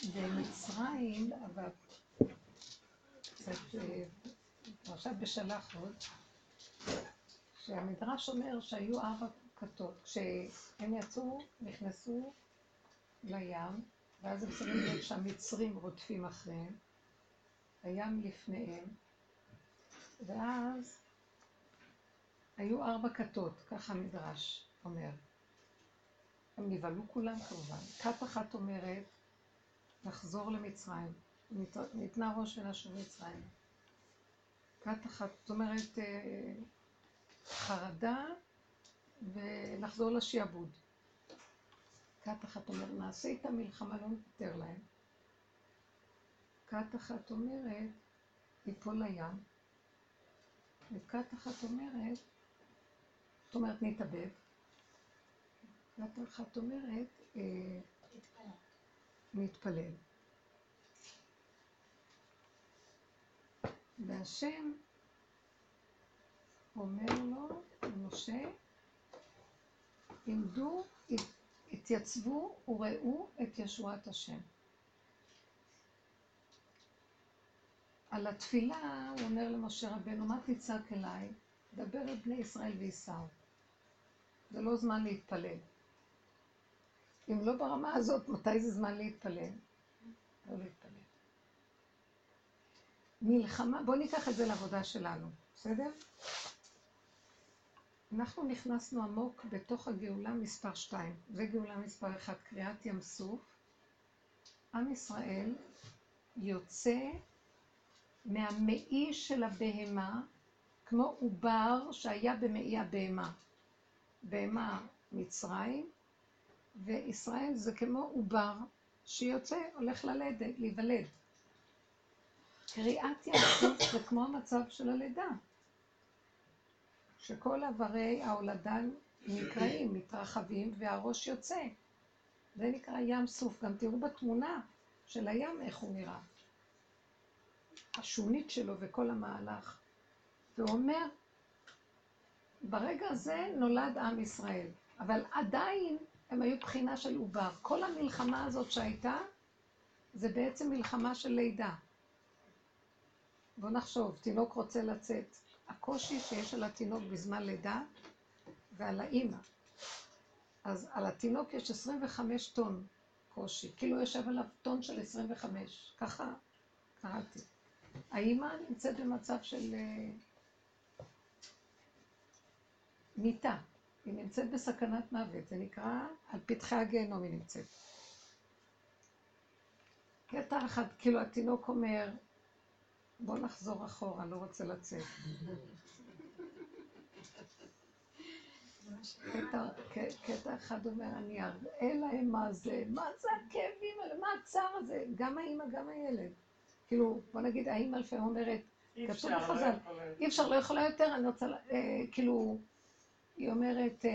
במצרים, אבל קצת פרשת בשלחות, שהמדרש אומר שהיו 4 כתות. כשהם יצאו, נכנסו לים, ואז הם שמים לב שהמצרים רודפים אחריהם, הים לפניהם, ואז היו 4 כתות, ככה המדרש אומר. הם נבהלו כולם כמובן. כת אחת אומרת, לחזור למצרים. ניתנה ראש ונשוב מצרים. כת אחת, זאת אומרת, חרדה ולחזור לשיעבוד. כת אחת אומרת, נעשה איתם מלחמה, לא נפטר להם. כת אחת אומרת, ייפול לים. וכת אחת אומרת, זאת אומרת, נתאבד. כת אחת אומרת, נתפלל. והשם אומר לו, משה, עמדו, התייצבו וראו את ישועת השם. על התפילה הוא אומר למשה רבנו, מה תצעק אליי? דבר את בני ישראל ויסעו. זה לא זמן להתפלל. אם לא ברמה הזאת, מתי זה זמן להתפלל? לא להתפלל. מלחמה, בואו ניקח את זה לעבודה שלנו, בסדר? אנחנו נכנסנו עמוק בתוך הגאולה מספר 2, זה גאולה מספר 1, קריאת ים סוף. עם ישראל יוצא מהמעי של הבהמה, כמו עובר שהיה במעי הבהמה. בהמה מצרים, וישראל זה כמו עובר שיוצא, הולך להיוולד. קריאת ים סוף זה כמו המצב של הלידה. שכל עברי ההולדה נקראים, מתרחבים, והראש יוצא. זה נקרא ים סוף. גם תראו בתמונה של הים איך הוא נראה. השונית שלו וכל המהלך. והוא אומר, ברגע הזה נולד עם ישראל. אבל עדיין הם היו בחינה של עובר. כל המלחמה הזאת שהייתה, זה בעצם מלחמה של לידה. בואו נחשוב, תינוק רוצה לצאת. הקושי שיש על התינוק בזמן לידה ועל האימא. אז על התינוק יש 25 טון קושי, כאילו יושב עליו טון של 25, ככה קראתי. האימא נמצאת במצב של מיטה, היא נמצאת בסכנת מוות, זה נקרא על פתחי הגיהנום היא נמצאת. קטע אחד, כאילו התינוק אומר, בוא נחזור אחורה, לא רוצה לצאת. קטע אחד אומר, אני אראה להם מה זה הכאבים האלה, מה הצער הזה, גם האמא, גם הילד. כאילו, בוא נגיד, האמא לפעמים אומרת, כתוב בחז"ל, אי אפשר, לא יכולה יותר, אני רוצה, כאילו, היא אומרת,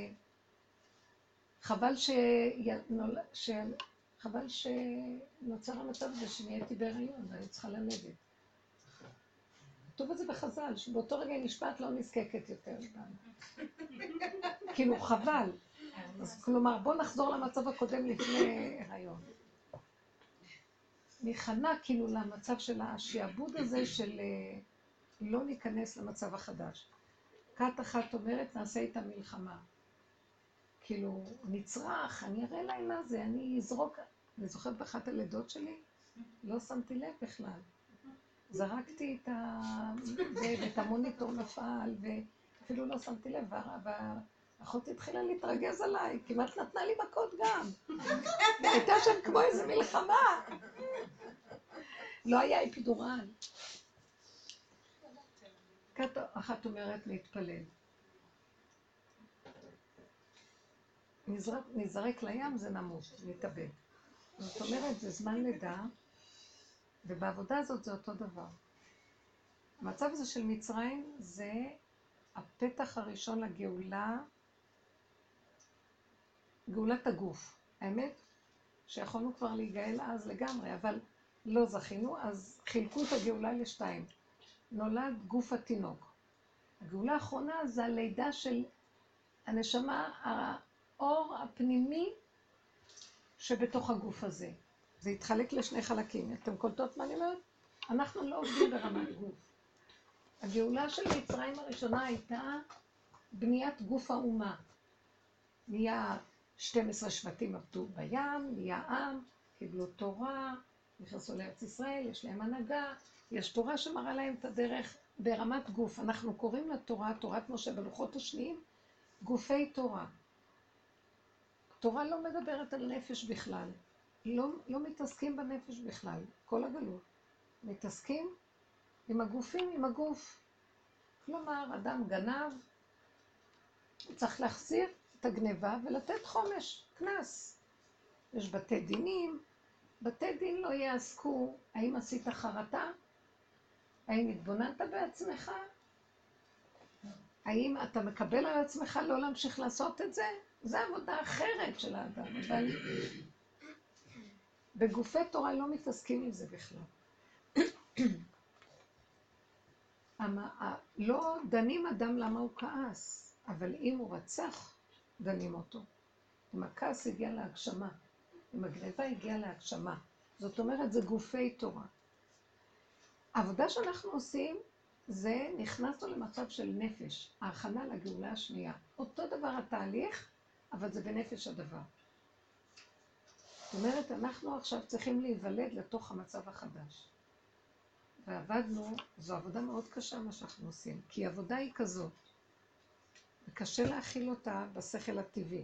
חבל שנוצר המצב הזה שנהייתי בהיריון, ואני צריכה ללדת. כתוב את זה בחז"ל, שבאותו רגע נשפט לא נזקקת יותר. כאילו חבל. אז כלומר, בוא נחזור למצב הקודם לפני הריון. נכנע כאילו למצב של השעבוד הזה של לא ניכנס למצב החדש. כת אחת אומרת, נעשה איתה מלחמה. כאילו, נצרח, אני אראה להם מה זה, אני אזרוק. אני זוכרת באחת הלידות שלי, לא שמתי לב בכלל. זרקתי את המוניטור נפל, ואפילו לא שמתי לב, ואחותי התחילה להתרגז עליי, כמעט נתנה לי מכות גם. הייתה שם כמו איזו מלחמה. לא היה אפידורל. כת אחת אומרת להתפלל. נזרק לים זה נמות, נתאבד. זאת אומרת, זה זמן לידה, ובעבודה הזאת זה אותו דבר. המצב הזה של מצרים זה הפתח הראשון לגאולה, גאולת הגוף. האמת שיכולנו כבר להיגאל אז לגמרי, אבל לא זכינו, אז חילקו את הגאולה לשתיים. נולד גוף התינוק. הגאולה האחרונה זה הלידה של הנשמה, האור הפנימי שבתוך הגוף הזה. זה התחלק לשני חלקים. אתם קולטות מה אני אומרת? אנחנו לא עובדים ברמת גוף. הגאולה של מצרים הראשונה הייתה בניית גוף האומה. נהיה 12 שבטים עבדו בים, נהיה עם, קיבלו תורה, נכנסו לארץ ישראל, יש להם הנהגה, יש תורה שמראה להם את הדרך ברמת גוף. אנחנו קוראים לתורה, תורת משה בלוחות השניים, גופי תורה. תורה לא מדברת על נפש בכלל. לא מתעסקים בנפש בכלל, כל הגלות. מתעסקים עם הגופים, עם הגוף. כלומר, אדם גנב, הוא צריך להחזיר את הגניבה ולתת חומש, כנס. יש בתי דינים, בתי דין לא יעסקו, האם עשית חרטה? האם התבוננת בעצמך? האם אתה מקבל על עצמך לא להמשיך לעשות את זה? זו עבודה אחרת של האדם, אבל בגופי תורה לא מתעסקים עם זה בכלל. לא דנים אדם למה הוא כעס, אבל אם הוא רצח, דנים אותו. אם הכעס הגיע להגשמה, אם הגניבה הגיעה להגשמה, זאת אומרת, זה גופי תורה. העבודה שאנחנו עושים, זה נכנסנו למצב של נפש, ההכנה לגאולה השנייה. אותו דבר התהליך, אבל זה בנפש הדבר. זאת אומרת, אנחנו עכשיו צריכים להיוולד לתוך המצב החדש. ועבדנו, זו עבודה מאוד קשה מה שאנחנו עושים, כי העבודה היא כזאת, וקשה להכיל אותה בשכל הטבעי.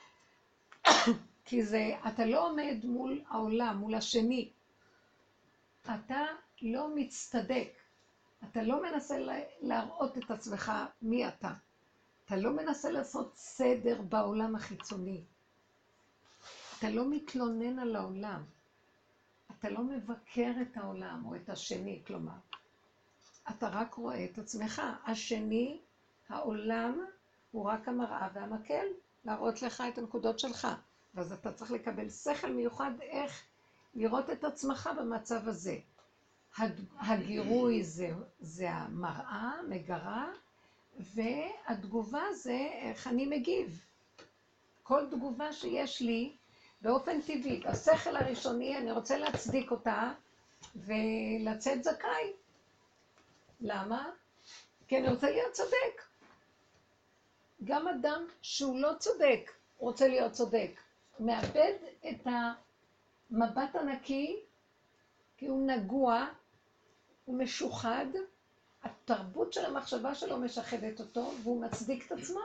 כי זה, אתה לא עומד מול העולם, מול השני. אתה לא מצטדק. אתה לא מנסה להראות את עצמך מי אתה. אתה לא מנסה לעשות סדר בעולם החיצוני. אתה לא מתלונן על העולם. אתה לא מבקר את העולם או את השני, כלומר. אתה רק רואה את עצמך. השני, העולם, הוא רק המראה והמקל, להראות לך את הנקודות שלך. ואז אתה צריך לקבל שכל מיוחד איך לראות את עצמך במצב הזה. הגירוי זה המראה, מגרה, והתגובה זה איך אני מגיב. כל תגובה שיש לי באופן טבעי, השכל הראשוני, אני רוצה להצדיק אותה ולצאת זכאי. למה? כי אני רוצה להיות צודק. גם אדם שהוא לא צודק, רוצה להיות צודק. מאבד את המבט הנקי, כי הוא נגוע, הוא משוחד, התרבות של המחשבה שלו משחדת אותו, והוא מצדיק את עצמו.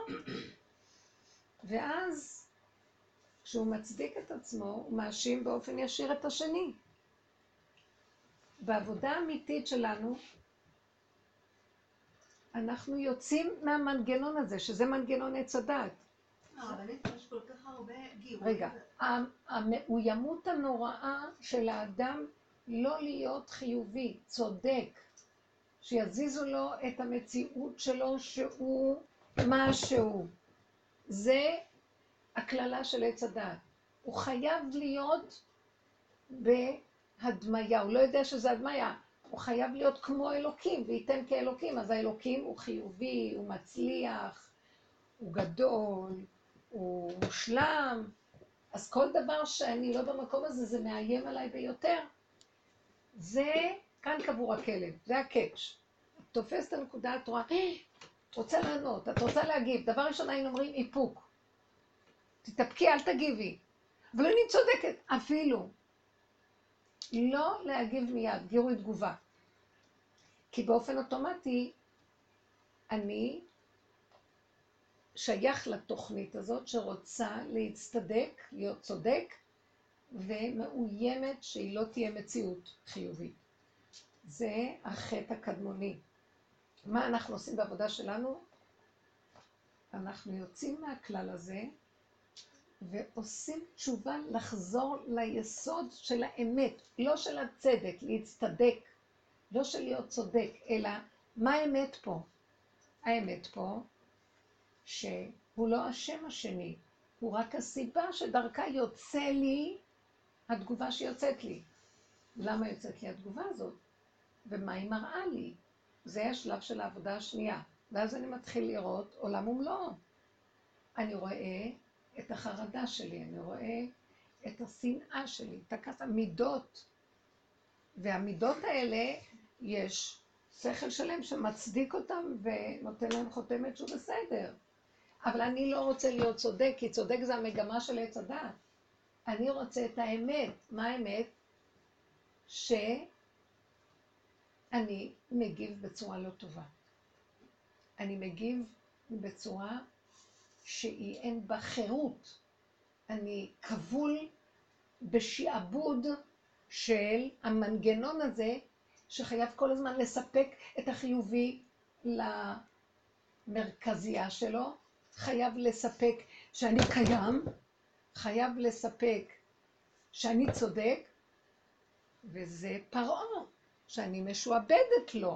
ואז, כשהוא מצדיק את עצמו, הוא מאשים באופן ישיר את השני. בעבודה האמיתית שלנו, אנחנו יוצאים מהמנגנון הזה, שזה מנגנון עץ הדת. אבל יש כל כך הרבה גירוי. רגע, המאוימות הנוראה של האדם לא להיות חיובי, צודק, שיזיזו לו את המציאות שלו שהוא משהו. זה הכללה של עץ הדת. הוא חייב להיות בהדמיה, הוא לא יודע שזה הדמיה, הוא חייב להיות כמו אלוקים, וייתן כאלוקים, אז האלוקים הוא חיובי, הוא מצליח, הוא גדול, הוא מושלם, אז כל דבר שאני לא במקום הזה, זה מאיים עליי ביותר. זה, כאן קבור הכלב, זה הקאץ'. את תופסת את הנקודה, את רואה, את רוצה לענות, את רוצה להגיב. דבר ראשון היינו אומרים איפוק. תתאפקי, אל תגיבי. אבל אני צודקת, אפילו. לא להגיב מיד, גירוי תגובה. כי באופן אוטומטי, אני שייך לתוכנית הזאת שרוצה להצטדק, להיות צודק, ומאוימת שהיא לא תהיה מציאות חיובית. זה החטא הקדמוני. מה אנחנו עושים בעבודה שלנו? אנחנו יוצאים מהכלל הזה, ועושים תשובה לחזור ליסוד של האמת, לא של הצדק, להצטדק, לא של להיות צודק, אלא מה האמת פה? האמת פה שהוא לא אשם השני, הוא רק הסיבה שדרכה יוצא לי התגובה שיוצאת לי. למה יוצאת לי התגובה הזאת? ומה היא מראה לי? זה השלב של העבודה השנייה. ואז אני מתחיל לראות עולם ומלואו. אני רואה את החרדה שלי, אני רואה את השנאה שלי, את המידות. והמידות האלה, יש שכל שלם שמצדיק אותם ונותן להם חותמת שהוא בסדר. אבל אני לא רוצה להיות צודק, כי צודק זה המגמה של עץ הדעת. אני רוצה את האמת. מה האמת? שאני מגיב בצורה לא טובה. אני מגיב בצורה שהיא אין בה חירות. אני כבול בשעבוד של המנגנון הזה, שחייב כל הזמן לספק את החיובי למרכזייה שלו, חייב לספק שאני קיים, חייב לספק שאני צודק, וזה פרעה, שאני משועבדת לו.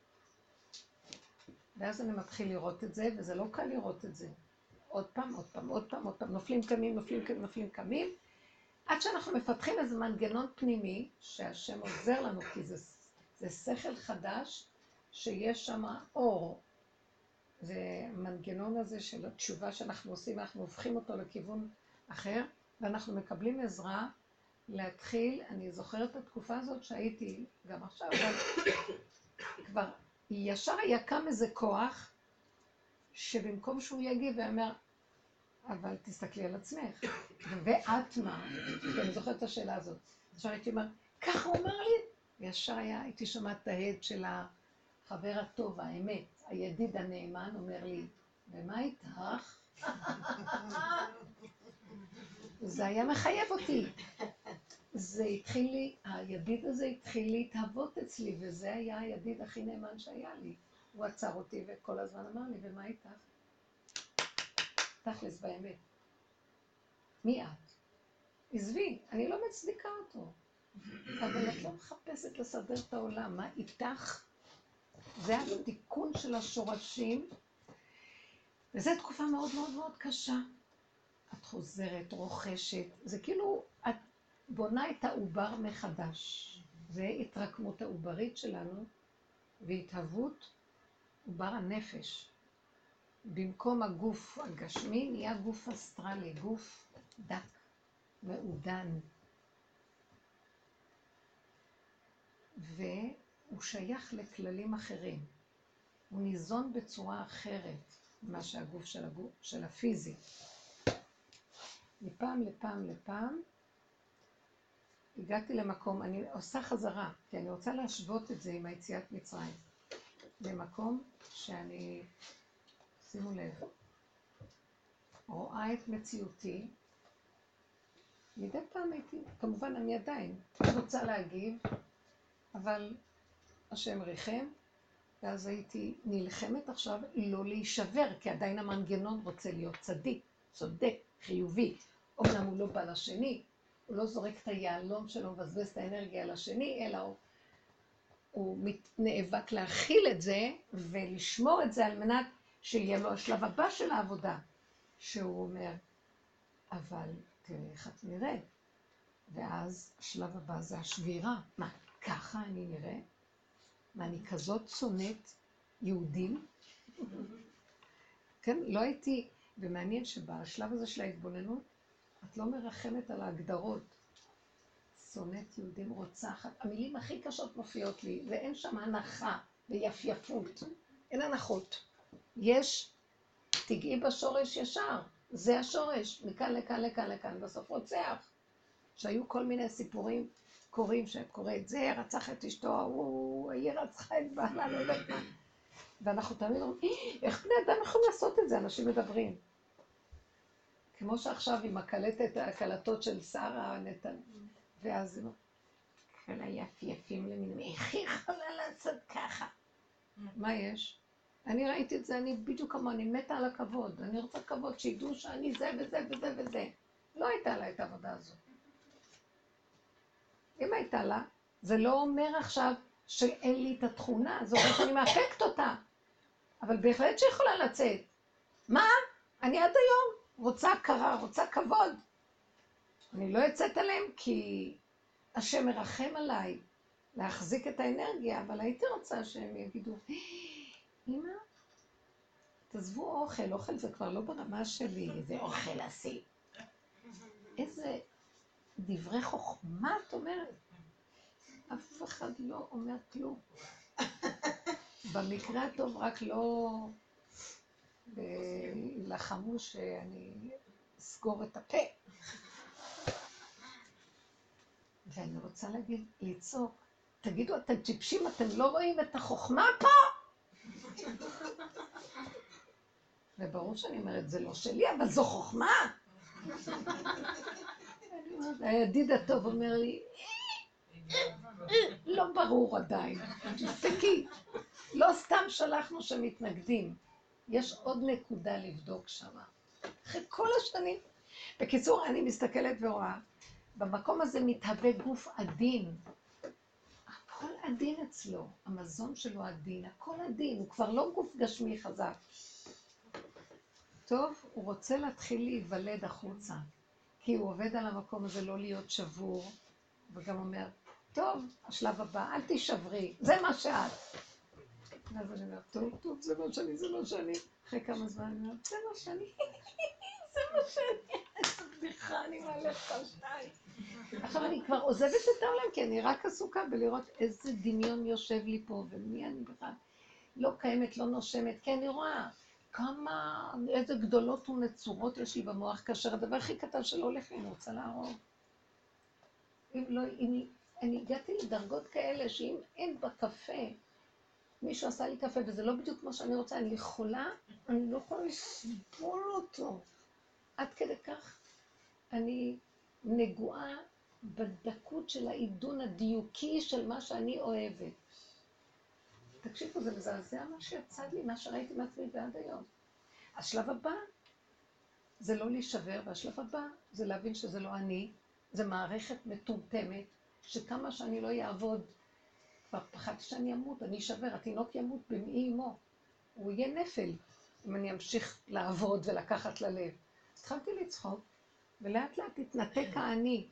ואז אני מתחיל לראות את זה, וזה לא קל לראות את זה. עוד פעם, נופלים קמים, עד שאנחנו מפתחים איזה מנגנון פנימי, שהשם עוזר לנו, כי זה שכל חדש, שיש שם אור. זה מנגנון הזה של התשובה שאנחנו עושים, אנחנו הופכים אותו לכיוון אחר, ואנחנו מקבלים עזרה להתחיל. אני זוכרת את התקופה הזאת שהייתי גם עכשיו, אבל כבר ישר היה קם איזה כוח, שבמקום שהוא יגיב ואומר, אבל תסתכלי על עצמך, ואת מה? כי אני זוכרת את השאלה הזאת. עכשיו הייתי אומר, ככה הוא אמר לי, וישר הייתי שומעת את ההד של החבר הטוב, האמת, הידיד הנאמן, אומר לי, ומה איתך? זה היה מחייב אותי. זה התחיל לי, הידיד הזה התחיל להתהוות אצלי, וזה היה הידיד הכי נאמן שהיה לי. הוא עצר אותי וכל הזמן אמר לי, ומה איתך? תכלס באמת. מי את? עזבי, אני לא מצדיקה אותו. אבל את לא מחפשת לסדר את העולם. מה איתך? זה התיקון של השורשים, וזו תקופה מאוד מאוד מאוד קשה. את חוזרת, רוכשת, זה כאילו את בונה את העובר מחדש. זה התרקמות העוברית שלנו, והתהוות עובר הנפש. במקום הגוף הגשמי נהיה גוף אסטרלי, גוף דק, מעודן. והוא שייך לכללים אחרים. הוא ניזון בצורה אחרת ממה שהגוף של הפיזי. מפעם לפעם הגעתי למקום, אני עושה חזרה, כי אני רוצה להשוות את זה עם היציאת מצרים. במקום שאני, שימו לב, רואה את מציאותי, מדי פעם הייתי, כמובן אני עדיין רוצה להגיב, אבל השם ריחם, ואז הייתי נלחמת עכשיו לא להישבר, כי עדיין המנגנון רוצה להיות צדיק, צודק, חיובי. אומנם הוא לא בא לשני, הוא לא זורק את היעלום שלו, מבזבז את האנרגיה לשני, אלא הוא נאבק להכיל את זה ולשמור את זה על מנת שיהיה לו השלב הבא של העבודה, שהוא אומר, אבל תראי איך את נראית. ואז השלב הבא זה השבירה. מה, ככה אני נראה? מה, אני כזאת שונאת יהודים? כן, לא הייתי, ומעניין שבשלב הזה של ההתבוננות, את לא מרחמת על ההגדרות. שונאת יהודים, רוצחת. המילים הכי קשות מופיעות לי, ואין שם הנחה ויפייפות. אין הנחות. יש, תגעי בשורש ישר. זה השורש, מכאן לכאן לכאן לכאן, בסוף רוצח. שהיו כל מיני סיפורים קוראים שקורא את זה, רצח את אשתו, היא רצחה את בעלה, לא יודעת מה. ואנחנו תמיד אומרים, איך בני אדם יכולים לעשות את זה? אנשים מדברים. כמו שעכשיו עם הקלטות של שרה נתן, ואז כל היפייפים למינים, איך היא יכולה לעשות ככה? מה יש? אני ראיתי את זה, אני בדיוק כמו, אני מתה על הכבוד, אני רוצה כבוד, שידעו שאני זה וזה וזה וזה. לא הייתה לה את העבודה הזאת. אם הייתה לה, זה לא אומר עכשיו שאין לי את התכונה, זאת אומרת שאני מאפקת אותה. אבל בהחלט שיכולה לצאת. מה? אני עד היום רוצה הכרה, רוצה כבוד. אני לא יוצאת עליהם כי השם מרחם עליי להחזיק את האנרגיה, אבל הייתי רוצה שהם יגידו, אמא, תעזבו אוכל, אוכל זה כבר לא ברמה שלי, זה אוכל עשי. איזה דברי חוכמה, את אומרת? אף אחד לא אומר כלום. במקרה הטוב רק לא לחמו שאני אסגור את הפה. ואני רוצה להגיד, לצעוק, תגידו, אתם טיפשים, אתם לא רואים את החוכמה פה? וברור שאני אומרת, זה לא שלי, אבל זו חוכמה. הידיד הטוב אומר לי, לא ברור עדיין, תפסקי. לא סתם שלחנו שמתנגדים. יש עוד נקודה לבדוק שם. אחרי כל השנים. בקיצור, אני מסתכלת ורואה, במקום הזה מתהווה גוף עדין. הכל עדין אצלו, המזון שלו עדין, הכל עדין, הוא כבר לא גוף גשמי חזק. טוב, הוא רוצה להתחיל להיוולד החוצה, כי הוא עובד על המקום הזה לא להיות שבור, וגם אומר, טוב, השלב הבא, אל תשברי, זה מה שאת. ואז אני אומרת, טוב, זה מה שאני, זה מה שאני. אחרי כמה זמן אני אומרת, זה מה שאני, זה מה שאני. סליחה, אני מעלה כבר שניים. עכשיו אני כבר עוזבת את העולם, כי אני רק עסוקה בלראות איזה דמיון יושב לי פה, ומי אני בכלל לא קיימת, לא נושמת, כי אני רואה כמה, איזה גדולות ונצורות יש לי במוח, כאשר הדבר הכי קטן שלא הולך לי, אני רוצה להרוג. אני הגעתי לדרגות כאלה, שאם אין בקפה, מישהו עשה לי קפה, וזה לא בדיוק כמו שאני רוצה, אני חולה, אני לא יכולה לסבול אותו. עד כדי כך אני נגועה בדקות של העידון הדיוקי של מה שאני אוהבת. תקשיבו, זה מזעזע מה שיצא לי, מה שראיתי מעצמי ועד היום. השלב הבא זה לא להישבר, והשלב הבא זה להבין שזה לא אני, זה מערכת מטומטמת, שכמה שאני לא אעבוד, כבר פחדתי שאני אמות, אני אשבר, התינוק ימות במעי אמו. הוא יהיה נפל אם אני אמשיך לעבוד ולקחת ללב. התחלתי לצחוק, ולאט לאט התנתק האני,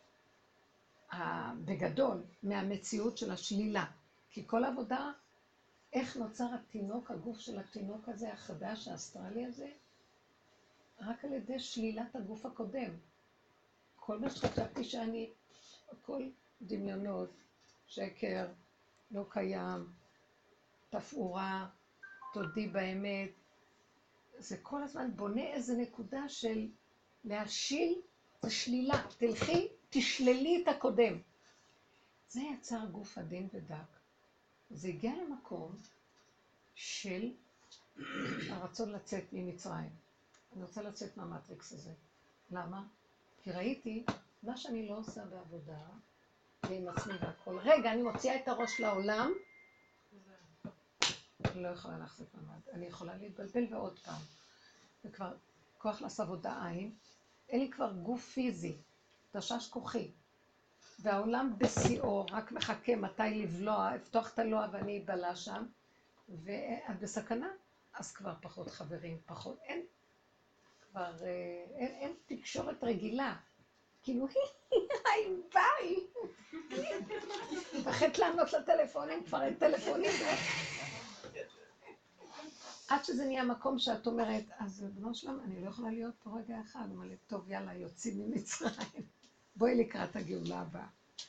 בגדול, מהמציאות של השלילה. כי כל העבודה, איך נוצר התינוק, הגוף של התינוק הזה, החדש, האסטרלי הזה, רק על ידי שלילת הגוף הקודם. כל מה שחשבתי שאני, הכל דמיונות, שקר, לא קיים, תפאורה, תודי באמת, זה כל הזמן בונה איזו נקודה של להשיל, זה שלילה, תלכי, תשללי את הקודם. זה יצר גוף עדין ודק. זה הגיע למקום של הרצון לצאת ממצרים. אני רוצה לצאת מהמטריקס הזה. למה? כי ראיתי מה שאני לא עושה בעבודה, ועם עצמי והכל. רגע, אני מוציאה את הראש לעולם, אני לא יכולה להחזיק מעמד. אני יכולה להתבלבל ועוד פעם. וכבר כוח לעשות עבודה עין, אין לי כבר גוף פיזי, תשש כוחי. והעולם בשיאו, רק מחכה מתי לבלוע, לפתוח את הלוע ואני אבלה שם, ואת בסכנה, אז כבר פחות חברים, פחות, אין, כבר, אין תקשורת רגילה. כאילו, היי, ביי. פחד לענות לטלפונים, כבר אין טלפונים. עד שזה נהיה מקום שאת אומרת, אז בנו שלם, אני לא יכולה להיות פה רגע אחד. הוא אומר לי, טוב, יאללה, יוצאים ממצרים. בואי לקראת הגאולה הבאה.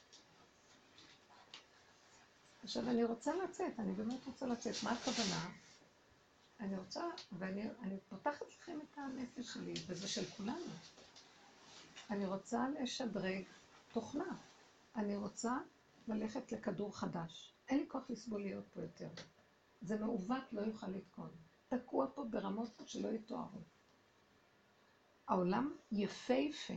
עכשיו, אני רוצה לצאת, אני באמת רוצה לצאת. מה הכוונה? אני רוצה, ואני פותחת לכם את הנפש שלי, וזה של כולנו. אני רוצה לשדרג תוכנה. אני רוצה ללכת לכדור חדש. אין לי כוח לסבול להיות פה יותר. זה מעוות, לא יוכל לתקון. תקוע פה ברמות שלא יתוארו. העולם יפהפה.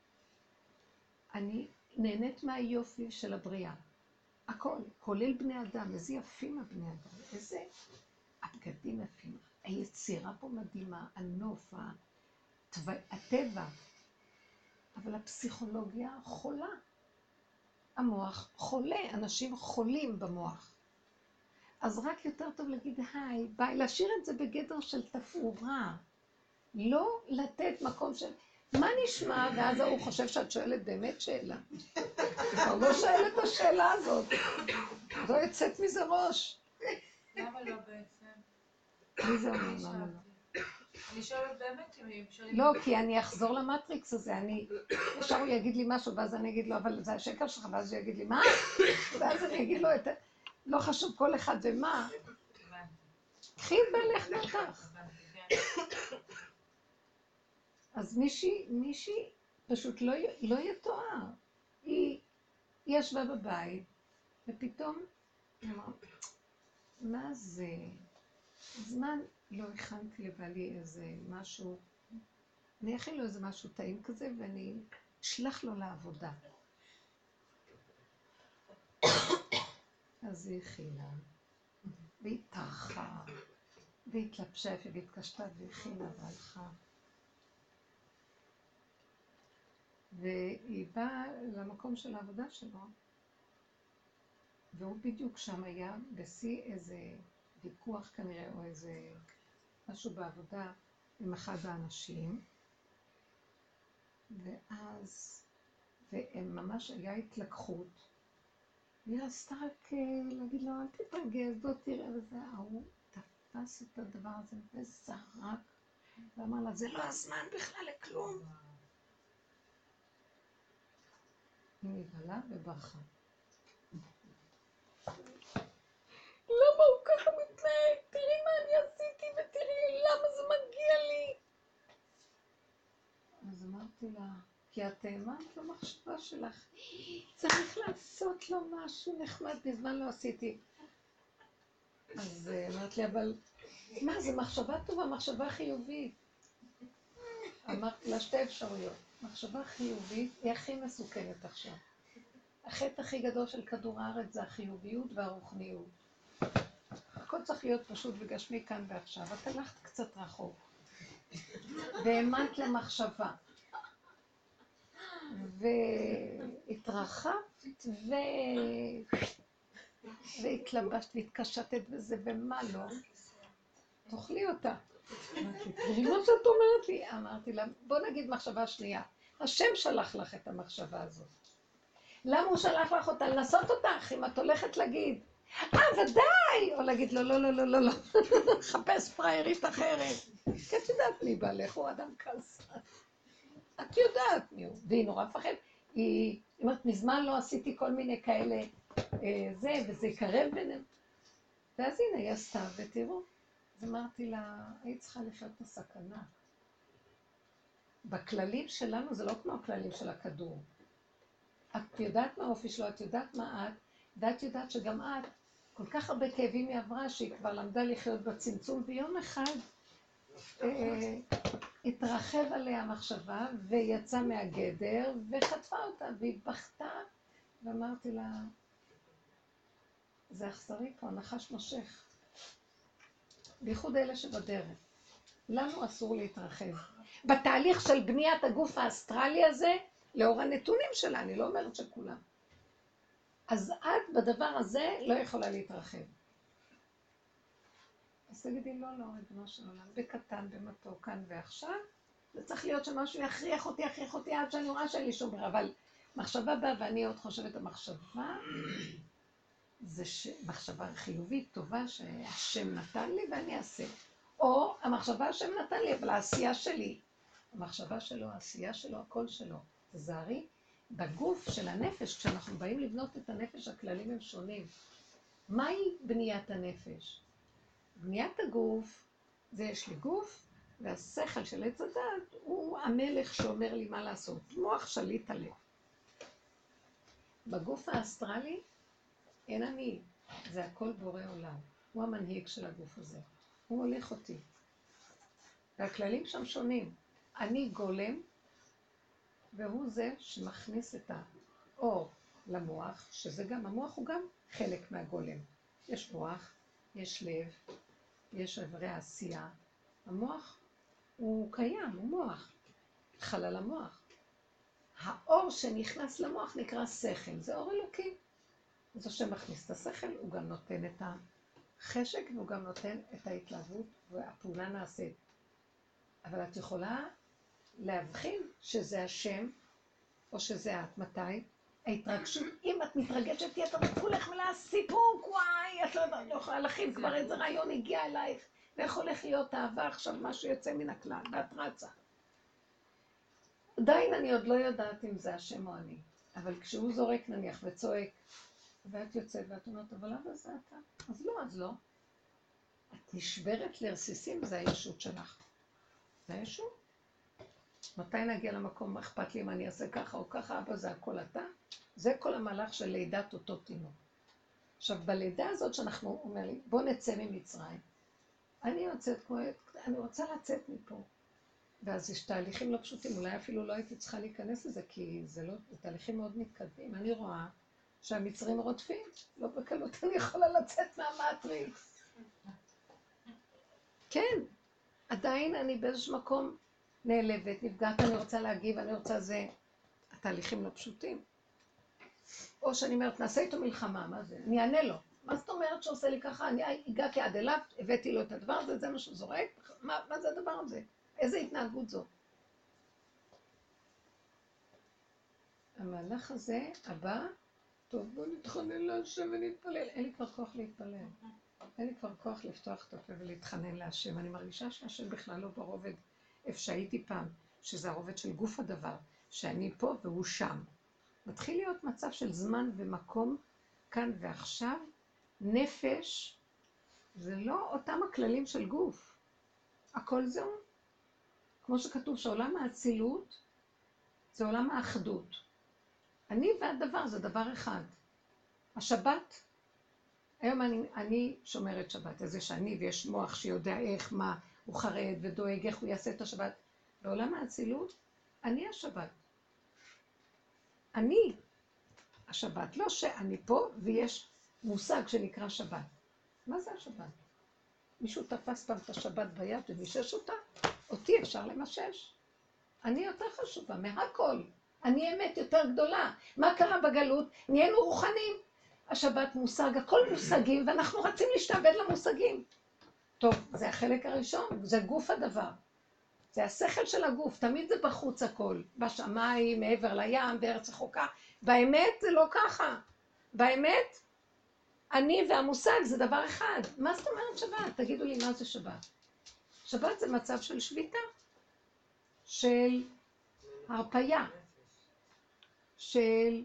אני נהנית מהיופי של הבריאה. הכל, כולל בני אדם. איזה יפים הבני אדם. איזה הבגדים יפים. היצירה פה מדהימה, הנוף, הטבע. אבל הפסיכולוגיה חולה. המוח חולה, אנשים חולים במוח. אז רק יותר טוב להגיד היי, ביי, להשאיר את זה בגדר של תפאורה. לא לתת מקום של, מה נשמע? ואז הוא חושב שאת שואלת באמת שאלה. כבר לא שואלת את השאלה הזאת. לא יצאת מזה ראש. למה לא בעצם? מי זה אומר למה לא? אני שואלת באמת אם אפשר... לא, כי אני אחזור למטריקס הזה, ישר הוא יגיד לי משהו, ואז אני אגיד לו, אבל זה השקר שלך, ואז הוא יגיד לי, מה? ואז אני אגיד לו, לא חשוב כל אחד ומה. קחי בלך נותך. אז מישהי פשוט לא יתואר. היא ישבה בבית, ופתאום היא אמרה, מה זה? זמן לא הכנתי לבעלי איזה משהו, אני אכין לו איזה משהו טעים כזה, ואני אשלח לו לעבודה. אז היא הכינה, והיא טרחה, והתלבשה והתקשתה והכינה והלכה. והיא באה למקום של העבודה שלו, והוא בדיוק שם היה בשיא איזה ויכוח כנראה, או איזה משהו בעבודה עם אחד האנשים, והם ממש היה התלקחות, והיא רצתה רק להגיד לו, אל תתרגז, בוא תראה, וזה, הוא תפס את הדבר הזה וזרק, ואמר לה, זה לא הזמן בכלל לכלום. היא נבהלה וברחה. למה הוא ככה מתנהג? תראי מה אני עשיתי ותראי למה זה מגיע לי. אז אמרתי לה, כי את האמנת למחשבה שלך, צריך לעשות לו משהו נחמד, בזמן לא עשיתי. אז אמרת לי, אבל מה, זה מחשבה טובה, מחשבה חיובית. אמרתי לה שתי אפשרויות. מחשבה חיובית היא הכי מסוכנת עכשיו. החטא הכי גדול של כדור הארץ זה החיוביות והרוחניות. הכל צריך להיות פשוט וגשמי כאן ועכשיו. את הלכת קצת רחוק. והאמנת למחשבה. והתרחבת והתלבשת והתקשטת בזה, ומה לא? תאכלי אותה. אמרתי, מה שאת אומרת לי? אמרתי לה, בוא נגיד מחשבה שנייה. השם שלח לך את המחשבה הזאת. למה הוא שלח לך אותה? לנסות אותך, אם את הולכת להגיד, ודאי! או להגיד, לא, לא, לא, לא, לא, לא. חפש פריירית אחרת. כי את יודעת מי בעלך, הוא אדם קלסן. את יודעת מי הוא. והיא נורא מפחד. היא אומרת, מזמן לא עשיתי כל מיני כאלה, וזה יקרב ביניהם. ואז הנה, היא עשתה, ותראו. אז אמרתי לה, היית צריכה לחיות את הסכנה. בכללים שלנו זה לא כמו הכללים של הכדור. את יודעת מה האופי שלו, את יודעת מה את, ואת יודעת שגם את, כל כך הרבה כאבים היא עברה, שהיא כבר למדה לחיות בצמצום, ויום אחד התרחב עליה המחשבה, ויצאה מהגדר, וחטפה אותה, והיא בכתה, ואמרתי לה, זה אכזרי פה, הנחש מושך. בייחוד אלה שבדרך. לנו אסור להתרחב. בתהליך של בניית הגוף האסטרלי הזה, לאור הנתונים שלה, אני לא אומרת שכולם. אז את בדבר הזה לא יכולה להתרחב. אז תגידי, לא, ריבונו של עולם, בקטן, במתוק, כאן ועכשיו, זה צריך להיות שמשהו יכריח אותי עד שאני רואה שאין לי שום ברירה, אבל מחשבה באה ואני עוד חושבת, המחשבה זה מחשבה חיובית, טובה, שהשם נתן לי ואני אעשה. או המחשבה השם נתן לי, אבל העשייה שלי. המחשבה שלו, העשייה שלו, הכל שלו. תזהרי, בגוף של הנפש, כשאנחנו באים לבנות את הנפש, הכללים הם שונים. מהי בניית הנפש? בניית הגוף, זה יש לי גוף, והשכל של עץ הדת הוא המלך שאומר לי מה לעשות. מוח שליט עליו. בגוף האסטרלי, אין אני, זה הכל בורא עולם. הוא המנהיג של הגוף הזה. הוא הולך אותי. והכללים שם שונים. אני גולם, והוא זה שמכניס את האור למוח, שזה גם, המוח הוא גם חלק מהגולם. יש מוח, יש לב, יש איברי העשייה. המוח הוא קיים, הוא מוח. חלל המוח. האור שנכנס למוח נקרא שכל, זה אור אלוקי. אז השם מכניס את השכל, הוא גם נותן את החשק, והוא גם נותן את ההתלהבות, והפעולה נעשית. אבל את יכולה להבחין שזה השם, או שזה את. מתי? ההתרגשות, אם את מתרגשת, תהיה תרצו לך ולסיפוק, וואי, את לא יכולה להכין, כבר איזה רעיון הגיע אלייך, ואיך הולך להיות אהבה עכשיו, משהו יוצא מן הכלל, ואת רצה. עדיין אני עוד לא יודעת אם זה השם או אני, אבל כשהוא זורק נניח וצועק, ואת יוצאת ואת אומרת, אבל למה זה אתה? אז לא, אז לא. את נשברת לרסיסים, זה הישות שלך. זה הישות. מתי נגיע למקום, מה אכפת לי אם אני אעשה ככה או ככה, אבא זה הכל אתה? זה כל המהלך של לידת אותו תינוק. עכשיו, בלידה הזאת שאנחנו אומר לי, בוא נצא ממצרים, אני רוצה לצאת מפה. ואז יש תהליכים לא פשוטים, אולי אפילו לא הייתי צריכה להיכנס לזה, כי זה תהליכים מאוד מתקדמים. אני רואה שהמצרים רודפים, לא בקלות אני יכולה לצאת מהמטריקס. כן, עדיין אני באיזשהו מקום נעלבת, נפגעת, אני רוצה להגיב, אני רוצה זה. התהליכים לא פשוטים. או שאני אומרת, נעשה איתו מלחמה, מה זה? אני אענה לו. מה זאת אומרת שעושה לי ככה? אני הגעתי עד אליו, הבאתי לו את הדבר הזה, זה מה שזורק? מה זה הדבר הזה? איזה התנהגות זו? המהלך הזה, הבא, טוב, בוא נתחנן להשם ונתפלל. אין לי כבר כוח להתפלל. אין לי כבר כוח לפתוח את הפה ולהתחנן להשם. אני מרגישה שהשם בכלל לא ברובד איפה שהייתי פעם, שזה הרובד של גוף הדבר, שאני פה והוא שם. מתחיל להיות מצב של זמן ומקום, כאן ועכשיו, נפש, זה לא אותם הכללים של גוף. הכל זהו. כמו שכתוב שעולם האצילות, זה עולם האחדות. אני והדבר זה דבר אחד. השבת, היום אני שומרת שבת, איזה שאני, ויש מוח שיודע איך, מה, הוא חרד ודואג, איך הוא יעשה את השבת. בעולם האצילות, אני השבת. אני השבת, לא שאני פה ויש מושג שנקרא שבת. מה זה השבת? מישהו תפס פעם את השבת ביד ומישש אותה? אותי אפשר למשש. אני יותר חשובה מהכל. אני אמת יותר גדולה. מה קרה בגלות? נהיינו רוחנים. השבת מושג, הכל מושגים, ואנחנו רצים להשתעבד למושגים. טוב, זה החלק הראשון, זה גוף הדבר. זה השכל של הגוף, תמיד זה בחוץ הכל. בשמיים, מעבר לים, בארץ רחוקה. באמת זה לא ככה. באמת, אני והמושג זה דבר אחד. מה זאת אומרת שבת? תגידו לי מה זה שבת. שבת זה מצב של שביתה, של הרפיה, של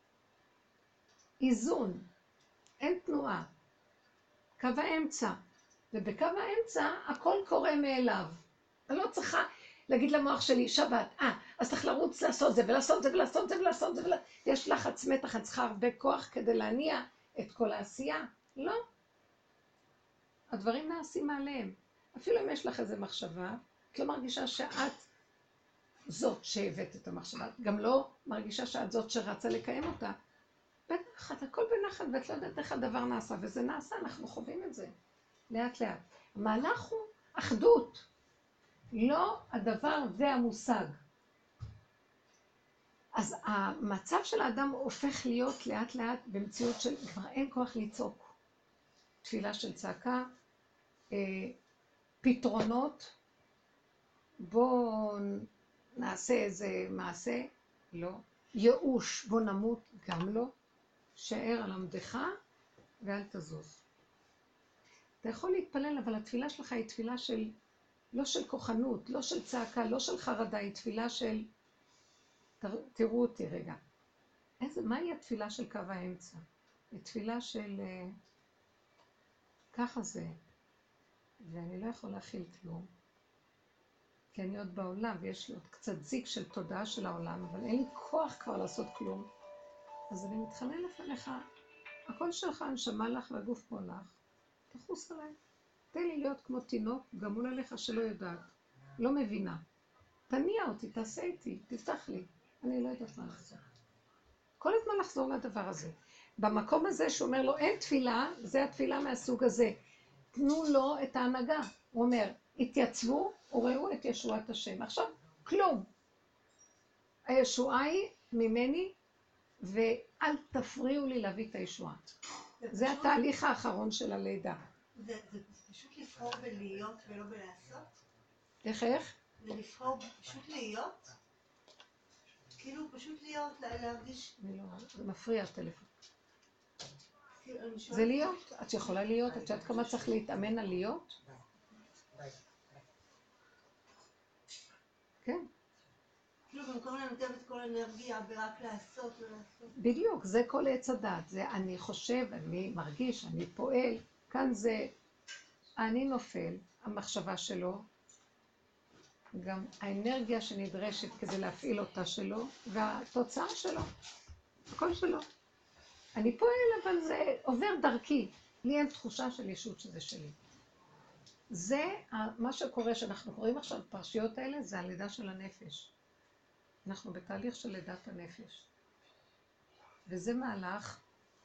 איזון, אין תנועה, קו האמצע, ובקו האמצע הכל קורה מאליו. אני לא צריכה להגיד למוח שלי, שבת, אז צריך לרוץ לעשות זה ולעשות זה ולעשות זה ולעשות זה יש לחץ מתח, את צריכה הרבה כוח כדי להניע את כל העשייה. לא. הדברים נעשים מעליהם. אפילו אם יש לך איזו מחשבה, את לא מרגישה שאת זאת שהבאת את המחשבה, גם לא מרגישה שאת זאת שרצה לקיים אותה. בנחת, הכל בנחת, ואת לא יודעת איך הדבר נעשה, וזה נעשה, אנחנו חווים את זה, לאט לאט. המהלך הוא אחדות, לא הדבר והמושג. אז המצב של האדם הופך להיות לאט לאט במציאות של, כבר אין כוח לצעוק. תפילה של צעקה, פתרונות, בוא נעשה איזה מעשה, לא. ייאוש, בוא נמות, גם לא. שער על עמדך ואל תזוז. אתה יכול להתפלל, אבל התפילה שלך היא תפילה של, לא של כוחנות, לא של צעקה, לא של חרדה, היא תפילה של, תראו אותי רגע. מהי התפילה של קו האמצע? היא תפילה של, ככה זה, ואני לא יכול להכיל כלום. כי אני עוד בעולם, ויש לי עוד קצת זיק של תודעה של העולם, אבל אין לי כוח כבר לעשות כלום. אז אני מתחנן לפניך, הכל שלך, נשמה לך והגוף פה לך, תחוס עליי. תן לי להיות כמו תינוק, גמול עליך שלא יודעת, לא מבינה. תניע אותי, תעשה איתי, תפתח לי. אני לא יודעת מה לעשות. כל הזמן לחזור לדבר הזה. במקום הזה שאומר לו, אין תפילה, זה התפילה מהסוג הזה. תנו לו את ההנהגה. הוא אומר, התייצבו וראו את ישועת השם. עכשיו, כלום. הישועה היא ממני, ואל תפריעו לי להביא את הישועה. זה התהליך האחרון של הלידה. זה פשוט לבחור בלהיות ולא בלעשות? איך? זה לבחור פשוט להיות? כאילו פשוט להיות, להרגיש... זה מפריע הטלפון. זה להיות, את יכולה להיות, את יודעת כמה צריך להתאמן על להיות? כן. כאילו במקום לנתב את כל האנרגיה ורק לעשות ולעשות. בדיוק, זה כל עץ הדת, זה אני חושב, אני מרגיש, אני פועל, כאן זה אני נופל, המחשבה שלו, גם האנרגיה שנדרשת כדי להפעיל אותה שלו, והתוצאה שלו, הכל שלו. אני פועל, אבל זה עובר דרכי, לי אין תחושה של ישות שזה שלי. זה מה שקורה, שאנחנו קוראים עכשיו פרשיות האלה, זה הלידה של הנפש. אנחנו בתהליך של לידת הנפש. וזה מהלך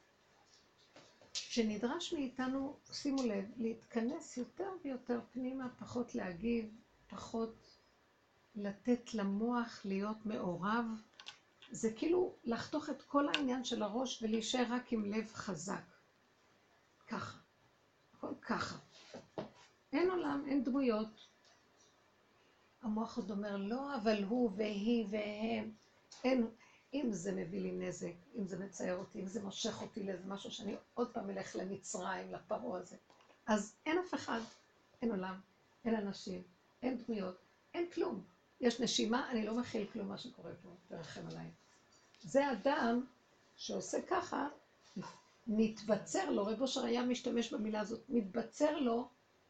שנדרש מאיתנו, שימו לב, להתכנס יותר ויותר פנימה, פחות להגיב, פחות לתת למוח להיות מעורב. זה כאילו לחתוך את כל העניין של הראש ולהישאר רק עם לב חזק. ככה. הכל ככה. אין עולם, אין דמויות. המוח עוד אומר, לא, אבל הוא והיא והם. אין, אם זה מביא לי נזק, אם זה מצייר אותי, אם זה מושך אותי לאיזה משהו שאני עוד פעם אלך למצרים, לפרעה הזה. אז אין אף אחד, אין עולם, אין אנשים, אין דמויות, אין כלום. יש נשימה, אני לא מכיל כלום מה שקורה פה, תרחם עליי. זה אדם שעושה ככה, מתבצר לו, רב אושר היה משתמש במילה הזאת, מתבצר לו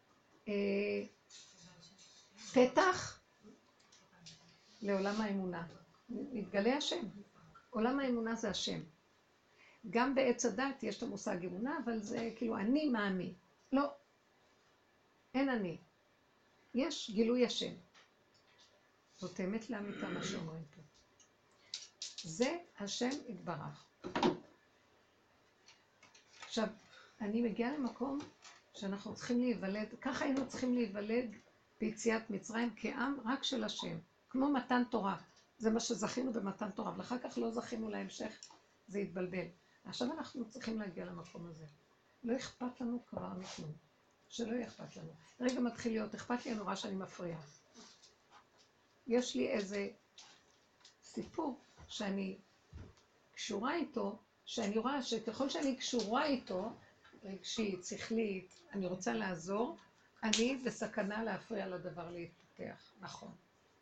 פתח לעולם האמונה. מתגלה השם. עולם האמונה זה השם. גם בעץ הדת יש את המושג אמונה, אבל זה כאילו אני מאמין. לא, אין אני. יש גילוי השם. זאת אמת לאמיתה מה שאומרים פה. זה השם יתברך. עכשיו, אני מגיעה למקום שאנחנו צריכים להיוולד, ככה היינו צריכים להיוולד ביציאת מצרים כעם רק של השם, כמו מתן תורה. זה מה שזכינו במתן תורה, ואחר כך לא זכינו להמשך, זה יתבלבל. עכשיו אנחנו צריכים להגיע למקום הזה. לא אכפת לנו כבר מכלום, שלא יהיה אכפת לנו. רגע מתחיל להיות, אכפת לי הנורא שאני מפריעה. יש לי איזה סיפור שאני קשורה איתו, שאני רואה שככל שאני קשורה איתו, רגשית, שכלית, אני רוצה לעזור, אני בסכנה להפריע לדבר להתפתח, נכון.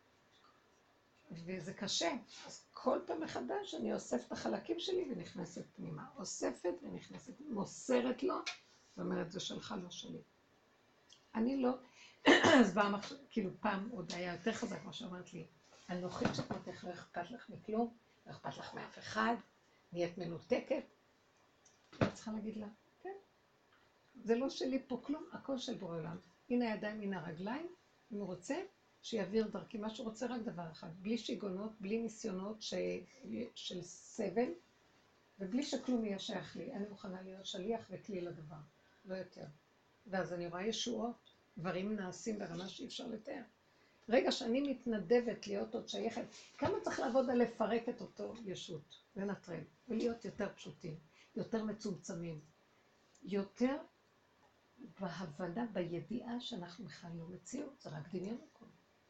וזה קשה, אז כל פעם מחדש אני אוספת את החלקים שלי ונכנסת פנימה. אוספת ונכנסת, מוסרת לו, ואומרת, זה שלך, לא שלי. אני לא, אז כאילו פעם עוד היה יותר חזק מה שאומרת לי, אנוכית שכמותך לא אכפת לך מכלום, לא אכפת לך מאף אחד, נהיית מנותקת. אני צריכה להגיד לה, כן, זה לא שלי פה כלום, הכל של בורא עולם. הנה הידיים, הנה הרגליים, אם הוא רוצה, שיעביר דרכי מה שהוא רוצה, רק דבר אחד, בלי שיגונות, בלי ניסיונות של סבל, ובלי שכלום יהיה שייך לי. אני מוכנה להיות שליח וכלי לדבר, לא יותר. ואז אני רואה ישועות, דברים נעשים ברמה שאי אפשר לתאר. רגע שאני מתנדבת להיות עוד שייכת, כמה צריך לעבוד על לפרק את אותו ישות, לנטרל, ולהיות יותר פשוטים, יותר מצומצמים, יותר בהבנה, בידיעה שאנחנו בכלל לא מציאות, זה רק דמיון הכל.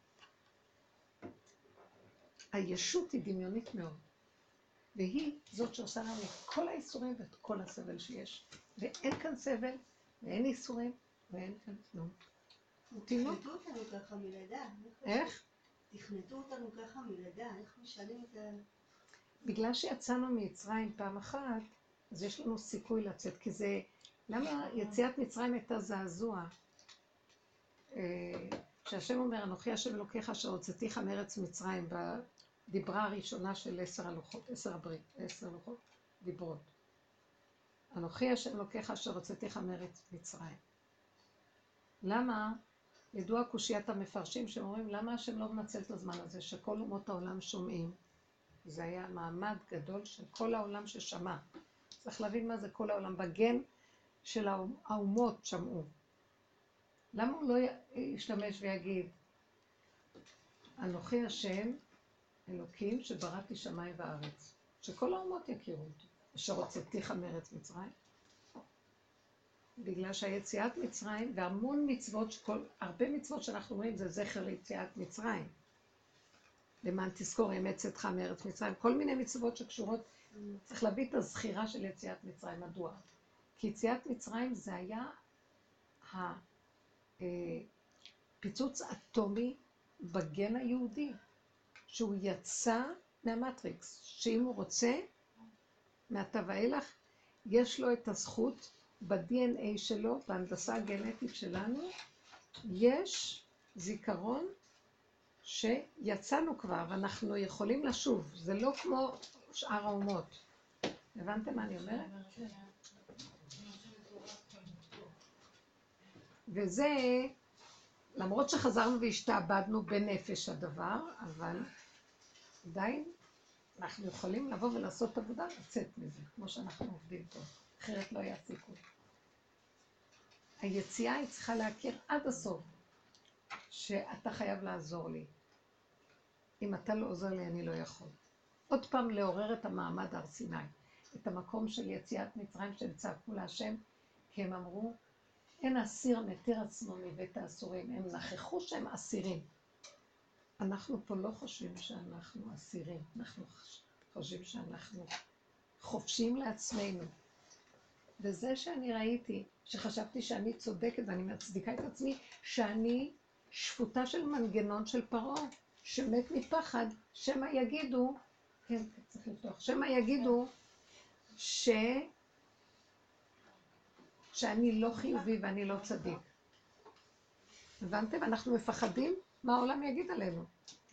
הישות היא דמיונית מאוד, והיא זאת שעושה לנו את כל האיסורים ואת כל הסבל שיש. ואין כאן סבל, ואין איסורים, ואין כאן כלום. תכנתו אותנו ככה מלידה. איך? תכנתו אותנו ככה מלידה, איך משנים את ה... בגלל שיצאנו מיצרים פעם אחת, אז יש לנו סיכוי לצאת, כי זה... למה יציאת מצרים הייתה זעזוע? שהשם אומר, אנוכי השם אלוקיך אשר הוצאתיך מארץ מצרים, בדיברה הראשונה של 10 הלוחות, 10 לוחות דיברות. אנוכי השם אלוקיך אשר הוצאתיך מארץ מצרים. למה? ידוע קושיית המפרשים שאומרים, למה השם לא מנצל את הזמן הזה שכל אומות העולם שומעים? זה היה מעמד גדול של כל העולם ששמע. צריך להבין מה זה כל העולם. בגן של האומות שמעו. למה הוא לא ישתמש ויגיד, אנוכי השם אלוקים שבראתי שמיים וארץ, שכל האומות יכירו אותו, אשר הוצאתיך מארץ מצרים? בגלל שהיציאת מצרים והמון מצוות, הרבה מצוות שאנחנו רואים זה זכר ליציאת מצרים. למען תזכור ימי צאתך מארץ מצרים, כל מיני מצוות שקשורות, צריך להביא את הזכירה של יציאת מצרים. מדוע? כי יציאת מצרים זה היה פיצוץ אטומי בגן היהודי, שהוא יצא מהמטריקס, שאם הוא רוצה, מעתה ואילך, יש לו את הזכות ב-DNA שלו, בהנדסה הגנטית שלנו, יש זיכרון שיצאנו כבר, ואנחנו יכולים לשוב. זה לא כמו שאר האומות. הבנתם מה אני אומרת? וזה, למרות שחזרנו והשתעבדנו בנפש הדבר, אבל עדיין אנחנו יכולים לבוא ולעשות עבודה, לצאת מזה, כמו שאנחנו עובדים פה, אחרת לא היה סיכוי. היציאה היא צריכה להכיר עד הסוף, שאתה חייב לעזור לי. אם אתה לא עוזר לי, אני לא יכול. עוד פעם לעורר את המעמד הר סיני, את המקום של יציאת מצרים שהם צעקו להשם, כי הם אמרו, אין אסיר מתיר עצמו מבית האסורים, הם נכחו שהם אסירים. אנחנו פה לא חושבים שאנחנו אסירים, אנחנו חושבים שאנחנו חופשיים לעצמנו. וזה שאני ראיתי, שחשבתי שאני צודקת ואני מצדיקה את עצמי, שאני שפוטה של מנגנון של פרעה, שמת מפחד, שמה יגידו, כן, צריך לפתוח, שמה יגידו שאני לא חיובי ואני לא צדיק. הבנתם? אנחנו מפחדים מה העולם יגיד עלינו.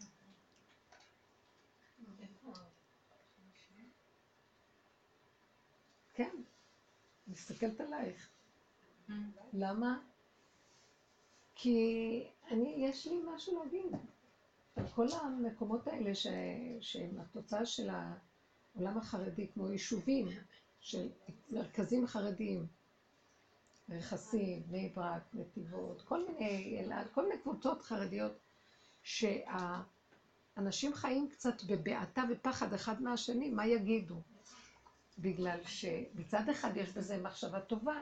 כן, מסתכלת עלייך. למה? כי יש לי משהו להגיד. על כל המקומות האלה שהם התוצאה של העולם החרדי, כמו יישובים של מרכזים חרדיים, רכסים, בני ברק, נתיבות, כל מיני, כל מיני קבוצות חרדיות, שהאנשים חיים קצת בבעתה ופחד אחד מהשני, מה יגידו? בגלל שבצד אחד יש בזה מחשבה טובה,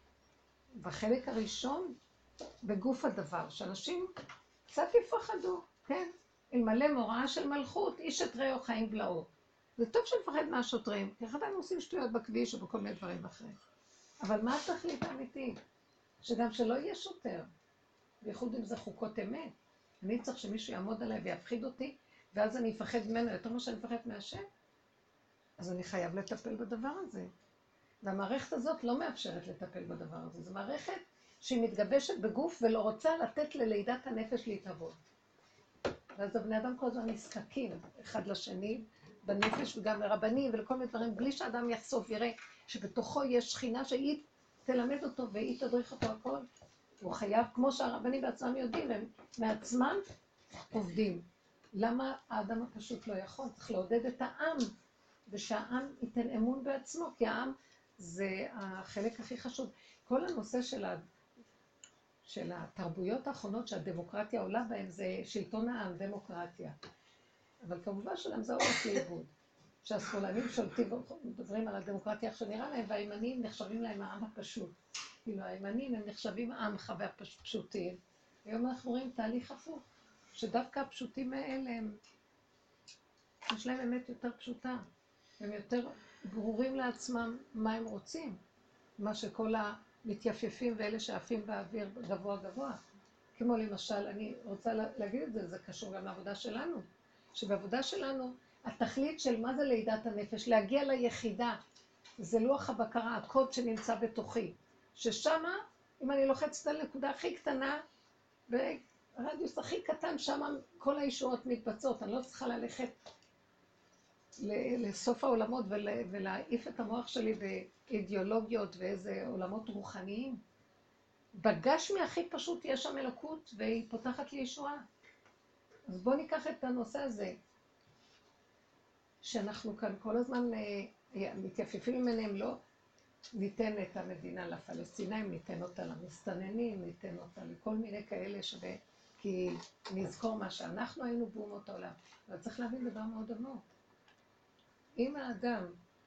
בחלק הראשון, בגוף הדבר, שאנשים קצת יפחדו, כן? אלמלא מוראה של מלכות, איש את רעהו חיים בלעו. זה טוב שנפחד מהשוטרים, כי אחד הם עושים שטויות בכביש או בכל מיני דברים אחרים. אבל מה התכלית האמיתית? שגם שלא יהיה שוטר, בייחוד אם זה חוקות אמת. אני צריך שמישהו יעמוד עליי ויפחיד אותי, ואז אני אפחד ממנו יותר מה שאני מפחד מהשם. אז אני חייב לטפל בדבר הזה. והמערכת הזאת לא מאפשרת לטפל בדבר הזה. זו מערכת שהיא מתגבשת בגוף ולא רוצה לתת ללידת הנפש להתעבוד. ואז הבני אדם כל הזמן נזקקים אחד לשני בנפש וגם לרבנים ולכל מיני דברים, בלי שאדם יחשוף ויראה שבתוכו יש שכינה שהיא תלמד אותו והיא תדריך אותו הכל. הוא חייב, כמו שהרבנים בעצמם יודעים, הם מעצמם עובדים. למה האדם הפשוט לא יכול? צריך לעודד את העם, ושהעם ייתן אמון בעצמו, כי העם זה החלק הכי חשוב. כל הנושא של התרבויות האחרונות שהדמוקרטיה עולה בהן זה שלטון העם, דמוקרטיה. אבל כמובן שגם זה הולך לאיבוד. שהשמאלנים שולטים ומדברים על הדמוקרטיה איך שנראה להם, והימנים נחשבים להם העם הפשוט. כאילו הימנים הם נחשבים עמך והפשוטים. היום אנחנו רואים תהליך הפוך, שדווקא הפשוטים האלה הם, יש להם אמת יותר פשוטה. הם יותר ברורים לעצמם מה הם רוצים. מה שכל המתייפפים ואלה שעפים באוויר גבוה גבוה. כמו למשל, אני רוצה להגיד את זה, זה קשור גם לעבודה שלנו. שבעבודה שלנו, התכלית של מה זה לידת הנפש, להגיע ליחידה, זה לוח הבקרה, הקוד שנמצא בתוכי. ששמה, אם אני לוחצת על נקודה הכי קטנה, ברדיוס הכי קטן, שמה כל הישועות מתבצעות. אני לא צריכה ללכת לסוף העולמות ולהעיף את המוח שלי באידיאולוגיות ואיזה עולמות רוחניים. בגשמי הכי פשוט יש שם אלוקות והיא פותחת לי ישועה. אז בואו ניקח את הנושא הזה, שאנחנו כאן כל הזמן מתייפפים ממניהם, לא ניתן את המדינה לפלסטינאים, ניתן אותה למסתננים, ניתן אותה לכל מיני כאלה כי נזכור מה שאנחנו היינו באומות העולם. אבל צריך להבין דבר מאוד עמוק. אם האדם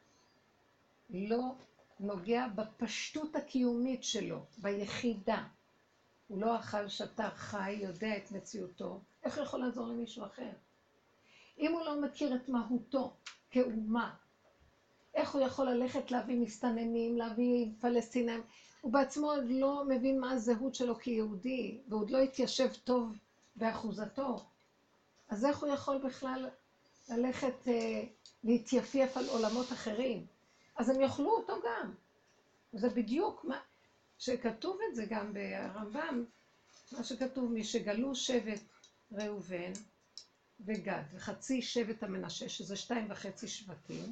לא נוגע בפשטות הקיומית שלו, ביחידה, הוא לא אכל, שתה, חי, יודע את מציאותו, איך הוא יכול לעזור למישהו אחר? אם הוא לא מכיר את מהותו כאומה, איך הוא יכול ללכת להביא מסתננים, להביא פלסטינאים? הוא בעצמו עוד לא מבין מה הזהות שלו כיהודי, והוא לא התיישב טוב באחוזתו. אז איך הוא יכול בכלל ללכת להתייפייף על עולמות אחרים? אז הם יאכלו אותו גם. זה בדיוק מה שכתוב את זה גם ברמב"ם, מה שכתוב, מי שגלו שבט ראובן וגד וחצי שבט המנשה, שזה 2.5 שבטים,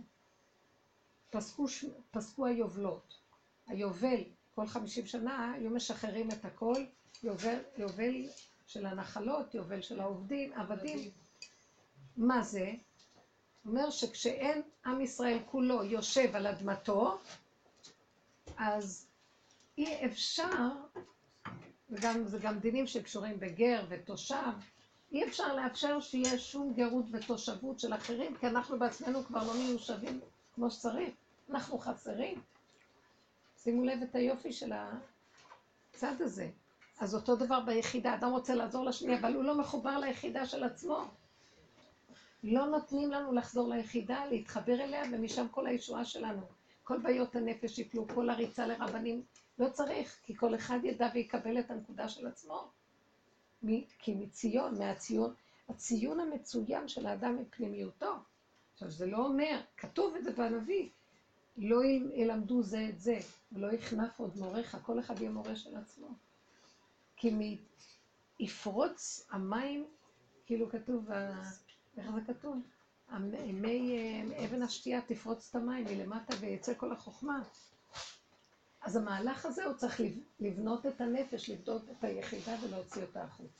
פסקו היובלות. היובל, כל 50 שנה היו משחררים את הכל, יובל של הנחלות, יובל של העובדים, עבדים. מה זה? אומר שכשאין עם ישראל כולו יושב על אדמתו, אז אי אפשר, וזה גם דינים שקשורים בגר ותושב, אי אפשר לאפשר שיהיה שום גרות ותושבות של אחרים, כי אנחנו בעצמנו כבר לא מיושבים כמו שצריך, אנחנו חסרים. שימו לב את היופי של הצד הזה. אז אותו דבר ביחידה, אדם רוצה לעזור לשני, אבל הוא לא מחובר ליחידה של עצמו. לא נותנים לנו לחזור ליחידה, להתחבר אליה, ומשם כל הישועה שלנו. כל בעיות הנפש יפלו, כל הריצה לרבנים, לא צריך, כי כל אחד ידע ויקבל את הנקודה של עצמו. כי מציון, מהציון, הציון המצוין של האדם מפנימיותו. עכשיו, זה לא אומר, כתוב את זה בנביא, לא ילמדו זה את זה, ולא יכנף עוד מורך, כל אחד יהיה מורה של עצמו. כי יפרוץ המים, כאילו כתוב, איך זה כתוב? מי אבן השתייה תפרוץ את המים מלמטה ויצא כל החוכמה. אז המהלך הזה הוא צריך לבנות את הנפש, לבדוק את היחידה ולהוציא אותה החוצה.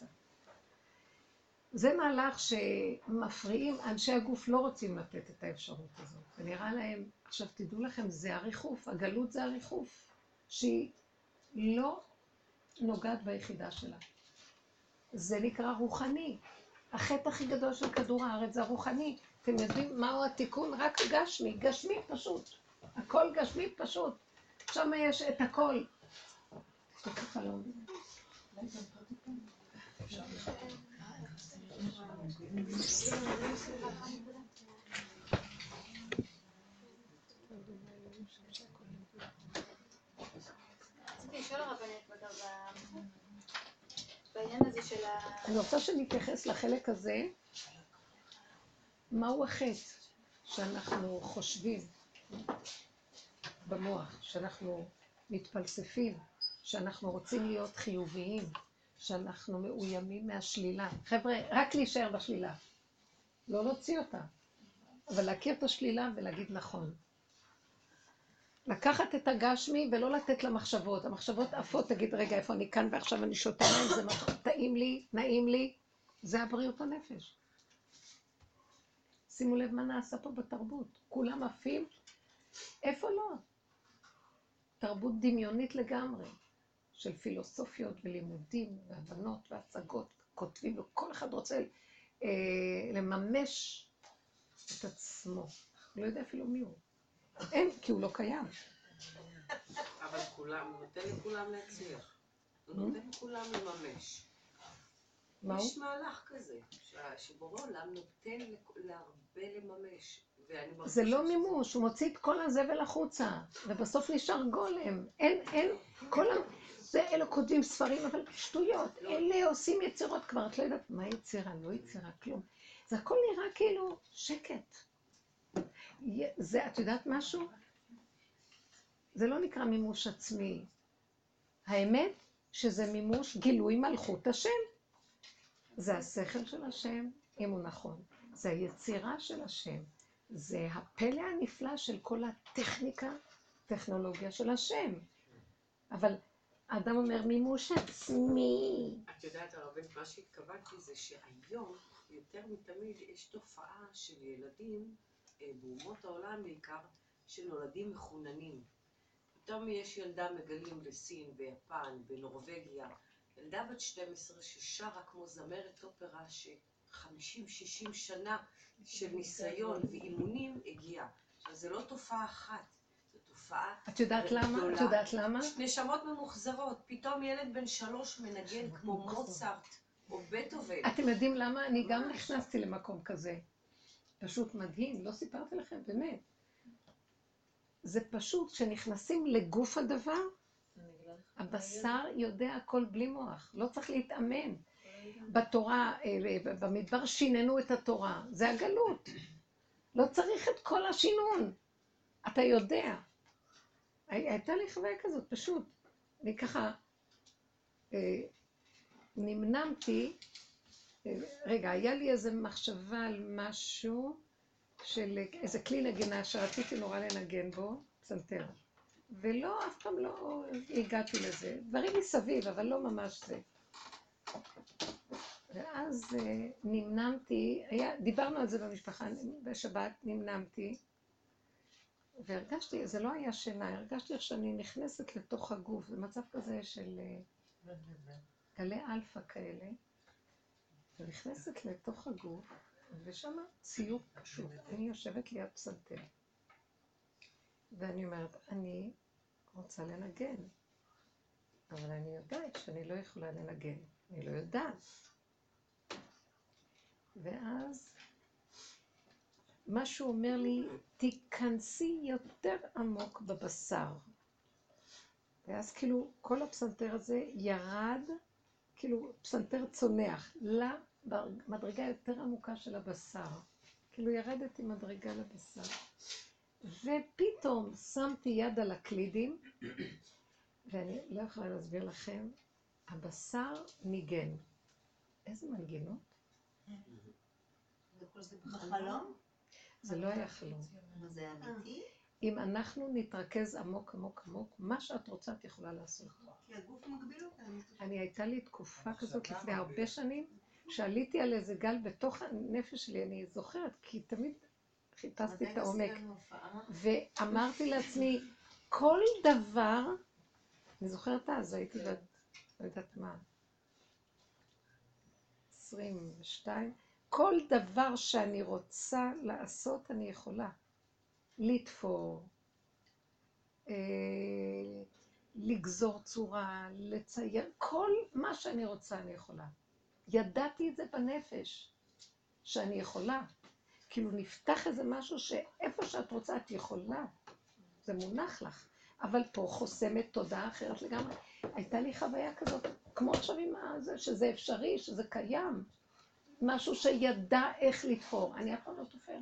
זה מהלך שמפריעים, אנשי הגוף לא רוצים לתת את האפשרות הזאת. ונראה להם, עכשיו תדעו לכם, זה הריחוף, הגלות זה הריחוף, שהיא לא נוגעת ביחידה שלה. זה נקרא רוחני. החטא הכי גדול של כדור הארץ זה הרוחני. אתם יודעים מהו התיקון? רק גשמי, גשמי פשוט. הכל גשמי פשוט. שם יש את הכל. סליחה חלום. רציתי לשאול הרבנית בעניין הזה של אני רוצה שנתייחס לחלק הזה, מהו החטא שאנחנו חושבים במוח, שאנחנו מתפלספים, שאנחנו רוצים להיות חיוביים, שאנחנו מאוימים מהשלילה. חבר'ה, רק להישאר בשלילה, לא להוציא אותה, אבל להכיר את השלילה ולהגיד נכון. לקחת את הגשמי ולא לתת למחשבות. המחשבות עפות, תגיד, רגע, איפה אני כאן ועכשיו אני שותה להם, זה טעים לי, נעים לי, זה הבריאות הנפש. שימו לב מה נעשה פה בתרבות. כולם עפים, איפה לא? תרבות דמיונית לגמרי, של פילוסופיות ולימודים והבנות והצגות, כותבים, וכל אחד רוצה לממש את עצמו. הוא לא יודע אפילו מי הוא. אין, כי הוא לא קיים. אבל כולם, הוא נותן לכולם להצליח. הוא נותן לכולם לממש. יש מהלך כזה, שבורא עולם נותן להרבה לממש. זה לא מימוש, הוא מוציא את כל הזבל החוצה, ובסוף נשאר גולם. אין, אלה כותבים ספרים, אבל שטויות. אלה עושים יצירות כבר, את לא יודעת מה יצירה, לא יצירה, כלום. זה הכל נראה כאילו שקט. זה, את יודעת משהו? זה לא נקרא מימוש עצמי. האמת שזה מימוש גילוי מלכות השם. זה השכל של השם, אם הוא נכון. זה היצירה של השם. זה הפלא הנפלא של כל הטכניקה, טכנולוגיה של השם. אבל האדם אומר מימוש עצמי. את יודעת, הרבנית, מה שהתכוונתי זה שהיום, יותר מתמיד, יש תופעה של ילדים, באומות העולם בעיקר, שנולדים מחוננים. פתאום יש ילדה מגלים בסין, ביפן, בנורווגיה, ילדה בת 12 ששרה כמו זמרת אופרה ש50-60 שנה של ניסיון ואימונים הגיעה. עכשיו, זה לא תופעה אחת, זו תופעה גדולה. את יודעת למה? את יודעת למה? נשמות ממוחזרות. פתאום ילד בן 3 מנגן כמו מוצרט או בטהובן. אתם יודעים למה? אני גם נכנסתי למקום כזה. פשוט מדהים, לא סיפרתי לכם, באמת. זה פשוט, כשנכנסים לגוף הדבר, הבשר יודע הכל בלי מוח, לא צריך להתאמן. בתורה, במדבר שיננו את התורה, זה הגלות. לא צריך את כל השינון. אתה יודע. הייתה לי חוויה כזאת, פשוט. אני ככה נמנמתי, רגע, היה לי איזו מחשבה על משהו, של איזה כלי נגינה שרציתי נורא לנגן בו, פסנתר. ולא, אף פעם לא הגעתי לזה. דברים מסביב, אבל לא ממש זה. ואז נמנמתי, דיברנו על זה במשפחה, בשבת נמנמתי, והרגשתי, זה לא היה שינה, הרגשתי איך שאני נכנסת לתוך הגוף, זה מצב כזה של גלי אלפא כאלה, ונכנסת לתוך הגוף, ושם ציור פשוט, אני יושבת ליד פסנתר, ואני אומרת, אני רוצה לנגן, אבל אני יודעת שאני לא יכולה לנגן, אני לא יודעת. ואז משהו אומר לי, תיכנסי יותר עמוק בבשר. ואז כאילו כל הפסנתר הזה ירד, כאילו פסנתר צונח, למדרגה יותר עמוקה של הבשר. כאילו ירדתי מדרגה לבשר. ופתאום שמתי יד על הקלידים, ואני לא יכולה להסביר לכם, הבשר ניגן. איזה מנגינות? בחלום? זה לא היה חלום. זה אמיתי? אם אנחנו נתרכז עמוק עמוק עמוק, מה שאת רוצה את יכולה לעשות. כי הגוף מגביל אותנו. אני הייתה לי תקופה כזאת לפני הרבה שנים, שעליתי על איזה גל בתוך הנפש שלי, אני זוכרת, כי תמיד חיפשתי את העומק. ואמרתי לעצמי, כל דבר, אני זוכרת אז, הייתי בת, לא יודעת מה, 22, כל דבר שאני רוצה לעשות, אני יכולה. לתפור, לגזור צורה, לצייר, כל מה שאני רוצה אני יכולה. ידעתי את זה בנפש, שאני יכולה. כאילו נפתח איזה משהו שאיפה שאת רוצה את יכולה. זה מונח לך. אבל פה חוסמת תודעה אחרת לגמרי. הייתה לי חוויה כזאת, כמו עכשיו עם זה, שזה אפשרי, שזה קיים. משהו שידע איך לתפור. אני אף פעם לא תופרת.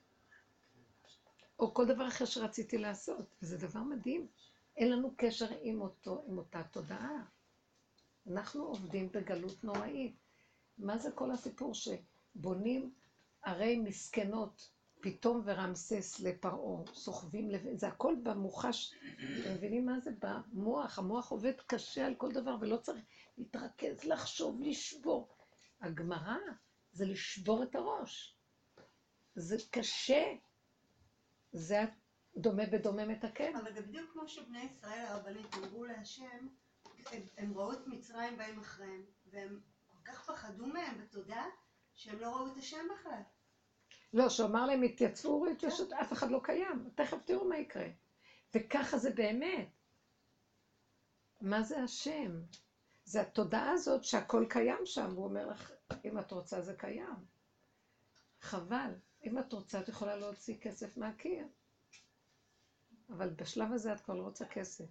או כל דבר אחר שרציתי לעשות. וזה דבר מדהים. אין לנו קשר עם אותה תודעה. אנחנו עובדים בגלות נוראית. מה זה כל הסיפור שבונים ערי מסכנות, פתאום ורמסס לפרעה, סוחבים, זה הכל במוחש, אתם מבינים מה זה? במוח, המוח עובד קשה על כל דבר ולא צריך להתרכז, לחשוב, לשבור. הגמרא זה לשבור את הראש. זה קשה. זה דומה בדומה מתקן. אבל זה בדיוק כמו שבני ישראל הרבנית אמרו להשם, הם ראו את מצרים בהם אחריהם, והם כל כך פחדו מהם בתודעה, שהם לא ראו את השם בכלל. לא, שאומר להם, התייצבו, אף אחד לא קיים. תכף תראו מה יקרה. וככה זה באמת. מה זה השם? זה התודעה הזאת שהכל קיים שם, והוא אומר לך, אם את רוצה זה קיים. חבל. אם את רוצה, את יכולה להוציא כסף מהקיר. אבל בשלב הזה את כבר לא רוצה כסף.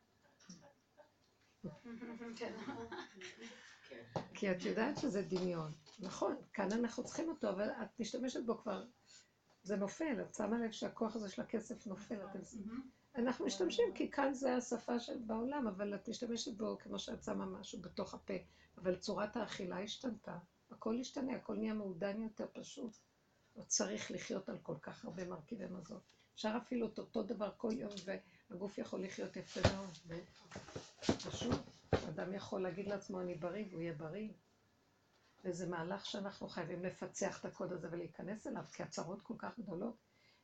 כי את יודעת שזה דמיון. נכון, כאן אנחנו צריכים אותו, אבל את משתמשת בו כבר, זה נופל, את שמה לב שהכוח הזה של הכסף נופל. אנחנו משתמשים כי כאן זה השפה בעולם, אבל את משתמשת בו כמו שאת שמה משהו בתוך הפה, אבל צורת האכילה השתנתה, הכל השתנה, הכל נהיה מעודן יותר פשוט. לא צריך לחיות על כל כך הרבה מרכיבי מזון. אפשר אפילו את אותו דבר כל יום, והגוף יכול לחיות יפה מאוד. פשוט, אדם יכול להגיד לעצמו, אני בריא, והוא יהיה בריא. וזה מהלך שאנחנו חייבים לפצח את הקוד הזה ולהיכנס אליו, כי הצרות כל כך גדולות,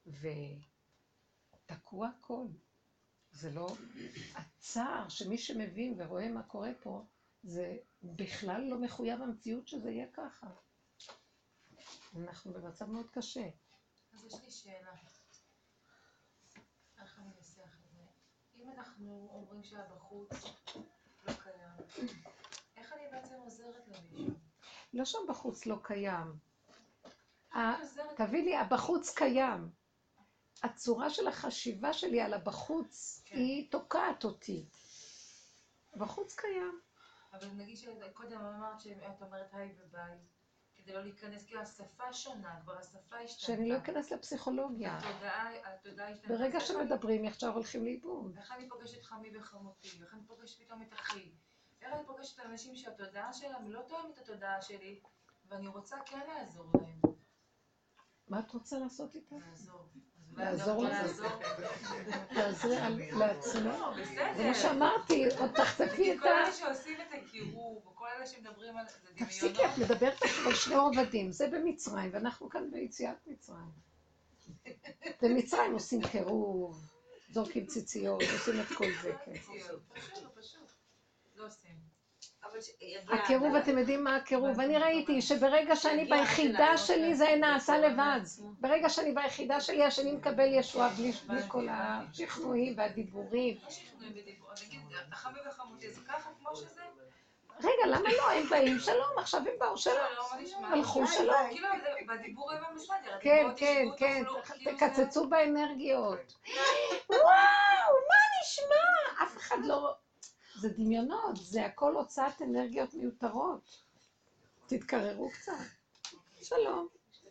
ותקוע הכל. זה לא... הצער שמי שמבין ורואה מה קורה פה, זה בכלל לא מחויב המציאות שזה יהיה ככה. אנחנו במצב מאוד קשה. אז יש לי שאלה. איך אני אנסח את זה? אם אנחנו אומרים שהבחוץ לא קיים, איך אני בעצם עוזרת למישהו? לא שם בחוץ לא קיים. תביא לי, הבחוץ קיים. הצורה של החשיבה שלי על הבחוץ היא תוקעת אותי. בחוץ קיים. אבל נגיד שקודם אמרת שאת אומרת היי וביי, כדי לא להיכנס, כי השפה שונה, כבר השפה השתנתה. שאני לא אכנס לפסיכולוגיה. התודעה השתנתה. ברגע שמדברים, ישר הולכים לאיבוד. איך אני פוגשת חמי וחמותי, איך אני פוגשת פתאום את אחי, איך אני פוגשת אנשים שהתודעה שלהם לא תואמת את התודעה שלי, ואני רוצה כן לעזור להם. מה את רוצה לעשות איתה? לעזור לעזור תעזרי לעצמך. בסדר. זה מה שאמרתי, עוד תחטפי את כל אלה שעושים את הקירוב, או כל אלה שמדברים על זה דמיונות. תפסיקי, את מדברת על שני עובדים, זה במצרים, ואנחנו כאן ביציאת מצרים. במצרים עושים קירוב, זורקים ציציות, עושים את כל זה, כן. פשוט. לא עושים. הקירוב, אתם יודעים מה הקירוב? אני ראיתי שברגע שאני ביחידה שלי זה נעשה לבד. ברגע שאני ביחידה שלי, השני מקבל ישועה בלי כל השכנועים והדיבורים. נגיד, החמי וחמותי, זה ככה כמו שזה? רגע, למה לא? הם באים שלום, עכשיו הם באו שלום. הלכו שלום. כאילו, בדיבור הם בסדר. כן, כן, כן, תקצצו באנרגיות. וואו, מה נשמע? אף אחד לא... זה דמיונות, זה הכל הוצאת אנרגיות מיותרות. תתקררו קצת. שלום.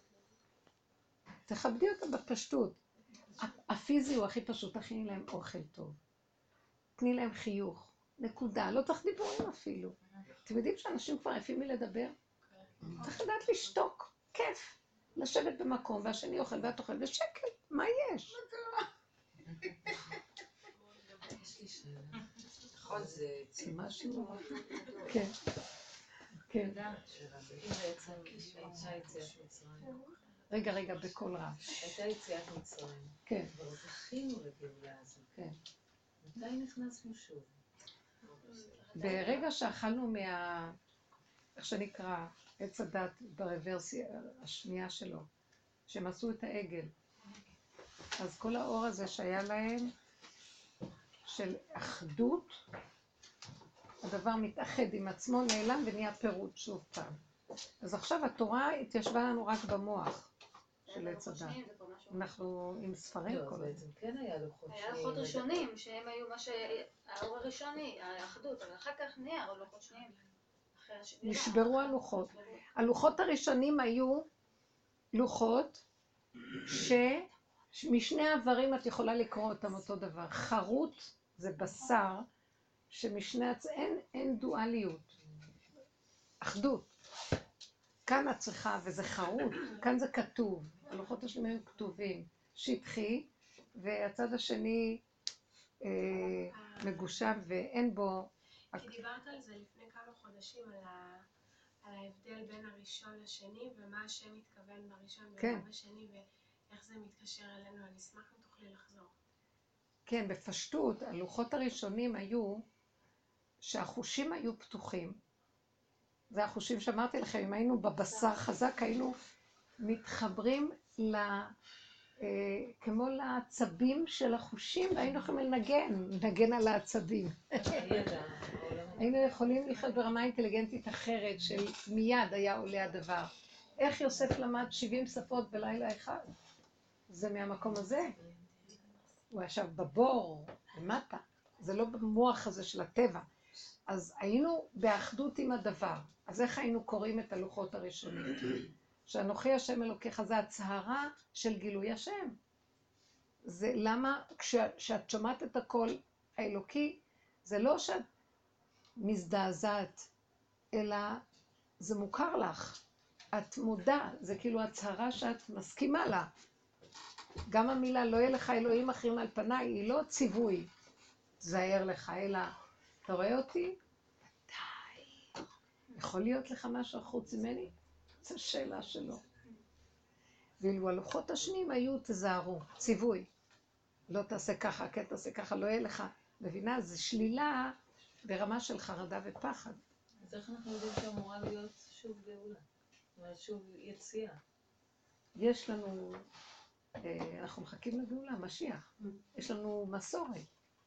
תכבדי אותה בפשטות. הפיזי הוא הכי פשוט, תכיני להם אוכל טוב. תני להם חיוך. נקודה, לא צריך דיבורים אפילו. אתם יודעים שאנשים כבר עייפים מלדבר? צריך לדעת לשתוק, כיף. לשבת במקום, והשני אוכל ואת אוכל בשקט. מה יש? נכון, זה משהו... כן. כן. בעצם הייתה יציאת מצרים. רגע, בכל רעש. הייתה יציאת מצרים. כן. כבר זכינו לגאולה הזאת. כן. מתי נכנסנו שוב? ברגע שאכלנו איך שנקרא, עץ הדת ברוורסיה השנייה שלו, שהם עשו את העגל. אז כל האור הזה שהיה להם, של אחדות, הדבר מתאחד עם עצמו, נעלם ונהיה פירוט שוב פעם. אז עכשיו התורה התיישבה לנו רק במוח של עץ הדת. אנחנו עם ספרים כל הזמן. בעצם כן היה לוחות היה לוחות ראשונים, שהם היו מה שהאור הראשוני, האחדות, אבל אחר כך נהיה לוחות שניים. נשברו הלוחות. הלוחות הראשונים היו לוחות שמשני העברים את יכולה לקרוא אותם אותו דבר. חרוט זה בשר שמשני אין דואליות. אחדות. כאן את צריכה, וזה חרוט, כאן זה כתוב. הלוחות השלמים היו כתובים. שטחי, והצד השני מגושב ואין בו... כי דיברת על זה לפני כמה חודשים, על ההבדל בין הראשון לשני, ומה השם מתכוון בראשון ומה בשני, ואיך זה מתקשר אלינו. אני אשמח אם תוכלי לחזור. כן, בפשטות, הלוחות הראשונים היו שהחושים היו פתוחים. זה החושים שאמרתי לכם, אם היינו בבשר חזק, היינו מתחברים כמו לעצבים של החושים, והיינו יכולים לנגן על העצבים. היינו יכולים לחיות ברמה אינטליגנטית אחרת, של מיד היה עולה הדבר. איך יוסף למד 70 שפות בלילה אחד? זה מהמקום הזה. הוא ישב בבור, למטה. זה לא במוח הזה של הטבע. אז היינו באחדות עם הדבר. אז איך היינו קוראים את הלוחות הראשונים? שאנוכי השם אלוקיך, זה הצהרה של גילוי השם. זה למה כשאת שומעת את הקול האלוקי, זה לא שאת מזדעזעת, אלא זה מוכר לך. את מודע, זה כאילו הצהרה שאת מסכימה לה. גם המילה לא יהיה לך אלוהים אחרים על פניי, היא לא ציווי, תזהר לך, אלא אתה רואה אותי? די. יכול להיות לך משהו חוץ ממני? זו שאלה שלו. ואילו הלוחות השניים היו תזהרו, ציווי. לא תעשה ככה, כן תעשה ככה, לא יהיה לך. מבינה? זו שלילה ברמה של חרדה ופחד. אז איך אנחנו יודעים שאמורה להיות שוב גאולה? זאת אומרת, שוב יציאה. יש לנו, אנחנו מחכים לגאולה, משיח. יש לנו מסורת.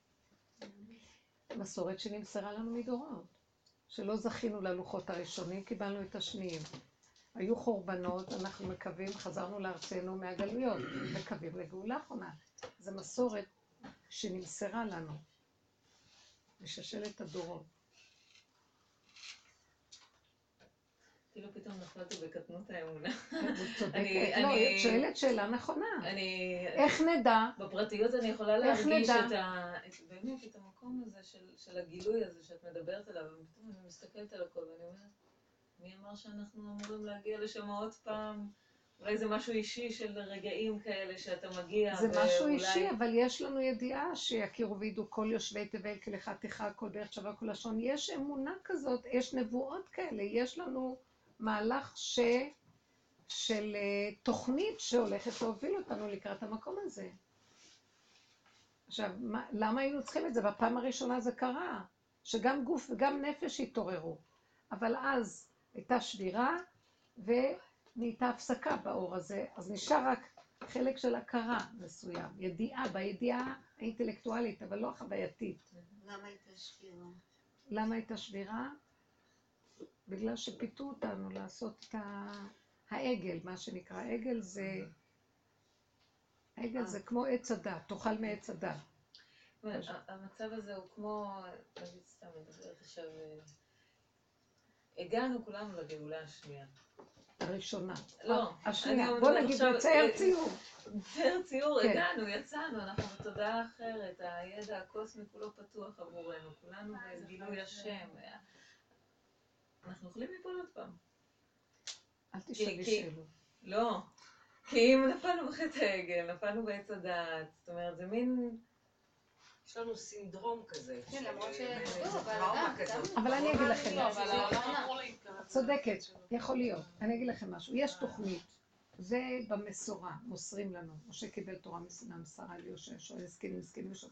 מסורת שנמסרה לנו מדורות. שלא זכינו ללוחות הראשונים, קיבלנו את השניים. היו חורבנות, אנחנו מקווים, חזרנו לארצנו מהגלויות, מקווים לגאולה אחרונה. זו מסורת שנמסרה לנו. מששלת הדורות. כאילו פתאום נפלתי בקטנות האמונה. את צודקת. לא, את שואלת שאלה נכונה. איך נדע? בפרטיות אני יכולה להרגיש באמת את המקום הזה של הגילוי הזה שאת מדברת עליו, ופתאום אני מסתכלת על הכל ואני אומרת, מי אמר שאנחנו אמורים להגיע לשם עוד פעם? אולי זה משהו אישי של רגעים כאלה שאתה מגיע. זה משהו אישי, אבל יש לנו ידיעה שיכירו וידעו כל יושבי תבל כלכתך, כל דרך שווה כל לשון. יש אמונה כזאת, יש נבואות כאלה, יש לנו מהלך של תוכנית שהולכת להוביל אותנו לקראת המקום הזה. עכשיו, למה היינו צריכים את זה? בפעם הראשונה זה קרה, שגם גוף וגם נפש התעוררו. אבל אז הייתה שבירה ונהייתה הפסקה באור הזה, אז נשאר רק חלק של הכרה מסוים, ידיעה, בידיעה האינטלקטואלית, אבל לא החווייתית. למה הייתה שבירה? למה הייתה שבירה? בגלל שפיתו אותנו לעשות את העגל, מה שנקרא עגל זה... העגל זה כמו עץ הדת, תאכל מעץ הדת. המצב הזה הוא כמו, נגיד סתם מדברת עכשיו, הגענו כולנו לגאולה השנייה. הראשונה. לא, השנייה. בוא נגיד, נצייר ציור. נצייר ציור, הגענו, יצאנו, אנחנו בתודעה אחרת, הידע הקוסמי כולו פתוח עבורנו, כולנו בגילוי השם. אנחנו יכולים ליפול עוד פעם. אל תשאלי שאלות. לא, כי אם נפלנו בחטא העגל, נפלנו בעץ הדעת, זאת אומרת, זה מין... יש לנו סינדרום כזה. כן, למרות אבל אני אגיד לכם, אבל העולם אמור להתקרב. צודקת, יכול להיות. אני אגיד לכם משהו. יש תוכנית, זה במסורה, מוסרים לנו. משה קיבל תורה מסיני, מסרה על יהושע, שואל זקנים,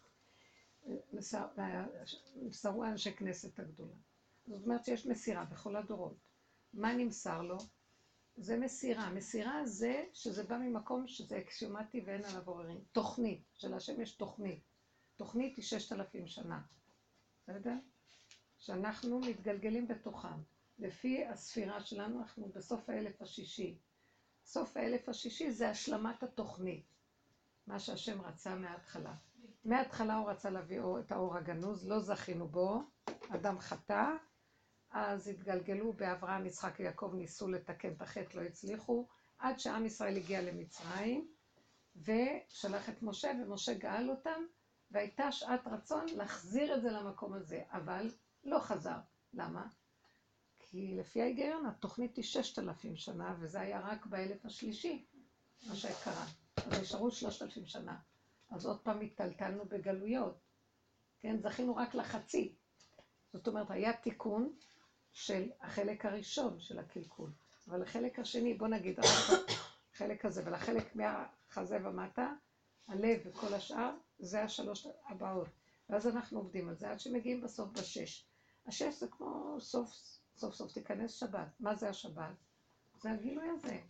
מסרו אנשי כנסת הגדולה. זאת אומרת שיש מסירה בכל הדורות. מה נמסר לו? זה מסירה. מסירה זה שזה בא ממקום שזה אקסיומטי ואין עליו עוררין. תוכנית, של השם יש תוכנית. תוכנית היא 6,000 שנה. אתה יודע? שאנחנו מתגלגלים בתוכם. לפי הספירה שלנו, אנחנו בסוף האלף השישי. סוף האלף השישי זה השלמת התוכנית. מה שהשם רצה מההתחלה. מההתחלה הוא רצה להביא את האור הגנוז, לא זכינו בו, אדם חטא, אז התגלגלו באברהם, יצחק ויעקב, ניסו לתקן את החטא, לא הצליחו, עד שעם ישראל הגיע למצרים, ושלח את משה, ומשה גאל אותם, והייתה שעת רצון להחזיר את זה למקום הזה, אבל לא חזר. למה? כי לפי ההיגיון, התוכנית היא 6,000 שנה, וזה היה רק באלף השלישי, מה שקרה. אז נשארו 3,000 שנה. אז עוד פעם התטלטלנו בגלויות. כן, זכינו רק לחצי. זאת אומרת, היה תיקון של החלק הראשון של הקלקול. אבל החלק השני, בוא נגיד, החלק הזה, ולחלק מהחזה ומטה, הלב וכל השאר, זה 3 הבאות. ואז אנחנו עובדים על זה, עד שמגיעים בסוף ב6. 6 זה כמו סוף תיכנס שבת. מה זה השבת? זה הגילוי הזה.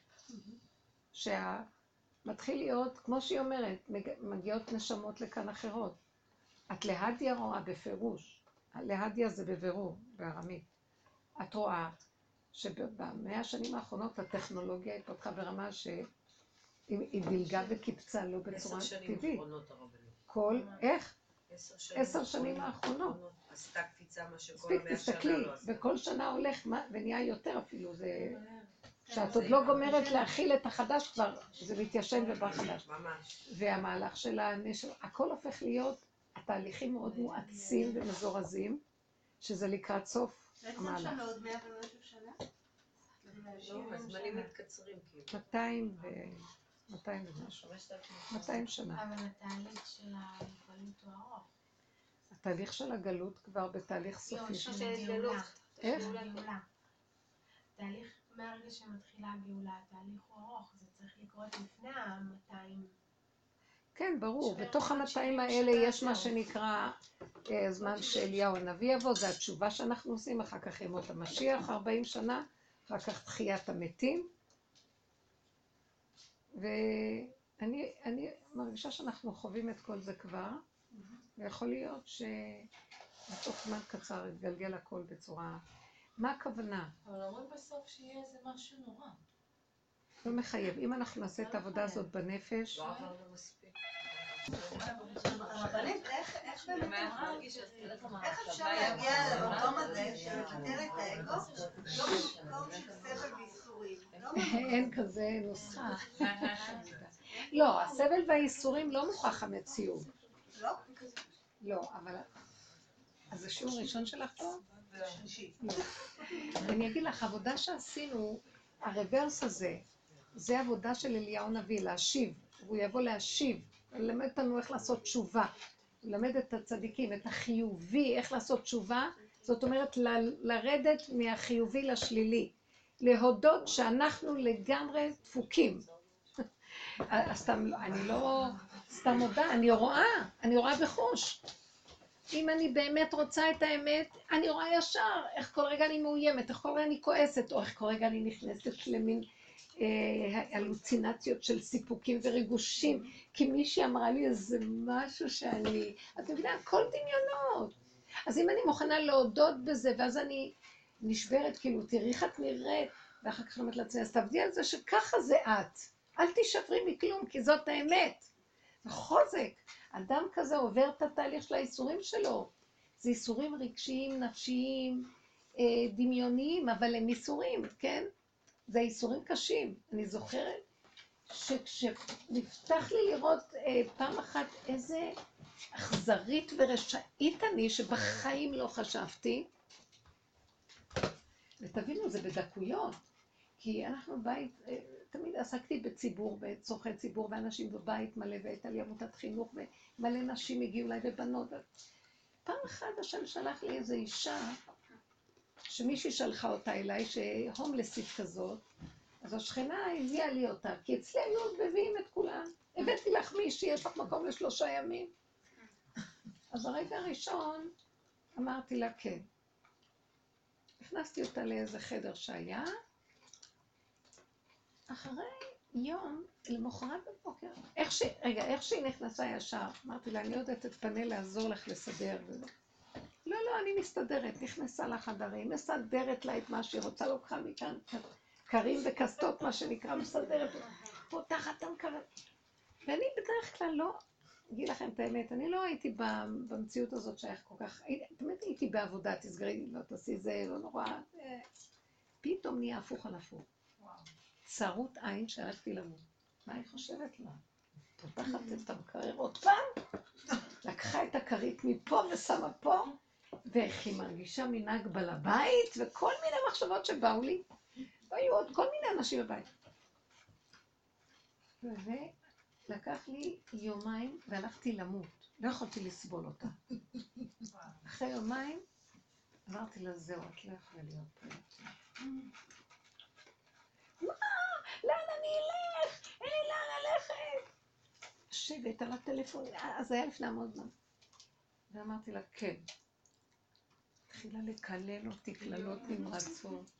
מתחיל להיות, כמו שהיא אומרת, מגיעות נשמות לכאן אחרות. את להדיה רואה בפירוש. להדיה זה בבירור, בארמית. את רואה שב100 השנים האחרונות הטכנולוגיה התפתחה ברמה שהיא דילגה וקיפצה לא בצורה 10 שנים טבעית. האחרונות הרבנית. כל, איך? 10 שנים האחרונות. עשתה קפיצה מה שכל מספיק, 100 שנה תסתכלי, לא עשתה. וכל שנה הולך ונהיה יותר אפילו, זה... שאת עוד לא גומרת להכיל את החדש כבר, זה מתיישן ובא חדש. ממש. והמהלך של הנשל, הכל הופך להיות, התהליכים מאוד מואצים ומזורזים, שזה לקראת סוף בעצם המהלך. שם עוד 100 ומשהו שנה? לא, הזמנים מתקצרים כאילו. 200 ומשהו, 200 שנה. אבל התהליך של ההתגלות הוא ארוך. התהליך של הגלות כבר בתהליך סופי. של הגאולה. איך? הגאולה. תהליך, מהרגע שמתחילה הגאולה, התהליך הוא ארוך, זה צריך לקרות לפני ה-200. כן, ברור. בתוך ה-200 האלה יש מה שנקרא זמן שאליהו הנביא יבוא, זה התשובה שאנחנו עושים, אחר כך ימות המשיח, 40 שנה, אחר כך תחיית המתים. ואני מרגישה שאנחנו חווים את כל זה כבר, ויכול להיות שבתוך זמן קצר יתגלגל הכל בצורה... מה הכוונה? אבל אומרים בסוף שיהיה איזה משהו נורא. לא מחייב. אם אנחנו נעשה את העבודה הזאת בנפש, לא עברנו מספיק. הרבנית, איך באמת איך אפשר להגיע למקום הזה של לבטל את האגו לא במקום של סבל וייסורים? אין כזה נוסחה. לא, הסבל והייסורים לא מוכח המציאות. לא? לא, אבל... אז זה שיעור ראשון שלך פה? שלישי. אני אגיד לך, העבודה שעשינו, הרוורס הזה, זה עבודה של אליהו הנביא, להשיב. הוא יבוא להשיב, ללמד אותנו איך לעשות תשובה. ללמד את הצדיקים, את החיובי, איך לעשות תשובה. זאת אומרת, לרדת מהחיובי לשלילי. להודות שאנחנו לגמרי דפוקים. אז אני לא סתם מודה, אני רואה בחוש. אם אני באמת רוצה את האמת, אני רואה ישר איך כל רגע אני מאוימת, איך כל רגע אני כועסת, או איך כל רגע אני נכנסת למין הלוצינציות של סיפוקים וריגושים, כי מישהי אמרה לי איזה משהו שאני... את מבינה, הכל דמיונות. אז אם אני מוכנה להודות בזה, ואז אני נשברת, כאילו, תראי איך את נראית, ואחר כך אומרת לעצמי, אז תעבדי על זה שככה זה את. אל תשברי מכלום, כי זאת האמת. חוזק. אדם כזה עובר את התהליך של האיסורים שלו. זה איסורים רגשיים, נפשיים, דמיוניים, אבל הם איסורים, כן? זה איסורים קשים. אני זוכרת שכשנפתח לי לראות פעם אחת איזה אכזרית ורשעית אני, שבחיים לא חשבתי, ותבינו, זה בדקויות, כי אנחנו בית, תמיד עסקתי בציבור, בצורכי ציבור, ואנשים בבית מלא, והייתה לי עמותת חינוך, ומלא נשים הגיעו אליי ובנות. פעם אחת השם שלח לי איזו אישה, שמישהי שלחה אותה אליי, שהומלסית כזאת, אז השכנה הביאה לי אותה, כי אצלי היו עוד מביאים את כולם. הבאתי לך מישהי, יש לך מקום ל3 ימים. אז הרגע הראשון אמרתי לה כן. הכנסתי אותה לאיזה חדר שהיה, אחרי יום, למחרת בבוקר, איך שהיא נכנסה ישר, אמרתי לה, אני יודעת אתפנה לעזור לך לסדר וזה. לא, אני מסתדרת, נכנסה לחדרים, מסדרת לה את מה שהיא רוצה, לוקחה מכאן קרים וכסתות, מה שנקרא, מסדרת, פותחת המקרר. ואני בדרך כלל לא, אגיד לכם את האמת, אני לא הייתי במציאות הזאת שייך כל כך, תמיד הייתי בעבודה, תסגרי, לא תעשי זה, לא נורא, פתאום נהיה הפוך על הפוך. צרות עין שהלכתי למות. מה היא חושבת לה? פותחת את המקרר עוד פעם, לקחה את הכרית מפה ושמה פה, ואיך היא מרגישה מנהג בעל הבית, וכל מיני מחשבות שבאו לי, והיו עוד כל מיני אנשים בבית. ולקח לי יומיים והלכתי למות, לא יכולתי לסבול אותה. אחרי יומיים אמרתי לה, זהו, את לא יכולה להיות פה. מה? לאן אני אלך? אין לי לאן ללכת. יושבת על הטלפון, אז היה לפני המון זמן. ואמרתי לה, כן. התחילה לקלל אותי, קללות נמרצות.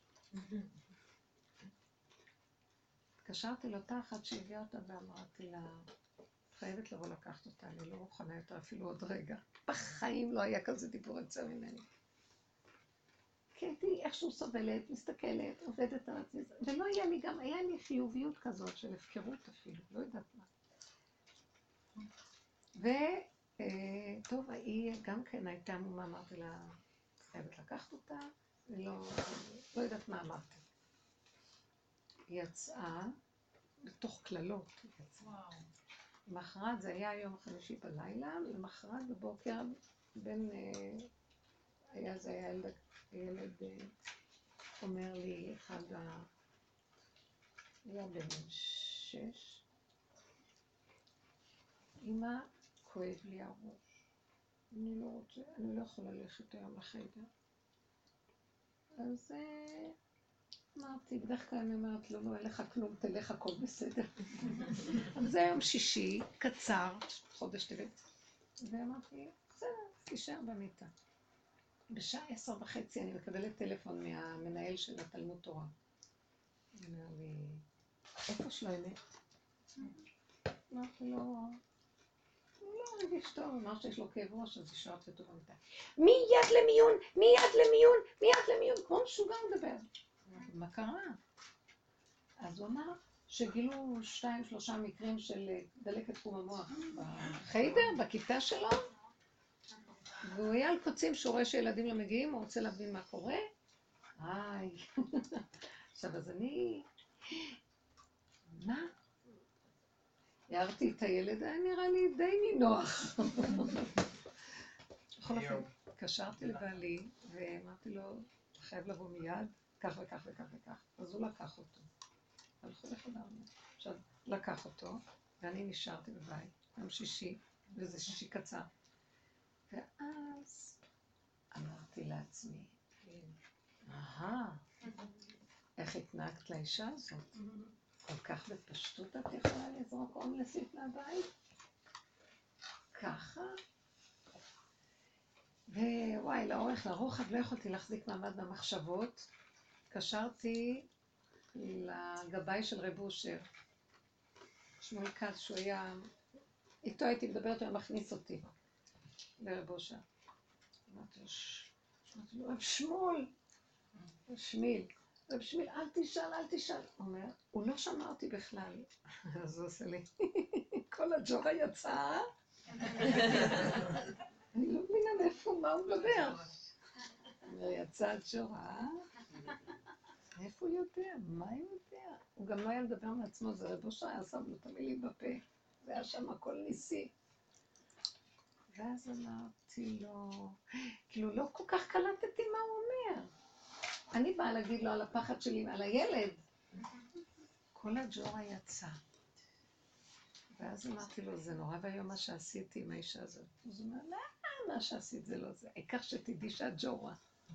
התקשרתי לאותה אחת שהביאה אותה ואמרתי לה, חייבת לבוא לקחת אותה, אני לא מוכנה יותר אפילו עוד רגע. בחיים לא היה כזה דיבור יוצא ממני. כי הייתי איכשהו סובלת, מסתכלת, עובדת על עצמי, ולא היה לי גם, היה לי חיוביות כזאת של הפקרות אפילו, לא יודעת מה. וטוב, היא גם כן הייתה מומה, אמרתי לה, חייבת לקחת אותה, ולא יודעת מה אמרתי. היא יצאה, בתוך כללות היא יצאה. למחרת, זה היה יום חמישי בלילה, למחרת בבוקר, זה היה ילד אומר לי, אחד היה בן 6, אמא, כואב לי הראש, אני לא יכולה ללכת היום לחדר. אז אמרתי, בדרך כלל אני אומרת, לא, אין לך כלום, תלך, הכל בסדר. אבל זה היום שישי, קצר, חודש טבת, ואמרתי, בסדר, תישאר במיטה. בשעה 10:30 אני מקבלת טלפון מהמנהל של התלמוד תורה. הוא אומר לי, איפה שלוימה? אמרתי לו, הוא לא הרגיש טוב, אמר שיש לו כאב ראש, אז השארתי אותו במיטה. מיד למיון, כמו משוגע מדבר. אמרתי, מה קרה? אז הוא אמר שגילו 2-3 מקרים של דלקת קום המוח בחיידר, בכיתה שלו, והוא היה על קוצים שהוא רואה שילדים לא מגיעים, הוא רוצה להבין מה קורה. עכשיו, אז אני... מה? הערתי את הילד, היה נראה לי די נינוח. בכל אופן, קשרתי לבעלי, ואמרתי לו, חייב לבוא מיד, כך וכך וכך וכך. אז הוא לקח אותו. הלכו לחדרנו. עכשיו, לקח אותו, ואני נשארתי בבית, יום שישי, וזה שישי קצר. ואז אמרתי לעצמי, איך התנהגת לאישה הזאת? כל כך בפשטות את יכולה לזרוק הומלסית מהבית? ככה? ווואי, לאורך לרוחב לא יכולתי להחזיק מעמד במחשבות. קשרתי לגבאי של רב אושר, שמואל כץ, שהוא היה... איתו הייתי מדברת, הוא היה מכניס אותי לרב אושר. אמרתי לו, רב שמואל, רב שמיל, אל תשאל. הוא אומר, הוא לא שמע אותי בכלל. אז הוא עושה לי, כל הג'ורה יצאה. אני לא מבינה מאיפה, מה הוא מדבר. הוא אומר, יצא הג'ורה. איפה הוא יודע? מה הוא יודע? הוא גם לא היה לדבר מעצמו, זה רב אושר היה שם לו את המילים בפה. זה היה שם הכל ניסי. ואז אמרתי לו, כאילו לא כל כך קלטתי מה הוא אומר. אני באה להגיד לו על הפחד שלי, על הילד. כל הג'ורה יצא. ואז אמרתי לו, זה נורא והיום מה שעשיתי עם האישה הזאת. אז הוא אומר, לא, מה שעשית זה לא זה. העיקר שתדעי שהג'ורה.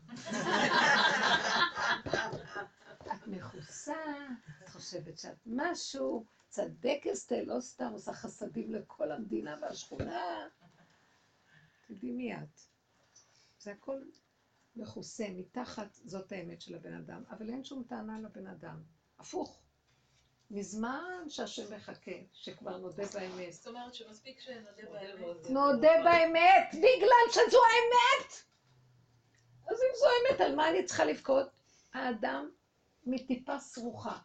את מכוסה, את חושבת שאת משהו, צדק אסתה, לא סתם עושה חסדים לכל המדינה והשכונה. תדעי מי את. זה הכל מכוסה, מתחת, זאת האמת של הבן אדם, אבל אין שום טענה לבן אדם. הפוך. מזמן שהשם מחכה, שכבר נודה באמת. זאת אומרת שמספיק שנודה באמת. נודה באמת, בגלל שזו האמת! אז אם זו האמת, על מה אני צריכה לבכות? האדם מטיפה סרוחה.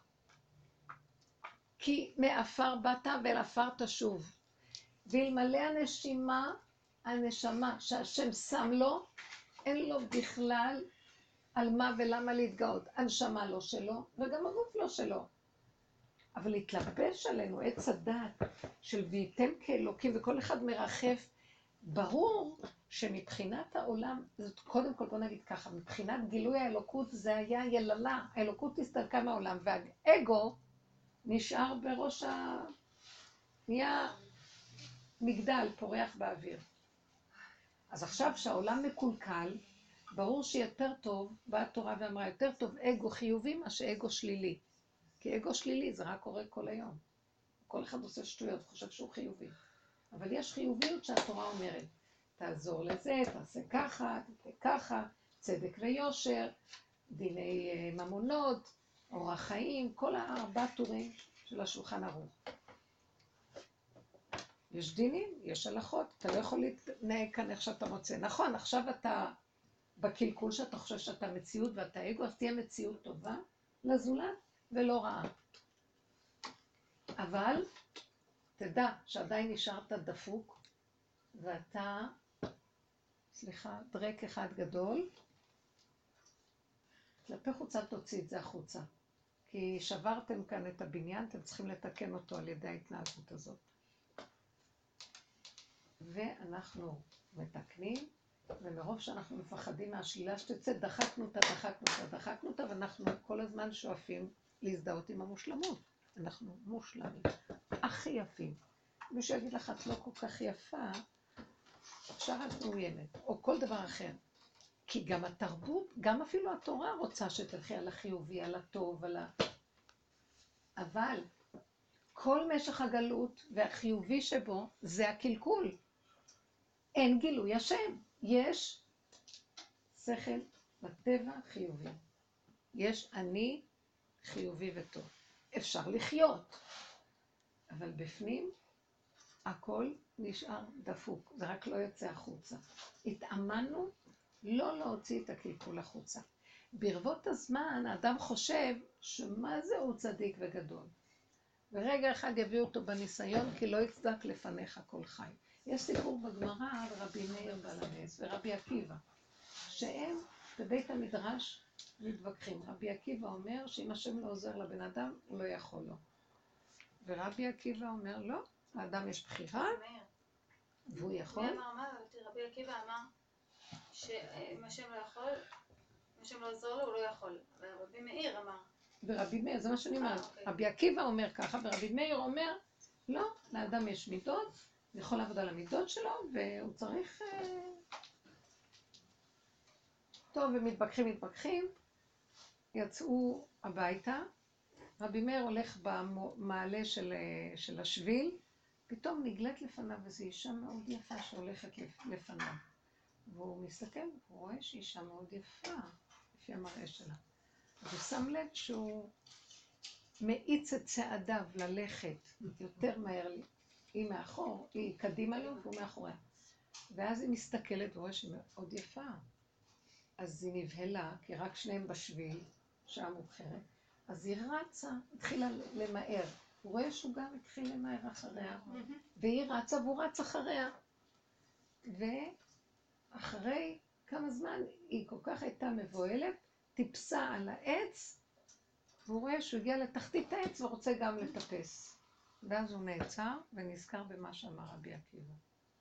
כי מאפר באת ואל עפר תשוב. ואלמלא הנשמה שהשם שם לו, אין לו בכלל על מה ולמה להתגאות. הנשמה לא שלו, וגם הגוף לא שלו. אבל להתלבש עלינו עץ הדעת של והייתם כאלוקים, וכל אחד מרחף, ברור שמבחינת העולם, זאת קודם כל בוא נגיד ככה, מבחינת גילוי האלוקות זה היה יללה, האלוקות הסתלקה מהעולם, והאגו נשאר בראש נהיה מגדל פורח באוויר. אז עכשיו שהעולם מקולקל, ברור שיותר טוב, באה התורה ואמרה, יותר טוב אגו חיובי מה שאגו שלילי. כי אגו שלילי זה רק קורה כל היום. כל אחד עושה שטויות, חושב שהוא חיובי. אבל יש חיוביות שהתורה אומרת, תעזור לזה, תעשה ככה, תעשה ככה, צדק ויושר, דיני ממונות, אורח חיים, כל 4 טורים של השולחן ערוך. יש דינים, יש הלכות, אתה לא יכול להתנהג כאן איך שאתה רוצה. נכון, עכשיו אתה בקלקול שאתה חושב שאתה מציאות ואתה אגו, אז תהיה מציאות טובה לזולת ולא רעה. אבל תדע שעדיין נשארת דפוק ואתה, דרק אחד גדול, כלפי חוצה תוציא את זה החוצה. כי שברתם כאן את הבניין, אתם צריכים לתקן אותו על ידי ההתנהגות הזאת. ואנחנו מתקנים, ומרוב שאנחנו מפחדים מהשלילה שתצא, דחקנו אותה, ואנחנו כל הזמן שואפים להזדהות עם המושלמות. אנחנו מושלמים, הכי יפים. מי שיגיד לך, את לא כל כך יפה, עכשיו את מאוימת, או כל דבר אחר. כי גם התרבות, גם אפילו התורה רוצה שתלכי על החיובי, על הטוב, אבל כל משך הגלות והחיובי שבו זה הקלקול. אין גילוי השם. יש שכל בטבע חיובי. יש אני חיובי וטוב. אפשר לחיות. אבל בפנים הכל נשאר דפוק. זה רק לא יוצא החוצה. התאמנו לא להוציא את הקלקול החוצה. ברבות הזמן האדם חושב שמה זה הוא צדיק וגדול. ורגע אחד יביאו אותו בניסיון, כי לא יצדק לפניך כל חי. יש סיפור בגמרא על רבי מאיר בעל הנס ורבי עקיבא, שהם בבית המדרש מתווכחים. רבי עקיבא אומר שאם השם לא עוזר לבן אדם, הוא לא יכול לו. ורבי עקיבא אומר, לא, לאדם יש בחירה, והוא יכול. מי אמר מה? רבי עקיבא אמר שאם השם לא יכול, אם השם לא עוזר לו, הוא לא יכול. ורבי מאיר אמר. ורבי מאיר, זה מה שאני אומרת. רבי עקיבא אומר ככה, ורבי מאיר אומר, לא, לאדם יש מידות, הוא יכול לעבוד על המידות שלו, והוא צריך... טוב, ומתווכחים, יצאו הביתה, רבי מאיר הולך במעלה של השביל, פתאום נגלית לפניו איזו אישה מאוד יפה שהולכת לפניו. והוא מסתכל, הוא רואה שהיא אישה מאוד יפה, לפי המראה שלה. הוא שם לב שהוא מאיץ את צעדיו ללכת יותר מהר, היא מאחור, היא קדימה לו והוא מאחוריה. ואז היא מסתכלת ורואה שהיא מאוד יפה. אז היא נבהלה, כי רק שניהם בשביל, שעה מאוחרת. אז היא רצה, התחילה למהר. הוא רואה שהוא גם התחיל למהר אחריה. והיא רצה והוא רץ אחריה. ואחרי כמה זמן היא כל כך הייתה מבוהלת, טיפסה על העץ, והוא רואה שהוא הגיע לתחתית העץ ורוצה גם לטפס. ואז הוא נעצר ונזכר במה שאמר רבי עקיבא.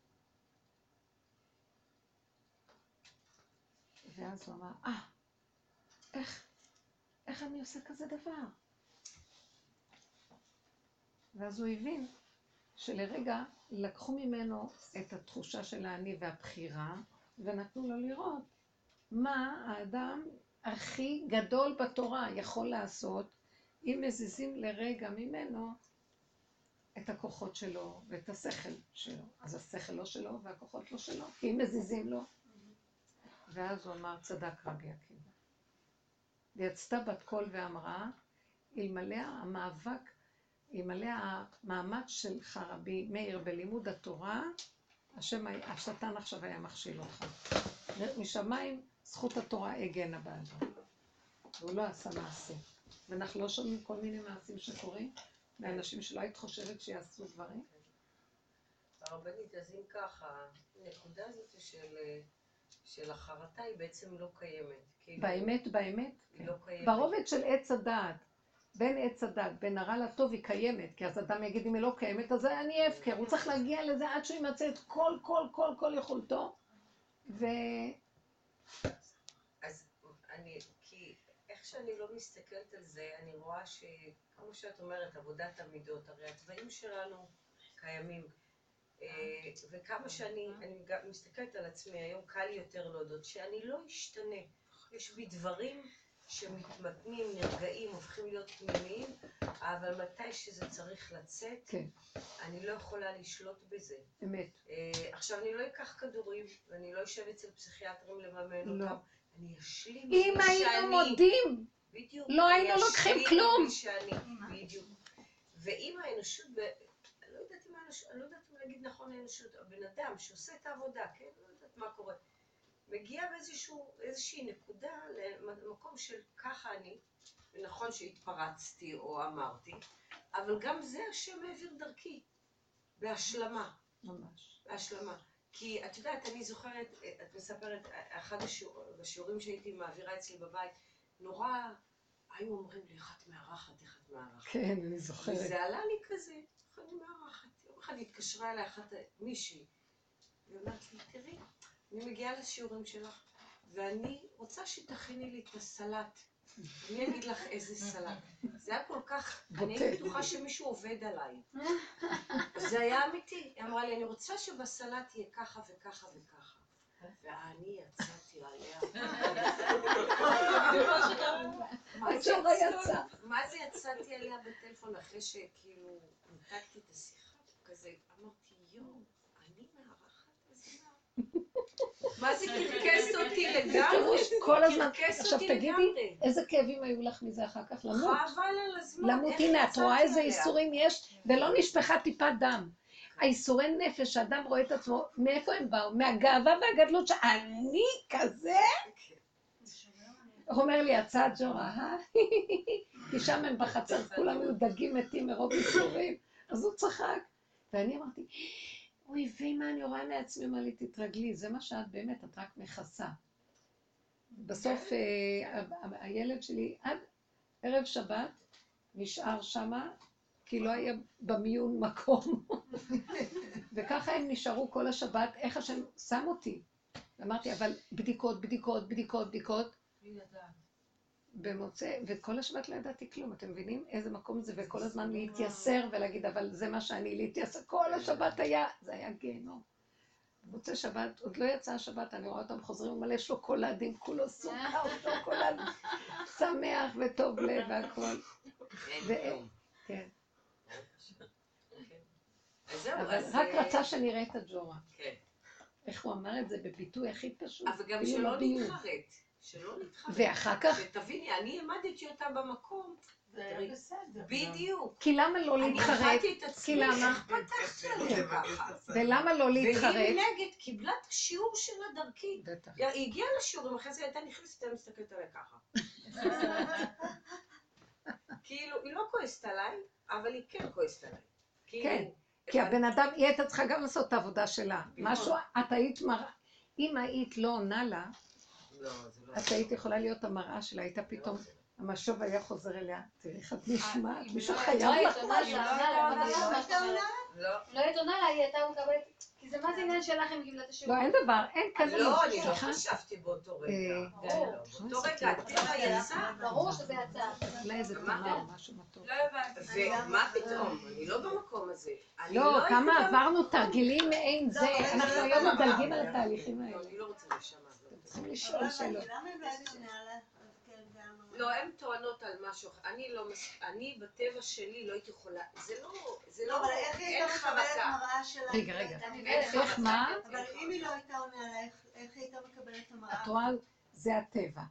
ואז הוא אמר, איך אני עושה כזה דבר? ואז הוא הבין שלרגע לקחו ממנו את התחושה של האני והבחירה, ונתנו לו לראות מה האדם הכי גדול בתורה יכול לעשות, אם מזיזים לרגע ממנו את הכוחות שלו ואת השכל שלו. אז השכל לא שלו והכוחות לא שלו, כי אם מזיזים לו. ואז הוא אמר, צדק רבי עקיבא. ויצתה בת קול ואמרה, אלמלא המאבק, אלמלא המאמץ שלך רבי מאיר בלימוד התורה, השטן עכשיו היה מכשיל אותך. משמיים זכות התורה הגנה בעדו. והוא לא עשה מעשה. ואנחנו לא שומעים כל מיני מעשים שקורים, לאנשים שלא היית חושבת שיעשו דברים. הרבנית, אז אם ככה, הנקודה הזאת של החרטה היא בעצם לא קיימת. באמת, היא לא קיימת. ברובד של עץ הדעת, בין עץ הדעת, בין הרע לטוב היא קיימת, כי אז אדם יגיד אם היא לא קיימת, אז אני אהיה הפקר. הוא צריך להגיע לזה עד שהוא ימצא את כל יכולתו. אז כי איך שאני לא מסתכלת על זה, אני רואה שכמו שאת אומרת, עבודת המידות, הרי התוואים שלנו קיימים. וכמה שאני מסתכלת על עצמי, היום קל לי יותר להודות, שאני לא אשתנה. יש בי דברים שמתמתנים, נרגעים, הופכים להיות פנימיים, אבל מתי שזה צריך לצאת, כן. אני לא יכולה לשלוט בזה. אמת. עכשיו, אני לא אקח כדורים, ואני לא אשב אצל פסיכיאטרים לממן אותם. אני אשלים אם היינו מודים, בדיוק. לא היינו לוקחים כלום. בדיוק. ואם האנושות, אני לא יודעת אם להגיד נכון האנושות, הבן אדם שעושה את העבודה, כן? לא יודעת מה קורה. מגיע באיזושהי נקודה למקום של ככה אני, ונכון שהתפרצתי או אמרתי, אבל גם זה השם העביר דרכי, בהשלמה. ממש. בהשלמה. כי את יודעת, אני זוכרת, את מספרת, אחד השיעורים שהייתי מעבירה אצלי בבית, נורא היו אומרים לי, איך את מארחת, איך את מארחת. כן, אני זוכרת. וזה עלה לי כזה, איך אני מארחת. יום אחד התקשרה אליי אחת מישהי, ואמרת לי, תראי, אני מגיעה לשיעורים שלך, ואני רוצה שתכיני לי את הסלט. אני אגיד לך איזה סלט. זה היה כל כך, אני הייתי בטוחה שמישהו עובד עליי. זה היה אמיתי. היא אמרה לי, אני רוצה שבסלט יהיה ככה וככה וככה. ואני יצאתי עליה. מה זה יצאתי עליה בטלפון אחרי שכאילו נתקתי את השיחה כזה? אמרתי, אני מארחת איזה מה זה קרקס אותי לגמרי? כל הזמן. עכשיו תגידי, איזה כאבים היו לך מזה אחר כך? למות. חבל על הזמן. למות, הנה, את רואה איזה איסורים יש, ולא נשפכה טיפת דם. האיסורי נפש, האדם רואה את עצמו, מאיפה הם באו? מהגאווה והגדלות שאני כזה? הוא אומר לי, הצעת ג'ורה, כי שם הם בחצר, כולם היו דגים מתים מרוב איסורים, אז הוא צחק. ואני אמרתי, אוי, ואמא, אני רואה מעצמי, אמר לי, תתרגלי, זה מה שאת באמת, את רק מכסה. בסוף הילד שלי, עד ערב שבת, נשאר שמה, כי לא היה במיון מקום. וככה הם נשארו כל השבת, איך השם שם אותי. אמרתי, אבל בדיקות, בדיקות, בדיקות, בדיקות. במוצא, וכל השבת לא ידעתי כלום, אתם מבינים איזה מקום זה, וכל הזמן להתייסר ולהגיד, אבל זה מה שאני להתייסר, כל השבת היה, זה היה גיהנום. מוצא שבת, עוד לא יצאה השבת, אני רואה אותם חוזרים ומלא שוקולדים, כולו סוכר, שוקולד, שמח וטוב לב והכל. כן. אבל רק רצה שנראה את הג'ורה. איך הוא אמר את זה בביטוי הכי פשוט. אבל גם שלא נתחרט. שלא נתחרט. ואחר כך... שתביני, אני העמדתי אותה במקום. בסדר. בדיוק. כי למה לא להתחרט? אני הפכתי את עצמי, כי למה? איך פתחת עליהם ככה? ולמה לא להתחרט? והיא מנגד קיבלה את השיעור שלה דרכי. בטח. היא הגיעה לשיעורים, אחרי זה הייתה נכנסת, הייתה מסתכלת עליה ככה. כאילו, היא לא כועסת עליי, אבל היא כן כועסת עליי. כן, כי הבן אדם, היא הייתה צריכה גם לעשות את העבודה שלה. משהו, את היית מראה, אם היית לא עונה לה, את היית יכולה להיות המראה שלה, הייתה פתאום, המשוב היה חוזר אליה, תראי איך את נשמעת, מישהו חייב לך משהו. לא היית עונה לה, היא הייתה מקבלת, כי זה מה זה עניין שלך אם קיבלה את השיעור? לא, אין דבר, אין כזה. לא, אני לא חשבתי באותו רגע. באותו רגע, הטבע יצא. ברור שזה יצא. אולי איזה תמר, משהו מתוק. לא הבנתי. ומה פתאום? אני לא במקום הזה. לא, כמה עברנו תרגילים מעין זה, אנחנו היום מדלגים על התהליכים האלה. אני לא רוצה לשמוע. צריכים לשאול שאלות. למה הם לא עונים עליך? לא, הן טוענות על משהו אחר. אני בטבע שלי לא הייתי יכולה, זה לא, אבל איך היא הייתה מקבלת מראה שלה? רגע, איך מה? אבל אם היא לא הייתה עונה עלייך, איך היא הייתה מקבלת המראה? את רואה, זה הטבע.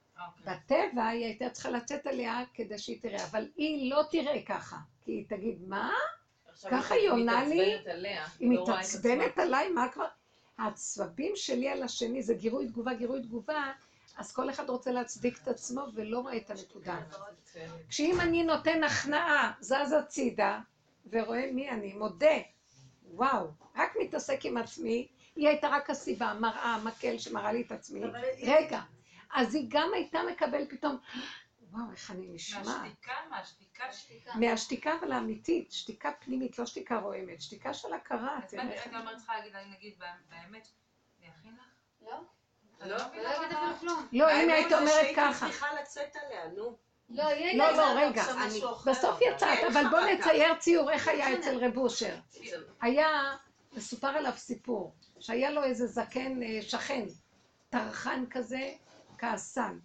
בטבע היא הייתה צריכה לצאת עליה כדי שהיא תראה, אבל היא לא תראה ככה, כי היא תגיד, מה? ככה היא עונה לי, היא מתעצבנת עליי, מה כבר? הצבבים שלי על השני זה גירוי תגובה, אז כל אחד רוצה להצדיק את עצמו ולא רואה את הנקודה. כשאם אני נותן הכנעה, זז הצידה, ורואה מי אני, מודה, וואו, רק מתעסק עם עצמי, היא הייתה רק הסיבה, מראה, מקל שמראה לי את עצמי. רגע, אז היא גם הייתה מקבל פתאום, וואו, איך אני נשמע. מהשתיקה. מהשתיקה אבל האמיתית, שתיקה פנימית, לא שתיקה רועמת, שתיקה של הכרה. אז מה אתה אומרת לך להגיד, אני נגיד באמת, אני אכין לך? לא? לא אגיד אפילו כלום. לא, אם היית אומרת ככה. שהייתי צריכה לצאת עליה, נו. לא, רגע, בסוף יצאת, אבל בוא נצייר ציור איך היה אצל רב אושר. היה, מסופר עליו סיפור, שהיה לו איזה זקן שכן, טרחן כזה, כעסן.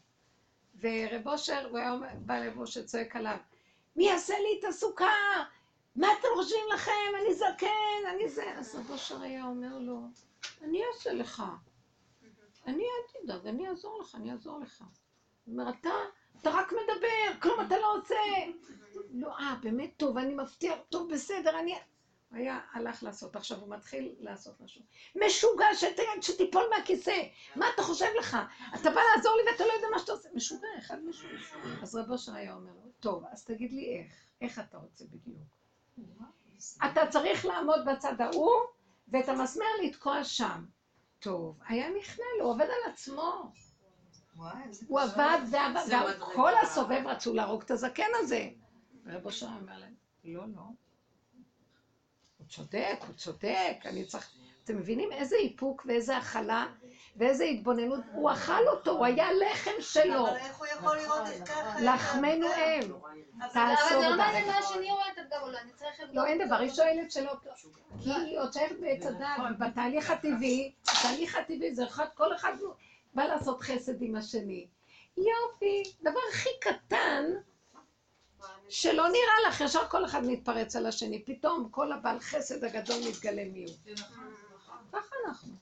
ורב אושר, הוא היה בא לרב אושר, צועק עליו, מי יעשה לי את הסוכה? מה אתם חושבים לכם? אני זקן, אני זה. אז רב אושר היה אומר לו, אני אעשה לך. אני אל תדאג, אני אעזור לך. הוא אומר, אתה רק מדבר, כלום אתה לא עושה. לא, באמת טוב, אני מבטיח, טוב, בסדר, הוא היה הלך לעשות, עכשיו הוא מתחיל לעשות משהו. משוגע שתיפול מהכיסא, מה אתה חושב לך? אתה בא לעזור לי ואתה לא יודע מה שאתה עושה. משוגע, אחד משוגע. אז רב אושר היה אומר לו, טוב, אז תגיד לי איך אתה רוצה בדיוק? אתה צריך לעמוד בצד ההוא, ואת המסמר לתקוע שם. טוב, היה נכנע לו, הוא עובד על עצמו. הוא עבד, וכל הסובב רצו להרוג את הזקן הזה. רב אושר אומר להם, לא. הוא צודק, אני צריך... אתם מבינים איזה איפוק ואיזה אכלה ואיזה התבוננות? הוא אכל אותו, הוא היה לחם שלו. אבל איך הוא יכול לראות את ככה? לחמנו הם. אבל זה לא מעניין מה השני רואה את הפגם, לא, אני צריך לבדוק. לא, אין דבר, היא שואלת שלא, כי היא עוד שייכת בעץ הדעת, בתהליך הטבעי, זה כל אחד בא לעשות חסד עם השני. יופי, דבר הכי קטן, שלא נראה לך, ישר כל אחד מתפרץ על השני, פתאום כל הבעל חסד הגדול מתגלה מיהו. ככה אנחנו.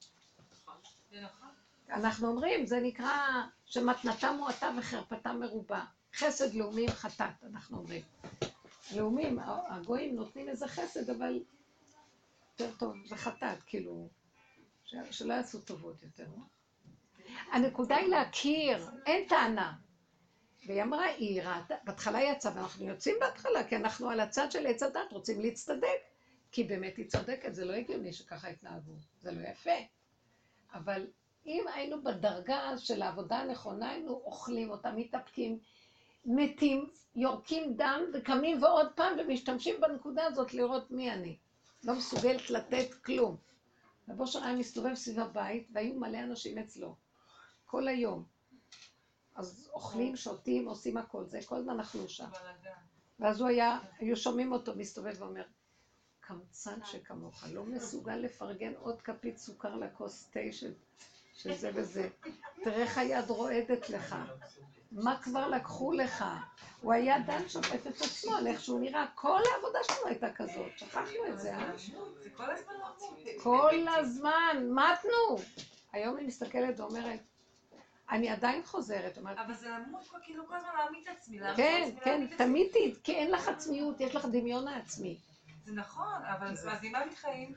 אנחנו אומרים, זה נקרא שמתנתה מועטה וחרפתה מרובה. חסד לאומי עם חטאת, אנחנו אומרים. לאומים, הגויים נותנים איזה חסד, אבל יותר טוב, זה חטאת, כאילו, שלא יעשו טובות יותר. הנקודה היא להכיר, אין טענה. והיא אמרה, היא ראתה, בהתחלה יצאה, ואנחנו יוצאים בהתחלה, כי אנחנו על הצד של עץ הדת רוצים להצטדק, כי באמת היא צודקת, זה לא הגיוני שככה התנהגו, זה לא יפה. אבל אם היינו בדרגה של העבודה הנכונה, היינו אוכלים אותה, מתאפקים, מתים, יורקים דם וקמים ועוד פעם ומשתמשים בנקודה הזאת לראות מי אני. לא מסוגלת לתת כלום. רבו שר היה מסתובב סביב הבית והיו מלא אנשים אצלו. כל היום. אז אוכלים, שותים, עושים הכל. זה כל הזמן אכלו שם. ואז היו שומעים אותו מסתובב ואומר, קמצן שכמוך, לא מסוגל לפרגן עוד כפית סוכר לכוס תה של זה וזה. תראה איך היד רועדת לך. מה כבר לקחו לך? הוא היה דן שופט את עצמו על איך שהוא נראה. כל העבודה שלנו הייתה כזאת. שכחנו את זה, אה? זה כל הזמן אמרו. כל הזמן, מתנו. היום היא מסתכלת ואומרת, אני עדיין חוזרת. אבל זה למות כאילו כל הזמן להעמיד את עצמי. כן, כן, תמיד, כי אין לך עצמיות, יש לך דמיון העצמי. זה נכון, אבל אז ממה מתחיים?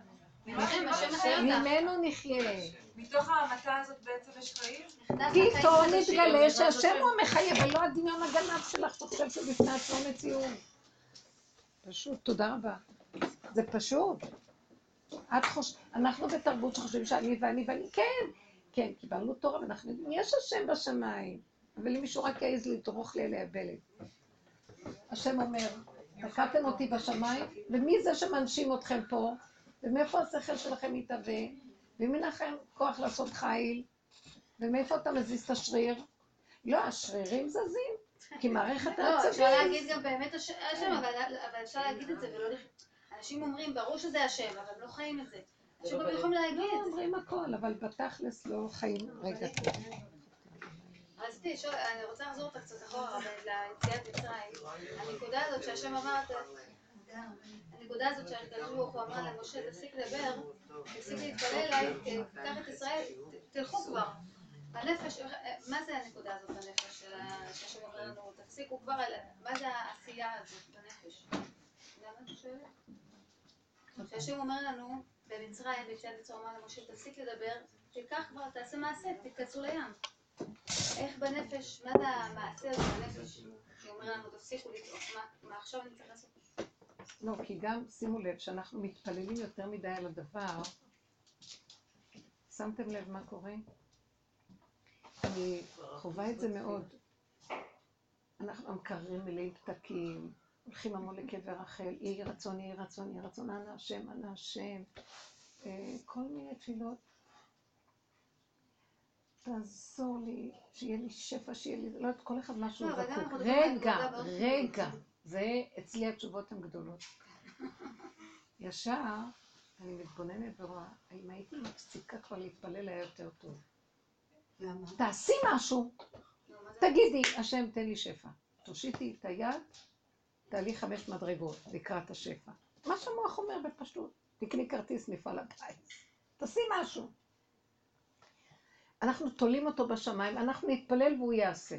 ממנו נחיה. מתוך המתה הזאת בעצם יש חיים? פתאום נתגלה שהשם הוא המחייב, ולא הדמיון הגנב שלך שחושב שבפני עצמו מציאות. פשוט, תודה רבה. זה פשוט. אנחנו בתרבות שחושבים שאני ואני, כן, קיבלנו תורה ואנחנו יודעים, יש השם בשמיים, אבל אם מישהו רק יעז לדרוך לי אליה בלב. השם אומר, תקעתם אותי בשמיים, ומי זה שמנשים אתכם פה? ומאיפה השכל שלכם מתהווה? ומי לכם כוח לעשות חיל? ומאיפה אתה מזיז את השריר? לא, השרירים זזים, כי מערכת העצבים. לא, אפשר להגיד גם באמת השם, אבל אפשר להגיד את זה ולא... אנשים אומרים, ברור שזה השם, אבל לא חיים את זה. אנשים לא יכולים להגיד את זה. לא, אומרים הכל, אבל בתכלס לא חיים. רגע. רציתי לשאול, אני רוצה לחזור אותה קצת אחורה, ליציאת מצרים. הנקודה הזאת שהשם אמר, הנקודה הזאת שהקדוש ברוך הוא אמר למשה, תפסיק לדבר, תפסיק להתפלל אליי, קח את ישראל, תלכו כבר. הנפש, מה זה הנקודה הזאת בנפש שהשם אומר לנו, תפסיקו כבר, מה זה העשייה הזאת בנפש? למה אתה שואל? שהשם אומר לנו, במצרים, ביציאת מצרים אמר למשה, תפסיק לדבר, תיקח כבר, תעשה מעשה, תתכנסו לים. איך בנפש, מה זה המעשה הזה בנפש? הוא אומר לנו, תפסיקו לצעוק, מה עכשיו אני צריך לעשות? לא, כי גם שימו לב שאנחנו מתפללים יותר מדי על הדבר. שמתם לב מה קורה? אני חווה את זה מאוד. אנחנו המקררים מלאים פתקים, הולכים המון לקבר רחל, יהי רצון, יהי רצון, יהי רצון, אנא השם, אנא השם. כל מיני תפילות. תעזור לי, שיהיה לי שפע, שיהיה לי, לא יודעת, כל אחד משהו זקוק. רגע, זה אצלי התשובות הן גדולות. ישר, אני מתבוננת ורואה, אם הייתי מפסיקה כבר להתפלל היה יותר טוב. תעשי משהו, תגידי, השם תן לי שפע. תושיטי את היד, תעלי 5 מדרגות לקראת השפע. מה שהמוח אומר בפשטות, תקני כרטיס מפעל הפיס, תעשי משהו. אנחנו תולים אותו בשמיים, אנחנו נתפלל והוא יעשה.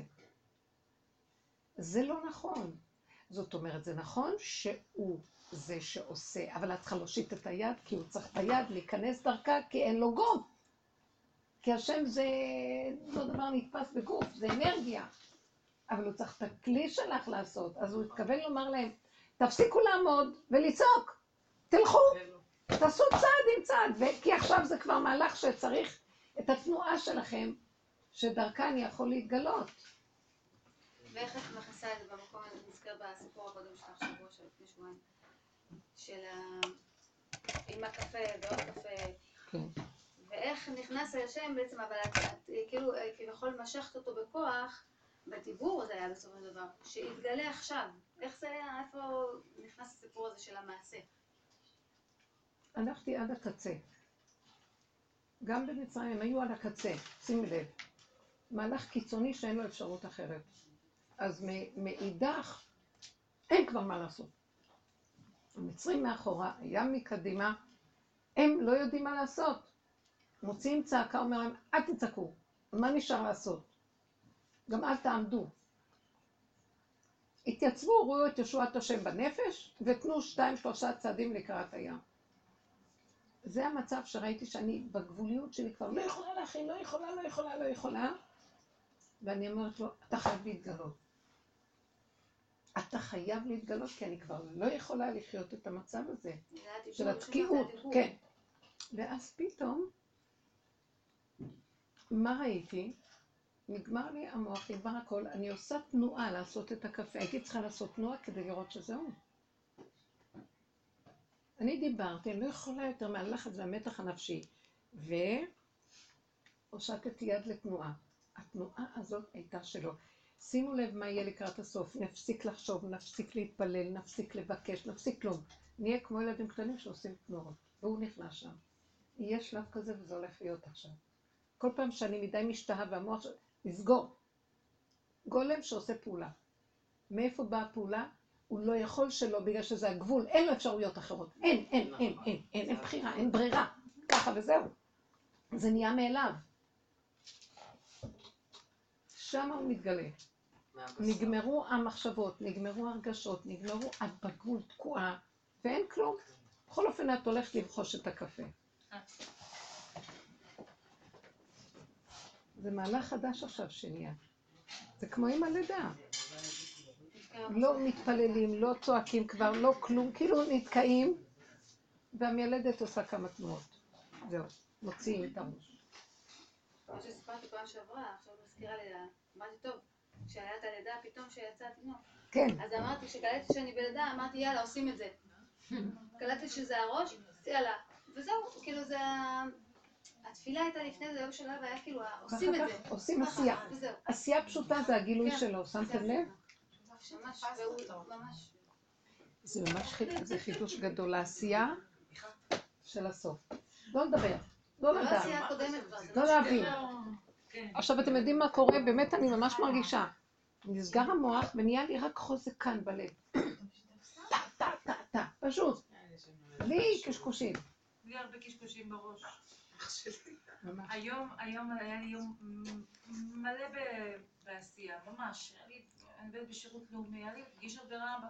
זה לא נכון. זאת אומרת, זה נכון שהוא זה שעושה, אבל את צריכה להושיט את היד, כי הוא צריך את היד להיכנס דרכה, כי אין לו גוף. כי השם זה לא דבר נתפס בגוף, זה אנרגיה. אבל הוא צריך את הכלי שלך לעשות, אז הוא התכוון לומר להם, תפסיקו לעמוד ולצעוק, תלכו, תעשו צעד עם צעד, כי עכשיו זה כבר מהלך שצריך את התנועה שלכם, שדרכה אני יכול להתגלות. ואיך את מכניסה את זה במקום, אני נזכר בסיפור הקודם שלך שבוע של לפני שבועיים, של עם הקפה ועוד קפה, כן. ואיך נכנס השם בעצם, אבל את כאילו כביכול משכת אותו בכוח, בדיבור זה היה בסופו של דבר, שהתגלה עכשיו. איך זה היה, איפה נכנס הסיפור הזה של המעשה? הלכתי עד הקצה. גם במצרים הם היו על הקצה, שימי לב. מהלך קיצוני שאין לו אפשרות אחרת. אז מאידך, אין כבר מה לעשות. המצרים מאחורה, הים מקדימה, הם לא יודעים מה לעשות. מוציאים צעקה, אומר להם, אל תצעקו, מה נשאר לעשות? גם אל תעמדו. התייצבו, ראו את ישועת השם בנפש, ותנו 2-3 צעדים לקראת הים. זה המצב שראיתי שאני בגבוליות שלי כבר לא יכולה להכין, לא יכולה. ואני אומרת לו, אתה חייב להתגלות. אתה חייב להתגלות, כי אני כבר לא יכולה לחיות את המצב הזה. של התקיעות, כן. ואז פתאום, מה ראיתי? נגמר לי המוח, נגמר הכל, אני עושה תנועה לעשות את הקפה. הייתי צריכה לעשות תנועה כדי לראות שזהו. אני דיברתי, אני לא יכולה יותר מהלחץ והמתח הנפשי. והושטתי יד לתנועה. התנועה הזאת הייתה שלו. שימו לב מה יהיה לקראת הסוף. נפסיק לחשוב, נפסיק להתפלל, נפסיק לבקש, נפסיק כלום. נהיה כמו ילדים קטנים שעושים תנועות. והוא נכנס שם. יהיה שלב כזה וזה הולך להיות עכשיו. כל פעם שאני מדי משתהה והמוח נסגור. גולם שעושה פעולה. מאיפה באה הפעולה? הוא לא יכול שלא בגלל שזה הגבול. אין לו אפשרויות אחרות. אין בחירה, אין ברירה. ככה וזהו. זה נהיה מאליו. שם הוא מתגלה. נגמרו המחשבות, נגמרו הרגשות, נגמרו בגבול תקועה, ואין כלום. בכל אופן את הולכת לבחוש את הקפה. זה מהלך חדש עכשיו שנהיה. זה כמו עם הלידה. לא מתפללים, לא צועקים כבר, לא כלום, כאילו נתקעים, והמילדת עושה כמה תנועות. זהו, מוציאים את הראש. כמו שסיפרתי פעם שעברה, עכשיו מזכירה לי, אמרתי טוב, כשהיה את הלידה פתאום שיצאתי תינוק. כן. אז אמרתי, שקלטתי שאני בלידה, אמרתי יאללה, עושים את זה. קלטתי שזה הראש, יאללה. וזהו, כאילו זה... התפילה הייתה לפני זה, יום שלה, והיה כאילו, עושים את זה. עושים עשייה. עשייה פשוטה זה הגילוי שלו, שמתם לב? ממש, ממש. זה ממש חידוש גדול, העשייה של הסוף. לא לדבר, לא לדעת, העשייה הקודמת כבר. לא להבין. עכשיו אתם יודעים מה קורה? באמת אני ממש מרגישה. נסגר המוח ונהיה לי רק חוזק כאן בלב. פשוט. בלי קשקושים. בלי הרבה קשקושים בראש. היום היה לי יום מלא בעשייה, ממש. אני עובדת בשירות לאומי, היה לי פגישות ברמב"ם.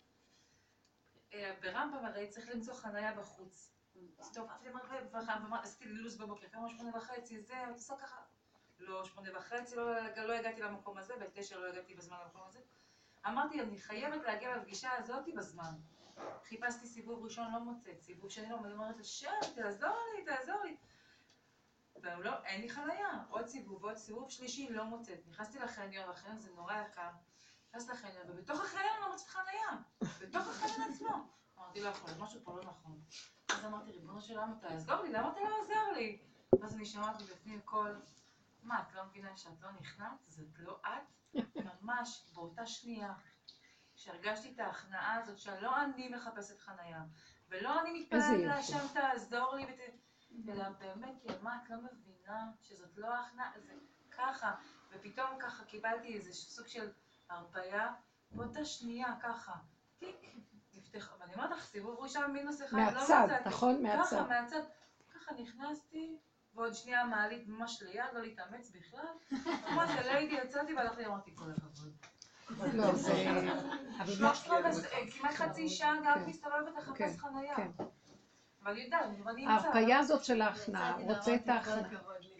ברמב"ם הרי צריך למצוא חנייה בחוץ. הסתובבתי עשיתי לי לו"ז בבוקר, כמה 8:30, זה, עושה ככה. לא 8:30, לא הגעתי למקום הזה, ב-9 לא הגעתי בזמן למקום הזה. אמרתי, אני חייבת להגיע לפגישה הזאת בזמן. חיפשתי סיבוב ראשון, לא מוצאת, סיבוב שני לא אומרת לשם, תעזור לי. ולא, אין לי חנייה, עוד סיבוב שלישי לא מוצאת. נכנסתי לחניון, והחניון זה נורא יקר. נכנסתי לחניון, ובתוך החניון לא מוצאת חנייה. בתוך החניון עצמו. אמרתי, לא יכול, משהו פה לא נכון. אז אמרתי, ריבונו של עולם, תעזור לי, למה אתה לא עוזר לי? אז אני שמעתי בפנים קול, מה, את לא מבינה שאת לא נכנעת? זאת לא את? ממש באותה שנייה, שהרגשתי את ההכנעה הזאת, שלא אני מחפשת חנייה, ולא אני מתפללת להשם תעזור לי, אלא באמת, מה, את לא מבינה שזאת לא ההכנעה? זה ככה, ופתאום ככה קיבלתי איזה סוג של הרפאיה, באותה שנייה, ככה, טיק, נפתח, ואני אומרת לך, סיבוב ראשון מינוס אחד, מהצד, נכון? מהצד. ככה, מהצד, ככה נכנסתי, ועוד שנייה מעלית ממש ליד, לא להתאמץ בכלל, ממש הליידי יצאתי והלכתי, אמרתי כל הכבוד. לא, זה... כמעט חצי שעה גם מסתובבת לחפש חנייה. אבל יודעת, אני נמצא. ההרפאיה הזאת של ההכנעה, הוא רוצה את ההכנעה.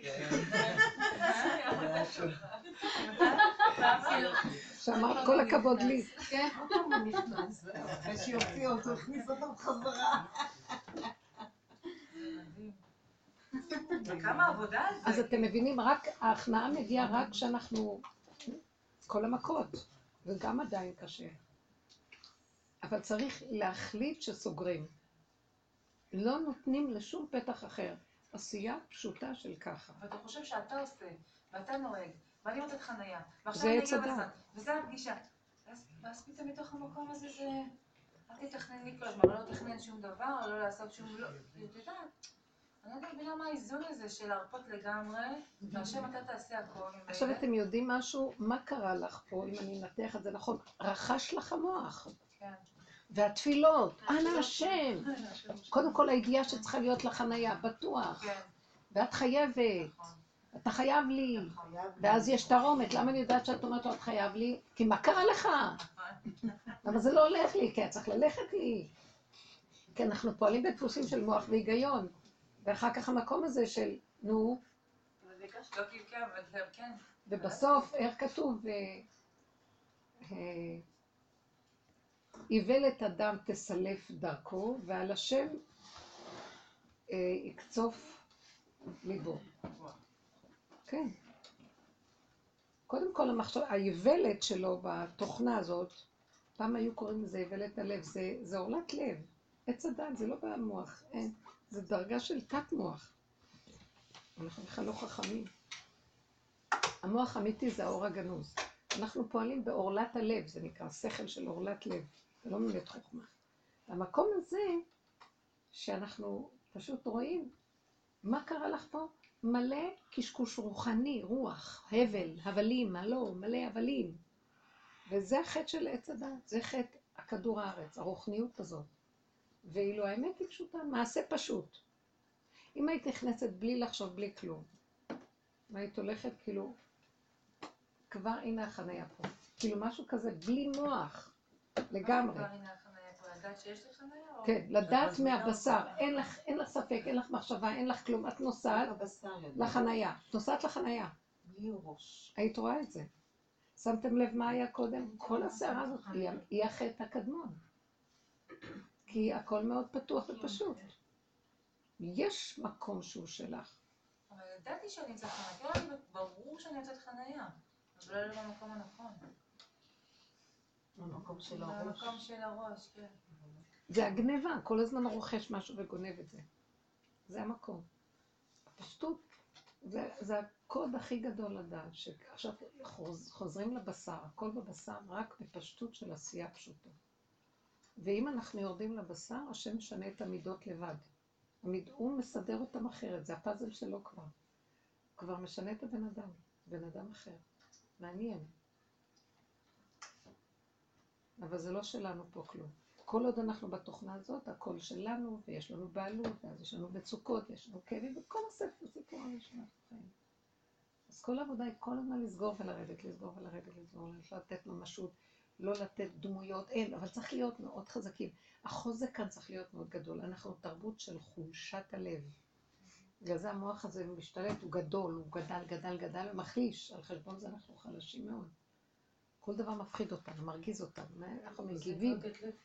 שאמר כל הכבוד לי. כן. הוא נכנס, אחרי שיוציא אותו, הכניס אותו בחזרה. וכמה עבודה על זה. אז אתם מבינים, רק ההכנעה מגיעה רק כשאנחנו... כל המכות, וגם עדיין קשה. אבל צריך להחליט שסוגרים. לא נותנים לשום פתח אחר. עשייה פשוטה של ככה. ואתה חושב שאתה עושה, ואתה נוהג, ואני מוצאת חנייה, ועכשיו זה אני עץ אגיע הדת. בזמן, וזה הפגישה. ואז פתאום מתוך המקום הזה זה... אל תתכנן לי כל הזמן, לא לתכנן שום דבר, לא לעשות שום... לא... את יודעת, אני לא יודעת מה האיזון הזה של להרפות לגמרי, והשם אתה תעשה הכל. עכשיו אתם יודעים משהו? מה קרה לך פה, אם אני אנתח את זה נכון? רחש לך המוח. כן. והתפילות, אנא השם. קודם כל הידיעה שצריכה להיות לחנייה, בטוח. כן. ואת חייבת. אתה חייב לי. ואז יש תרומת. למה אני יודעת שאת אומרת לו את חייב לי? כי מה קרה לך? למה זה לא הולך לי? כי את צריך ללכת לי. כי אנחנו פועלים בדפוסים של מוח והיגיון, ואחר כך המקום הזה של, נו, ובסוף, איך כתוב, איוולת אדם תסלף דרכו, ועל השם יקצוף ליבו. כן. קודם כל, האיוולת שלו בתוכנה הזאת, פעם היו קוראים לזה איוולת הלב, זה עורלת לב. עץ הדת, זה לא במוח, אין. זה דרגה של תת מוח. אנחנו בכלל לא חכמים. המוח האמיתי זה האור הגנוז. אנחנו פועלים בעורלת הלב, זה נקרא שכל של עורלת לב. זה לא באמת חוכמה. המקום הזה, שאנחנו פשוט רואים, מה קרה לך פה? מלא קשקוש רוחני, רוח, הבל, הבלים, מלא הבלים. וזה החטא של עץ הדת, זה חטא הכדור הארץ, הרוחניות הזאת. ואילו האמת היא פשוטה, מעשה פשוט. אם היית נכנסת בלי לחשוב, בלי כלום, והיית הולכת כאילו, כבר הנה החניה פה. כאילו משהו כזה, בלי מוח, לגמרי. כבר הנה החניה פה, לדעת שיש לי חניה? כן, לדעת מהבשר, אין לך ספק, אין לך מחשבה, אין לך כלום, את נוסעת לחניה, נוסעת לחניה. בלי ראש. היית רואה את זה. שמתם לב מה היה קודם? כל הסערה הזאת היא החטא הקדמון. כי הכל מאוד פתוח ופשוט. יש מקום שהוא שלך. אבל ידעתי שאני יוצאת חניה, ברור שאני יוצאת חניה, אבל לא במקום הנכון. במקום של הראש. במקום של הראש, כן. זה הגניבה, כל הזמן רוכש משהו וגונב את זה. זה המקום. הפשטות, זה הקוד הכי גדול לדעת, שעכשיו חוזרים לבשר, הכל בבשר רק בפשטות של עשייה פשוטה. ואם אנחנו יורדים לבשר, השם משנה את המידות לבד. הוא מסדר אותם אחרת, זה הפאזל שלו כבר. הוא כבר משנה את בן אדם אחר. מעניין. אבל זה לא שלנו פה כלום. כל עוד אנחנו בתוכנה הזאת, הכל שלנו, ויש לנו בעלות, ואז יש לנו מצוקות, יש לנו כאבים, וכל הסיפור הזה שאנחנו חיים. אז כל העבודה היא כל הזמן לסגור ולרדת, לא לתת ממשות, לא לתת דמויות, אין, אבל צריך להיות מאוד חזקים. החוזק כאן צריך להיות מאוד גדול. אנחנו תרבות של חולשת הלב. בגלל זה המוח הזה משתלט, הוא גדול, הוא גדל ומחליש. על חשבון זה אנחנו חלשים מאוד. כל דבר מפחיד אותנו, מרגיז אותנו, אנחנו מגיבים.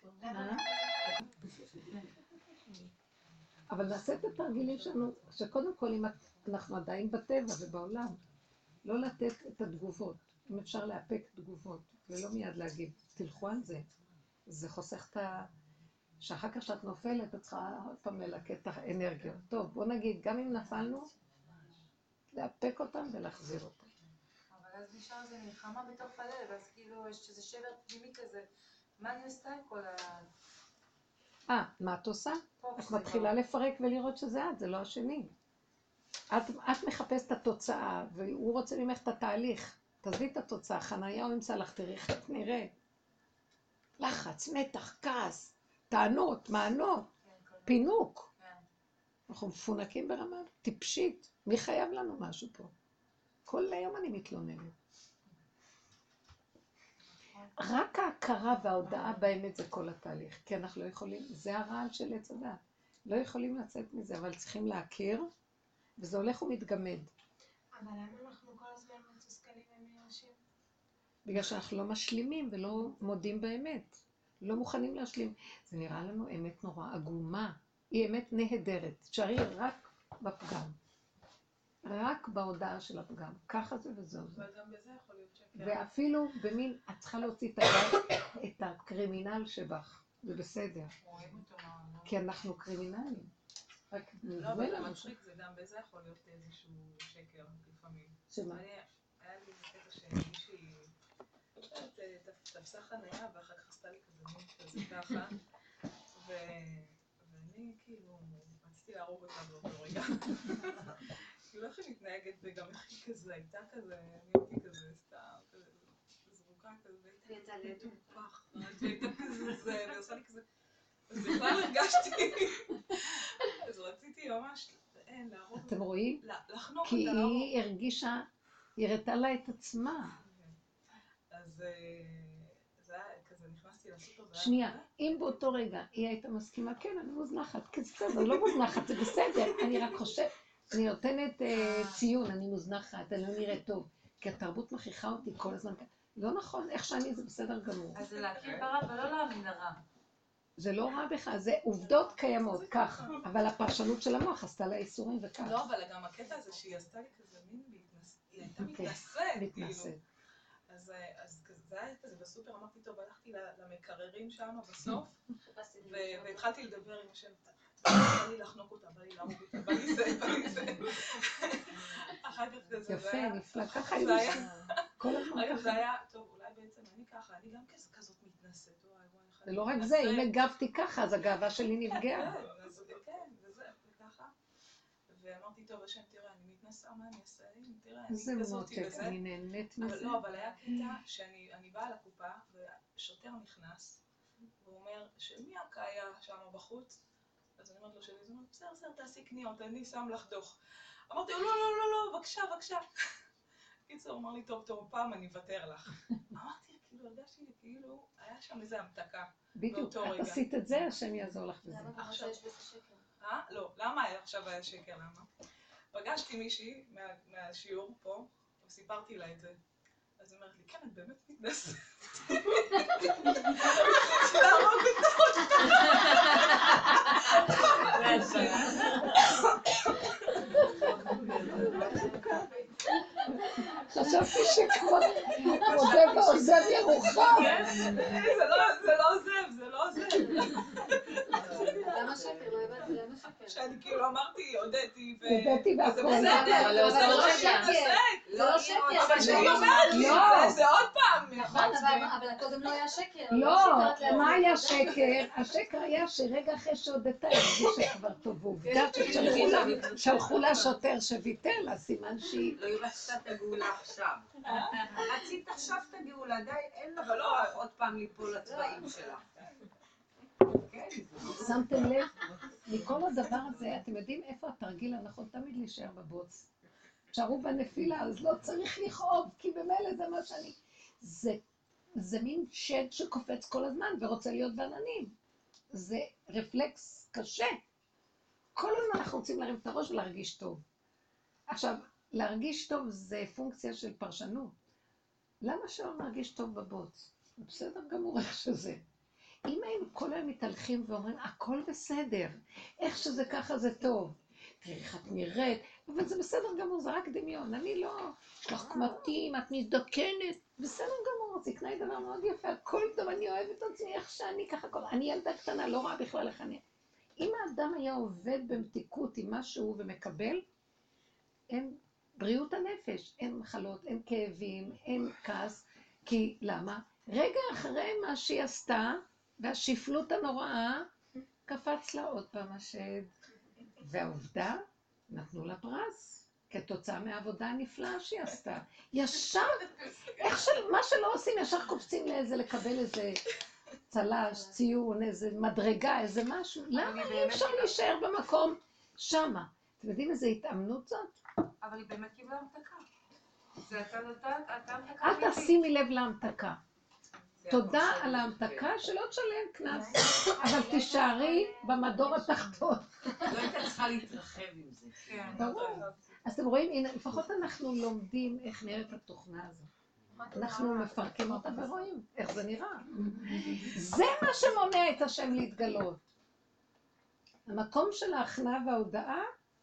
אבל נעשה את התרגילים שלנו, שקודם כל אם אנחנו עדיין בטבע ובעולם, לא לתת את התגובות, אם אפשר להפק תגובות, ולא מיד להגיד, תלכו על זה. זה חוסך את שאחר כך שאת נופלת, את צריכה עוד פעם ללקט את האנרגיות. טוב, בוא נגיד, גם אם נפלנו, להפק אותם ולהחזיר אותם. אבל אז נשאר איזה מלחמה בתוך הלב, אז כאילו יש איזה שבר פנימי כזה. מה אני עושה עם כל מה את עושה? את מתחילה לפרק ולראות שזה את, זה לא השני. את מחפשת את התוצאה, והוא רוצה ממך את התהליך. תעזבי את התוצאה, חניה או אמצע לך, תראי איך את נראית. לחץ, מתח, כעס, טענות, מענות, פינוק. אנחנו מפונקים ברמה טיפשית. מי חייב לנו משהו פה? כל היום אני מתלוננת. רק ההכרה וההודעה באמת זה כל התהליך, כי אנחנו לא יכולים, זה הרעל של עץ הדת. לא יכולים לצאת מזה, אבל צריכים להכיר, וזה הולך ומתגמד. אבל למה אנחנו כל הזמן מתוסכלים ומייאשים? בגלל שאנחנו לא משלימים ולא מודים באמת. לא מוכנים להשלים. זה נראה לנו אמת נורא עגומה. היא אמת נהדרת. תשארי רק בפגם. רק בהודעה של הפגם. ככה זה וזהו זה. אבל גם בזה יכול להיות שקר. ואפילו במין, את צריכה להוציא את הקרימינל שבך. זה בסדר. רואים אותו מה... כי אנחנו קרימינלים. רק לא, אבל המצחיק זה גם בזה יכול להיות איזשהו שקר לפעמים. שמה? היה לי איזה קטע שמישהי תפסה חניה ואחר כך עשתה לי כזה מין כזה ככה ואני כאילו רציתי להרוג אותה באותו רגע. כאילו איך היא מתנהגת וגם איך היא כזה הייתה כזה, אני הייתי כזה סתם כזה זרוקה כזה והייתה מטופח והייתה כזה זה ועושה לי כזה אז בכלל הרגשתי אז רציתי ממש להרוג אותה. אתם רואים? לחנוק כי אותה. היא הרגישה, היא הראתה לה את עצמה. אז זה היה כזה ונכנסתי לסופר, שנייה, אם באותו רגע היא הייתה מסכימה, כן, אני מוזנחת, כי בסדר, לא מוזנחת, זה בסדר, אני רק חושב, אני נותנת ציון, אני מוזנחת, אני לא נראית טוב, כי התרבות מכריחה אותי כל הזמן, לא נכון, איך שאני זה בסדר גמור. אז זה להכיר ברע ולא להאמין לרע. זה לא רע בכלל, זה עובדות קיימות, כך, אבל הפרשנות של המוח עשתה לה איסורים וכך. לא, אבל גם הקטע הזה שהיא עשתה לי כזה מין היא הייתה מתנשאת, אז זה היה כזה בסופר, אמרתי טוב, הלכתי למקררים שם בסוף, והתחלתי לדבר עם השם, בא לי לחנוק אותה, בא לי להרוג אותה, בא לי זה, בא לי זה. אחר כך כזה, יפה, נפלא, ככה היא כל הזמן ככה. ככה. זה היה, טוב, אולי בעצם אני ככה, אני גם כזאת מתנשאת, זה לא רק זה, אם הגבתי ככה, אז הגאווה שלי נפגעה. כן, וזה, וככה. ואמרתי, טוב, השם, תראה, אני מתנסה, מה אני אעשה? תראה, אני זה כזאתי מותק, וזה. אני נהנית מזה. לא, אבל היה קטע שאני באה לקופה, ושוטר נכנס, והוא אומר, של מי הקאיה שם בחוץ? אז אני אומרת לו שלי, אז הוא אומר, בסדר, תעשי קניות, אני שם לך דוח. אמרתי לו, לא, בבקשה. קיצור, הוא אמר לי, טוב, פעם אני אוותר לך. אמרתי, כאילו, הרגשתי כאילו, היה שם איזו המתקה. בדיוק, את עשית את זה, השם יעזור לך בזה. למה אתה חושב שיש בזה שקר? לא, למה עכשיו היה שקר? למה? פגשתי מישהי מהשיעור פה, וסיפרתי לה את זה. אז היא אומרת לי, כן, את באמת מתנשאת. להרוג חשבתי שכבר עוזב ועוזב ירוחם. זה לא עוזב. למה שקר? לא הבנתי למה שקר. שאני כאילו אמרתי, הודיתי והכל. זה בסדר, אבל זה לא שקר. זה לא שקר. אבל שהיא אומרת לי, זה עוד פעם. נכון, אבל הקודם לא היה שקר. לא, מה היה שקר? השקר היה שרגע אחרי שהודתה הרגישה כבר טוב, ועובדה ששלחו לה שוטר שוויתר לה, סימן שהיא... לא הרצת את הגאולה עכשיו. רצית עכשיו את הגאולה, די, אין לך כוח עוד פעם ליפול לצבעים שלה. שמתם לב? מכל הדבר הזה, אתם יודעים איפה התרגיל הנכון? תמיד להישאר בבוץ. תשארו בנפילה, אז לא צריך לכאוב, כי במילא זה מה שאני... זה מין שד שקופץ כל הזמן ורוצה להיות בעננים. זה רפלקס קשה. כל הזמן אנחנו רוצים להרים את הראש ולהרגיש טוב. עכשיו, להרגיש טוב זה פונקציה של פרשנות. למה שלא נרגיש טוב בבוץ? זה בסדר גמור איך שזה. אם היינו כל היום מתהלכים ואומרים, הכל בסדר, איך שזה ככה זה טוב. תראי איך את נראית, אבל זה בסדר גמור, זה רק דמיון. אני לא, יש לך קמטים, את מזדקנת, בסדר גמור, זקנה היא דבר מאוד יפה, הכל טוב, אני אוהבת את עצמי, איך שאני ככה כל... אני ילדה קטנה, לא רואה בכלל איך אני... אם האדם היה עובד במתיקות עם משהו ומקבל, אין בריאות הנפש, אין מחלות, אין כאבים, אין כעס, כי למה? רגע אחרי מה שהיא עשתה, והשפלות הנוראה, קפץ לה עוד פעם השד. והעובדה, נתנו לה פרס, כתוצאה מהעבודה הנפלאה שהיא עשתה. ישר, מה שלא עושים, ישר קופצים לאיזה, לקבל איזה צלש, ציון, איזה מדרגה, איזה משהו. למה אי אפשר להישאר במקום שמה? אתם יודעים איזה התאמנות זאת? אבל היא באמת קיבלה המתקה. זה אתה המתקה. אל תשימי לב להמתקה. תודה על ההמתקה שלא תשלם קנס, אבל תישארי במדור התחתון. לא היית צריכה להתרחב עם זה. ברור. אז אתם רואים, הנה, לפחות אנחנו לומדים איך נראית התוכנה הזאת. אנחנו מפרקים אותה ורואים איך זה נראה. זה מה שמונע את השם להתגלות. המקום של ההכנעה וההודעה,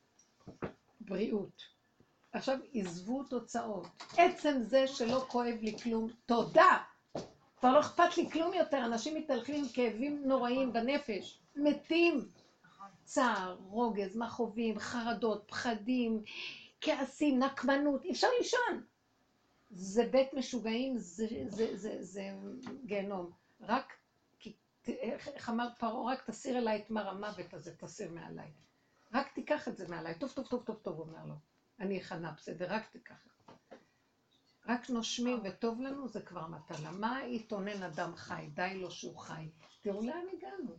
בריאות. עכשיו עזבו תוצאות. עצם זה שלא כואב לי כלום, תודה. כבר לא אכפת לי כלום יותר, אנשים מתהלכים עם כאבים נוראים בנפש, מתים. צער, רוגז, מכאובים, חרדות, פחדים, כעסים, נקמנות, אי אפשר לישון. זה בית משוגעים, זה גיהנום. רק, איך אמר פרעה, רק תסיר אליי את מר המוות הזה, תסיר מעליי. רק תיקח את זה מעליי, טוב, הוא אומר לו. אני אכנה, בסדר, רק תיקח את זה. רק נושמים וטוב לנו, זה כבר מטלה. מה יתונן אדם חי? די לו שהוא חי. תראו לאן הגענו.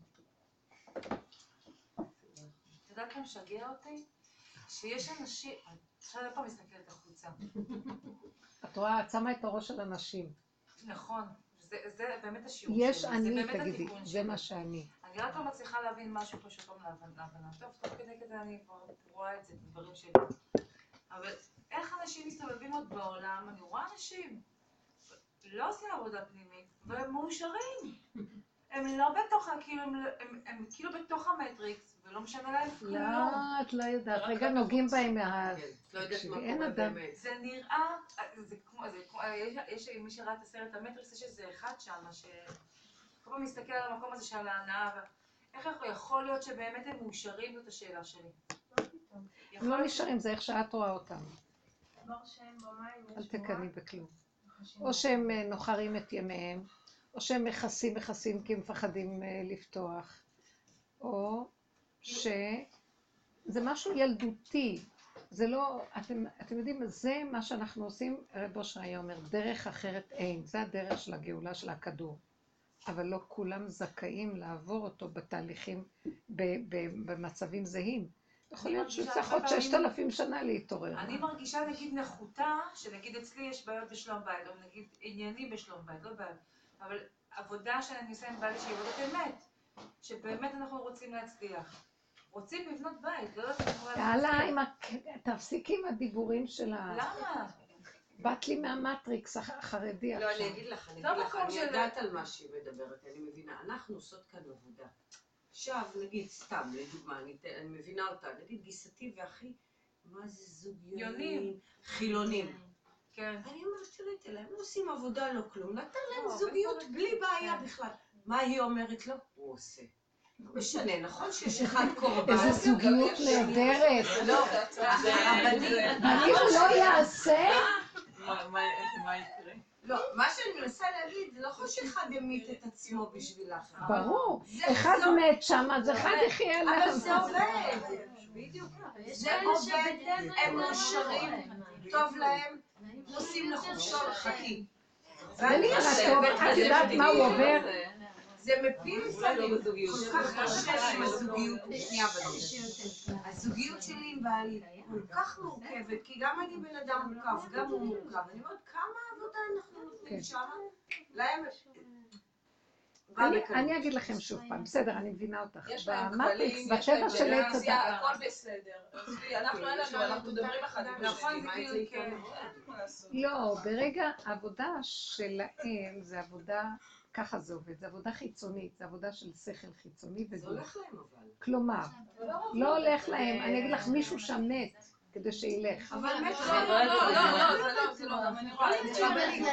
את יודעת מה משגע אותי? שיש אנשים... עכשיו עוד פעם מסתכלת החוצה. את רואה, את שמה את הראש של אנשים. נכון, זה באמת השיעור יש שלי, זה אני, באמת תגידי, התיקון זה שלי. מה שאני. אני רק לא מצליחה להבין משהו פשוט לא להבנה. טוב, תוך כדי כזה אני כבר רואה את זה, דברים שלי. אבל איך אנשים מסתובבים עוד בעולם, אני רואה אנשים לא עושים עבודה פנימית, והם מאושרים. הם לא בתוך, הם כאילו בתוך המטריקס, ולא משנה להם כלום. לא, את לא יודעת. רגע נוגעים בהם לא יודעת מה אין קורה אדם. באמת. זה נראה, יש מי שראה את הסרט המטריקס, יש איזה אחד שם, שכל פעם מסתכל על המקום הזה של ההנאה, איך יכול להיות שבאמת הם מאושרים? זאת השאלה שלי. הם לא נשארים, זה איך שאת רואה אותם. אל תקני בכלום. או שהם נוחרים את ימיהם, או שהם מכסים כי הם מפחדים לפתוח, או שזה משהו ילדותי. זה לא, אתם יודעים, זה מה שאנחנו עושים, רב אושר היה אומר, דרך אחרת אין, זה הדרך של הגאולה של הכדור. אבל לא כולם זכאים לעבור אותו בתהליכים, במצבים זהים. יכול להיות שצריך עוד 6,000 שנה להתעורר. אני מרגישה נגיד נחותה, שנגיד אצלי יש בעיות בשלום בית, או נגיד עניינים בשלום בית, לא בעיות, אבל עבודה שאני עושה עם בעלי שהיא עבודת אמת, שבאמת אנחנו רוצים להצליח. רוצים לבנות בית, לא יודעת איך יאללה, תפסיקי עם הדיבורים שלה. למה? באת לי מהמטריקס החרדי עכשיו. לא, אני אגיד לך, אני יודעת על מה שהיא מדברת, אני מבינה, אנחנו עושות כאן עבודה. עכשיו, נגיד, סתם, לדוגמה, אני מבינה אותה, נגיד גיסתי ואחי, מה זה זוגיות? חילונים. כן. אני אומרת, תראה, הם עושים עבודה לא כלום, נתן להם זוגיות בלי בעיה בכלל. מה היא אומרת לו? הוא עושה. לא משנה, נכון שיש אחד קורבן. איזה זוגיות נהדרת. לא, אני הוא לא יעשה? מה יקרה? לא, מה שאני מנסה להגיד, זה לא יכול שאחד ימית את עצמו בשביל האחר. ברור. אחד מת שם, אז אחד יחיה לך. אבל זה עובד. בדיוק. זה עובד, הם מאושרים, טוב להם, נוסעים לחופשות, חכי. ואני טוב, את יודעת מה הוא עובר? זה מפיל לפעמים, כל כך קשה עם הזוגיות, שנייה בדרך. הזוגיות שלי עם בעלי כל כך מורכבת, כי גם אני בן אדם מורכב, גם הוא מורכב. אני אומרת, כמה עבודה אנחנו נותנים שם? להם... אני אגיד לכם שוב פעם, בסדר, אני מבינה אותך. יש להם במטריקס, כבלים, יש בטבע להם של עץ הדת. הכל בסדר. אנחנו אין לנו, אנחנו מדברים אחד עם נכון, השני. זה כאילו, כן. לא, ברגע העבודה שלהם זה עבודה, ככה זה עובד, זה עבודה חיצונית, זה עבודה של שכל חיצוני זה וגוף. הולך להם אבל. כלומר, לא הולך להם, אני אגיד לך מישהו שם מת כדי שילך. אבל מת זה לא, גם אני רואה את זה.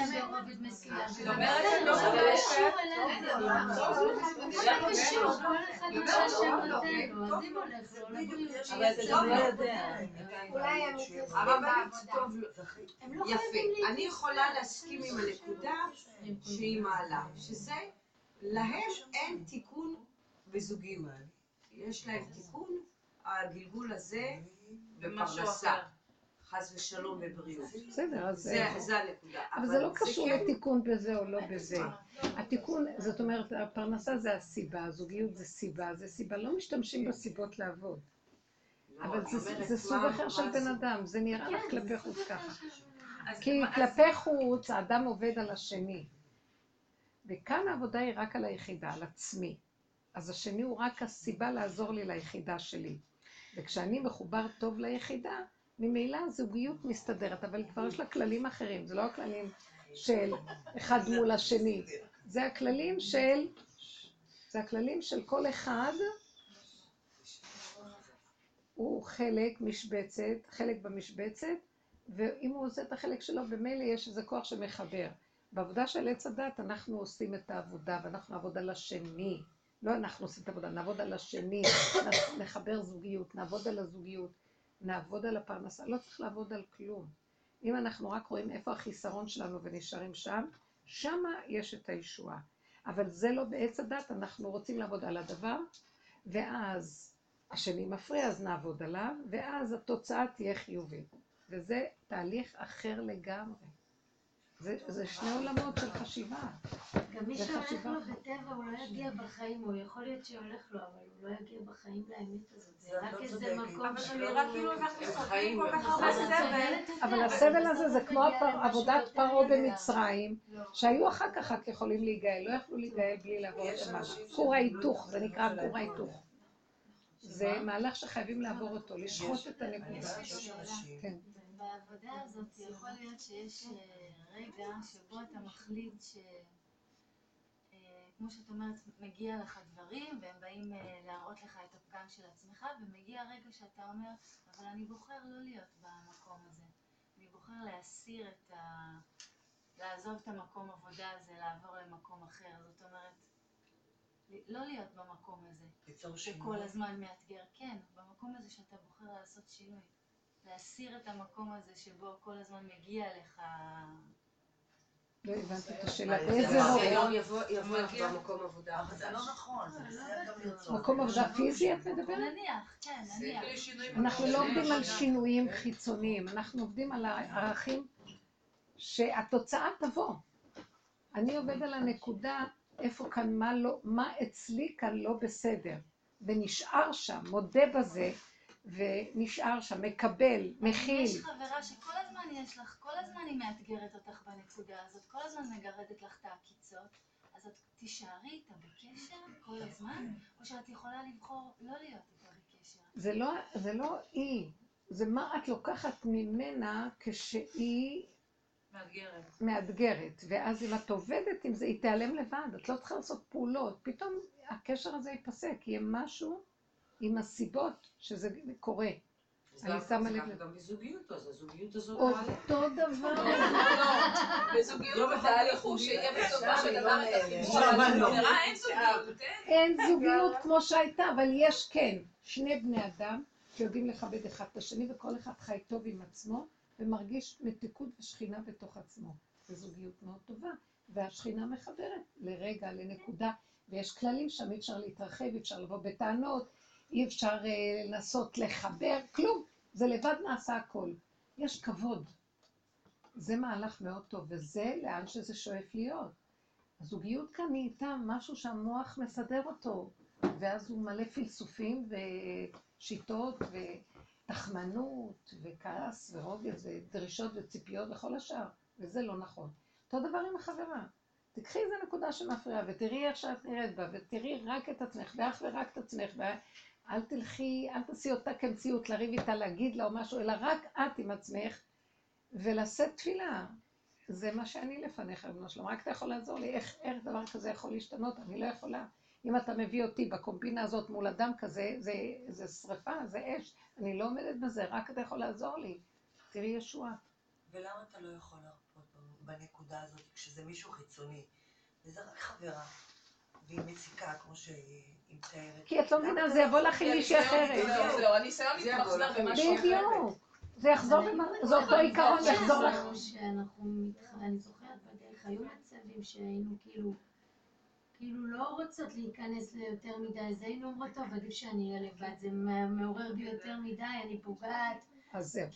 אבל אתה גם לא יודע. אולי הם מתייחסים הרבנית בעבודה. טוב, יפה. אני יכולה להסכים עם הנקודה שהיא מעלה, שזה, להם אין תיקון בזוגיות. יש להם תיקון, הגלגול הזה בפרנסה. חס ושלום בבריאות. בסדר, אז... זה הנקודה. אבל זה לא קשור לתיקון בזה או לא בזה. התיקון, זאת אומרת, הפרנסה זה הסיבה, הזוגיות זה סיבה, לא משתמשים בסיבות לעבוד. אבל זה סוג אחר של בן אדם, זה נראה לך כלפי חוץ ככה. כי כלפי חוץ האדם עובד על השני. וכאן העבודה היא רק על היחידה, על עצמי. אז השני הוא רק הסיבה לעזור לי ליחידה שלי. וכשאני מחובר טוב ליחידה, ממילא הזוגיות מסתדרת, אבל כבר יש לה כללים אחרים, זה לא הכללים של אחד מול השני. זה הכללים של כל אחד, הוא חלק במשבצת, ואם הוא עושה את החלק שלו, במילא יש איזה כוח שמחבר. בעבודה של עץ הדת אנחנו עושים את העבודה, ואנחנו נעבוד על השני. לא אנחנו עושים את העבודה, נעבוד על השני, נחבר זוגיות, נעבוד על הזוגיות, נעבוד על הפרנסה, לא צריך לעבוד על כלום. אם אנחנו רק רואים איפה החיסרון שלנו ונשארים שם, שמה יש את הישועה. אבל זה לא בעץ הדת, אנחנו רוצים לעבוד על הדבר, ואז השני מפריע, אז נעבוד עליו, ואז התוצאה תהיה חיובית. וזה תהליך אחר לגמרי. זה שני עולמות של חשיבה. גם מי שהולך לו בטבע הוא לא יגיע בחיים, הוא יכול להיות שהולך לו, אבל הוא לא יגיע בחיים לאמת הזאת. זה רק איזה מקום אבל זה נראה כאילו אנחנו סובלים כל כך הרבה אז סבל. אבל הסבל הזה זה כמו עבודת פרעה במצרים, שהיו אחר כך רק יכולים להיגאל, לא יכלו להיגאל בלי לעבור את המהלך. כור ההיתוך, זה נקרא כור ההיתוך. זה מהלך שחייבים לעבור אותו, לשחוט את הנקודה. כן. בעבודה הזאת יכול להיות שיש רגע שבו אתה מחליט כמו שאת אומרת, מגיע לך דברים והם באים להראות לך את הפגם של עצמך, ומגיע רגע שאתה אומר, אבל אני בוחר לא להיות במקום הזה. אני בוחר להסיר לעזוב את המקום עבודה הזה, לעבור למקום אחר. זאת אומרת, לא להיות במקום הזה, שכל הזמן מאתגר. כן, במקום הזה שאתה בוחר לעשות שינוי. להסיר את המקום הזה שבו כל הזמן מגיע לך... לא הבנתי את השאלה, באיזה הורא? יבוא לך במקום עבודה. אבל זה לא נכון, זה בסדר גם לרצות. מקום עבודה פיזי את מדברת? נניח, כן, נניח. אנחנו לא עובדים על שינויים חיצוניים, אנחנו עובדים על הערכים שהתוצאה תבוא. אני עובד על הנקודה איפה כאן, מה אצלי כאן לא בסדר, ונשאר שם, מודה בזה, ונשאר שם, מקבל, מכיל. יש חברה שכל הזמן יש לך, כל הזמן היא מאתגרת אותך בנקודה הזאת, כל הזמן מגרדת לך את העקיצות, אז את תישארי איתה בקשר כל הזמן, או שאת יכולה לבחור לא להיות איתה בקשר? זה לא היא, זה מה את לוקחת ממנה כשהיא מאתגרת, ואז אם את עובדת עם זה, היא תיעלם לבד, את לא צריכה לעשות פעולות, פתאום הקשר הזה ייפסק, יהיה משהו עם הסיבות שזה קורה. אני שמה לב. זה גם בזוגיות, אז הזוגיות הזאת... אותו דבר. בזוגיות בתהליך הוא שיהיה בסופו של דבר את אין זוגיות. אין זוגיות כמו שהייתה, אבל יש כן. שני בני אדם שיודעים לכבד אחד את השני, וכל אחד חי טוב עם עצמו, ומרגיש מתיקות ושכינה בתוך עצמו. זו זוגיות מאוד טובה, והשכינה מחברת לרגע, לנקודה, ויש כללים שם, אי אפשר להתרחב, אי אפשר לבוא בטענות, אי אפשר לנסות לחבר, כלום. זה לבד נעשה הכל. יש כבוד. זה מהלך מאוד טוב, וזה לאן שזה שואף להיות. הזוגיות כאן היא איתה משהו שהמוח מסדר אותו, ואז הוא מלא פילסופים ושיטות ותחמנות וכעס ורוגז ודרישות וציפיות וכל השאר, וזה לא נכון. אותו דבר עם החברה. תקחי איזה נקודה שמפריעה ותראי איך שאת נראית בה, ותראי רק את עצמך ואך ורק את עצמך, אל תלכי, אל תעשי אותה כמציאות, לריב איתה, להגיד לה או משהו, אלא רק את עם עצמך, ולשאת תפילה. זה מה שאני לפניך, אבנו שלום. רק אתה יכול לעזור לי, איך דבר כזה יכול להשתנות? אני לא יכולה. אם אתה מביא אותי בקומבינה הזאת מול אדם כזה, זה שריפה, זה אש. אני לא עומדת בזה, רק אתה יכול לעזור לי. תראי ישועה. ולמה אתה לא יכול להרפות בנקודה הזאת, כשזה מישהו חיצוני, וזה רק חברה, והיא מציקה, כמו שהיא מתארת. כי את לא מבינה, זה יבוא לך עם מישהי אחרת. זהו, הניסיון מתמחזר במשהו אחר. בדיוק. זה יחזור, זה אותו עיקרון, זה יחזור לך. אני זוכרת בדרך, היו מצבים שהיינו כאילו לא רוצות להיכנס ליותר מדי, אז היינו אומרות, טוב, עדיף שאני אהיה לבד, זה מעורר בי יותר מדי, אני פוגעת. אז זהו.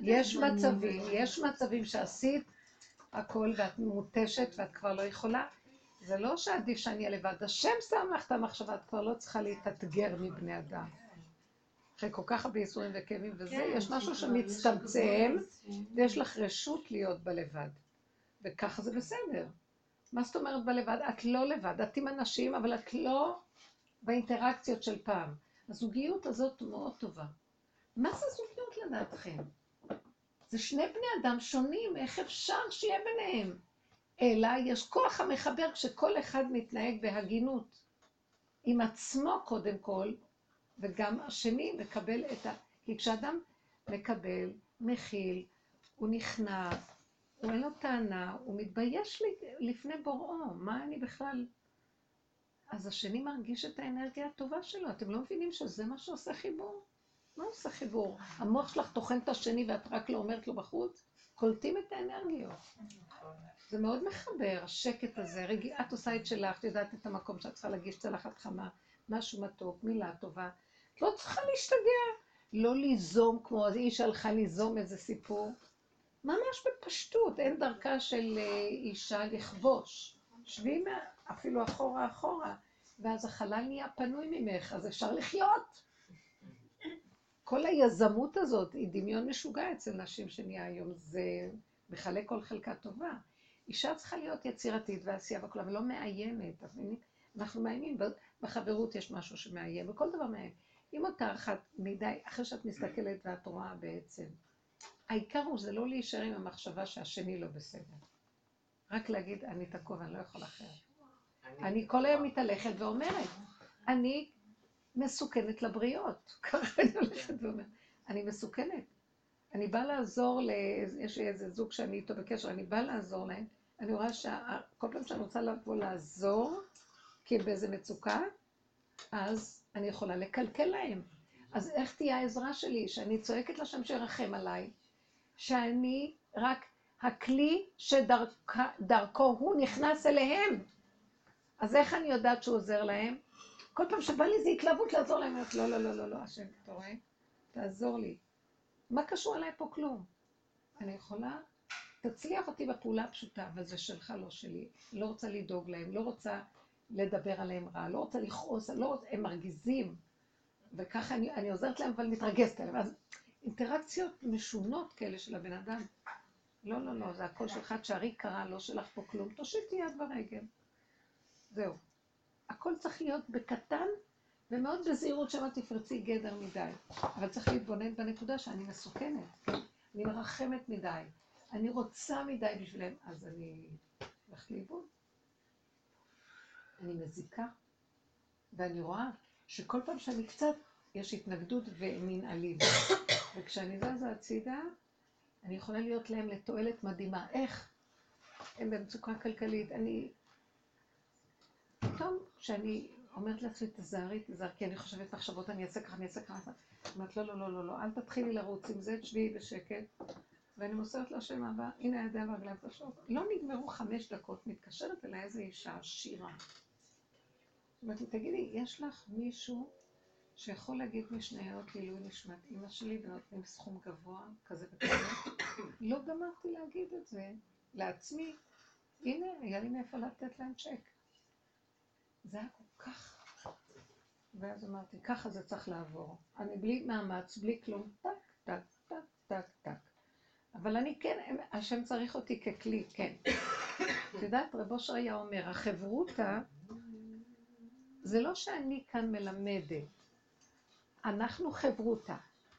יש מצבים שעשית הכל ואת מותשת ואת כבר לא יכולה. זה לא שעדיף שאני אהיה לבד. השם שם לך את המחשבה, את כבר לא צריכה להתאתגר מבני אדם. אחרי כל כך הרבה ייסורים וכאבים וזה, יש משהו שמצטמצם, ויש לך רשות להיות בלבד. וככה זה בסדר. מה זאת אומרת בלבד? את לא לבד, את עם אנשים, אבל את לא באינטראקציות של פעם. הזוגיות הזאת מאוד טובה. מה זה זוגיות לדעתכם? זה שני בני אדם שונים, איך אפשר שיהיה ביניהם? אלא יש כוח המחבר כשכל אחד מתנהג בהגינות עם עצמו קודם כל, וגם השני מקבל כי כשאדם מקבל, מכיל, הוא נכנע, הוא אין לו טענה, הוא מתבייש לפני בוראו, מה אני בכלל? אז השני מרגיש את האנרגיה הטובה שלו, אתם לא מבינים שזה מה שעושה חיבור? מה עושה חיבור? המוח שלך תוכן את השני ואת רק לא אומרת לו בחוץ? קולטים את האנרגיות. זה מאוד מחבר, השקט הזה, את עושה את שלך, יודעת את המקום שאת צריכה להגיש צלחת חמה, משהו מתוק, מילה טובה. את לא צריכה להשתגע, לא ליזום כמו איש הלכה ליזום איזה סיפור. ממש בפשטות, אין דרכה של אישה לכבוש. שבי אפילו אחורה, ואז החלל נהיה פנוי ממך, אז אפשר לחיות. כל היזמות הזאת היא דמיון משוגע אצל נשים שנהיה היום, זה מחלק כל חלקה טובה. אישה צריכה להיות יצירתית ועשייה וכל, אבל לא מאיימת. אנחנו מאיימים, בחברות יש משהו שמאיים, וכל דבר מאיים. אם אותה אחת מדי, אחרי שאת מסתכלת ואת רואה בעצם, העיקר הוא זה לא להישאר עם המחשבה שהשני לא בסדר. רק להגיד, אני תקוע ואני לא יכול אחרת. אני כל היום מתהלכת ואומרת, אני מסוכנת לבריות. ככה אני הולכת ואומרת, אני מסוכנת. אני באה לעזור, יש לי איזה זוג שאני איתו בקשר, אני באה לעזור להם, אני רואה שכל פעם שאני רוצה לבוא לעזור, כי באיזה מצוקה, אז אני יכולה לקלקל להם. אז איך תהיה העזרה שלי? שאני צועקת לשם שירחם עליי, שאני רק הכלי שדרכו הוא נכנס אליהם. אז איך אני יודעת שהוא עוזר להם? כל פעם שבא לי זה התלהבות לעזור להם, לא, לא, לא, לא, לא, השם, אתה רואה? תעזור לי. מה קשור עליי פה כלום? אני יכולה, תצליח אותי בפעולה הפשוטה, אבל זה שלך, לא שלי. לא רוצה לדאוג להם, לא רוצה לדבר עליהם רע, לא רוצה לכעוס, לא רוצה, הם מרגיזים. וככה אני עוזרת להם, אבל מתרגזת עליהם. אז אינטראקציות משונות כאלה של הבן אדם. לא, לא, לא, זה הכל שלך, תשארי קרה, לא שלך פה כלום, תושיטי יד ברגל. זהו. הכל צריך להיות בקטן, ומאוד בזהירות שמה תפרצי גדר מדי. אבל צריך להתבונן בנקודה שאני מסוכנת. אני מרחמת מדי. אני רוצה מדי בשבילם. אז אני הולכת לאיבוד. אני מזיקה. ואני רואה שכל פעם שאני קצת, יש התנגדות ומין אלים. וכשאני זזה הצידה, אני יכולה להיות להם לתועלת מדהימה. איך? הם במצוקה כלכלית. פתאום כשאני אומרת לעצמי, תזהרי, כי אני חושבת מחשבות, אני אעשה ככה, אני אומרת, לא, לא, לא, לא, לא, אל תתחילי לרוץ עם זה, תשבי בשקט. ואני מוסרת להשם הבא, הנה הידיים והרגליים פשוט. לא נגמרו 5 דקות, מתקשרת אליי איזו אישה עשירה. זאת אומרת, תגידי, יש לך מישהו שיכול להגיד משניות לעילוי נשמת אמא שלי ונותנים סכום גבוה כזה וכזה? לא גמרתי להגיד את זה לעצמי. הנה, היה לי מאיפה לתת להם צ'ק. זה היה כל כך. ואז אמרתי, ככה זה צריך לעבור. אני בלי מאמץ, בלי כלום, טק, טק, טק, טק, טק. אבל אני כן, השם צריך אותי ככלי, כן. את יודעת, רב אושר היה אומר, החברותה, זה לא שאני כאן מלמדת, אנחנו חברותה.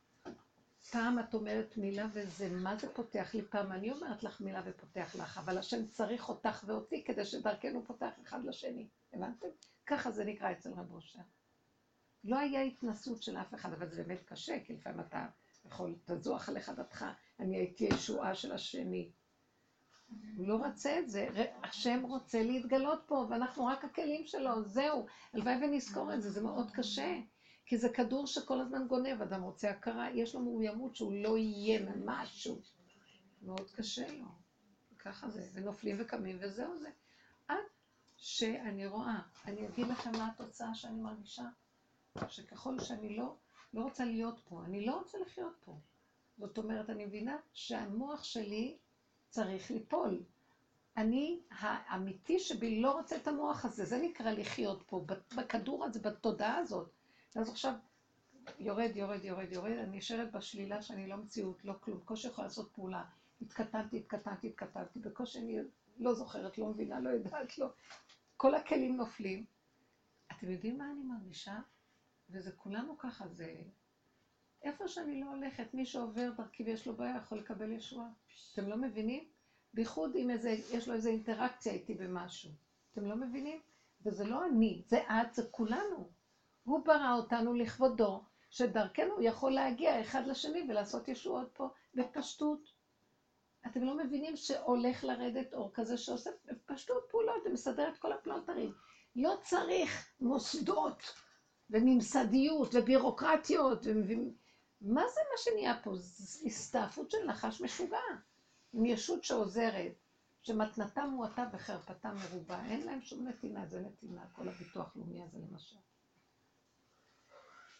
פעם את אומרת מילה וזה, מה זה פותח לי? פעם אני אומרת לך מילה ופותח לך, אבל השם צריך אותך ואותי כדי שדרכנו פותח אחד לשני. הבנתם? ככה זה נקרא אצל רב אושר. לא היה התנסות של אף אחד, אבל זה באמת קשה, כי לפעמים אתה יכול תזוח עליך דתך, אני הייתי ישועה של השני. הוא לא רוצה את זה, השם רוצה להתגלות פה, ואנחנו רק הכלים שלו, זהו. הלוואי ונזכור את זה, זה מאוד קשה. כי זה כדור שכל הזמן גונב, אדם רוצה הכרה, יש לו מאוימות שהוא לא יהיה משהו. מאוד קשה לו. ככה זה, ונופלים וקמים, וזהו זה. עד שאני רואה, אני אגיד לכם מה התוצאה שאני מרגישה, שככל שאני לא רוצה להיות פה, אני לא רוצה לחיות פה. זאת אומרת, אני מבינה שהמוח שלי צריך ליפול. אני האמיתי שבי לא רוצה את המוח הזה, זה נקרא לחיות פה, בכדור הזה, בתודעה הזאת. אז עכשיו יורד, אני נשארת בשלילה שאני לא מציאות, לא כלום, בקושי יכולה לעשות פעולה. התקטנתי, בקושי אני לא זוכרת, לא מבינה, לא יודעת, לא. כל הכלים נופלים. אתם יודעים מה אני מרגישה? וזה כולנו ככה, זה... איפה שאני לא הולכת, מי שעובר דרכי ויש לו בעיה יכול לקבל ישועה. אתם לא מבינים? בייחוד אם יש לו איזו אינטראקציה איתי במשהו. אתם לא מבינים? וזה לא אני, זה את, זה כולנו. הוא ברא אותנו לכבודו, שדרכנו הוא יכול להגיע אחד לשני ולעשות ישועות פה בפשטות. אתם לא מבינים שהולך לרדת אור כזה שעושה בפשטות פעולות ומסדר את כל הפלונטרים. לא צריך מוסדות וממסדיות ובירוקרטיות. מה זה מה שנהיה פה? זו הסתעפות של נחש משוגע. עם ישות שעוזרת, שמתנתה מועטה וחרפתה מרובה. אין להם שום נתינה, זה נתינה, כל הביטוח לאומי הזה למשל.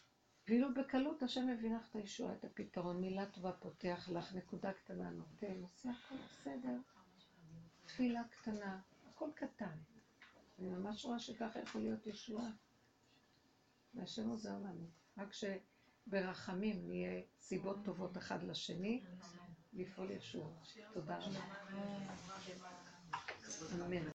ואילו בקלות השם מביא לך את הישועה, את הפתרון, מילה טובה פותח לך, נקודה קטנה נותן, עושה הכל בסדר. תפילה קטנה, הכל קטן. אני ממש רואה שככה יכול להיות ישועה. והשם עוזר לנו. רק שברחמים נהיה סיבות טובות אחד לשני, לפעול ישוע. תודה רבה. אמן.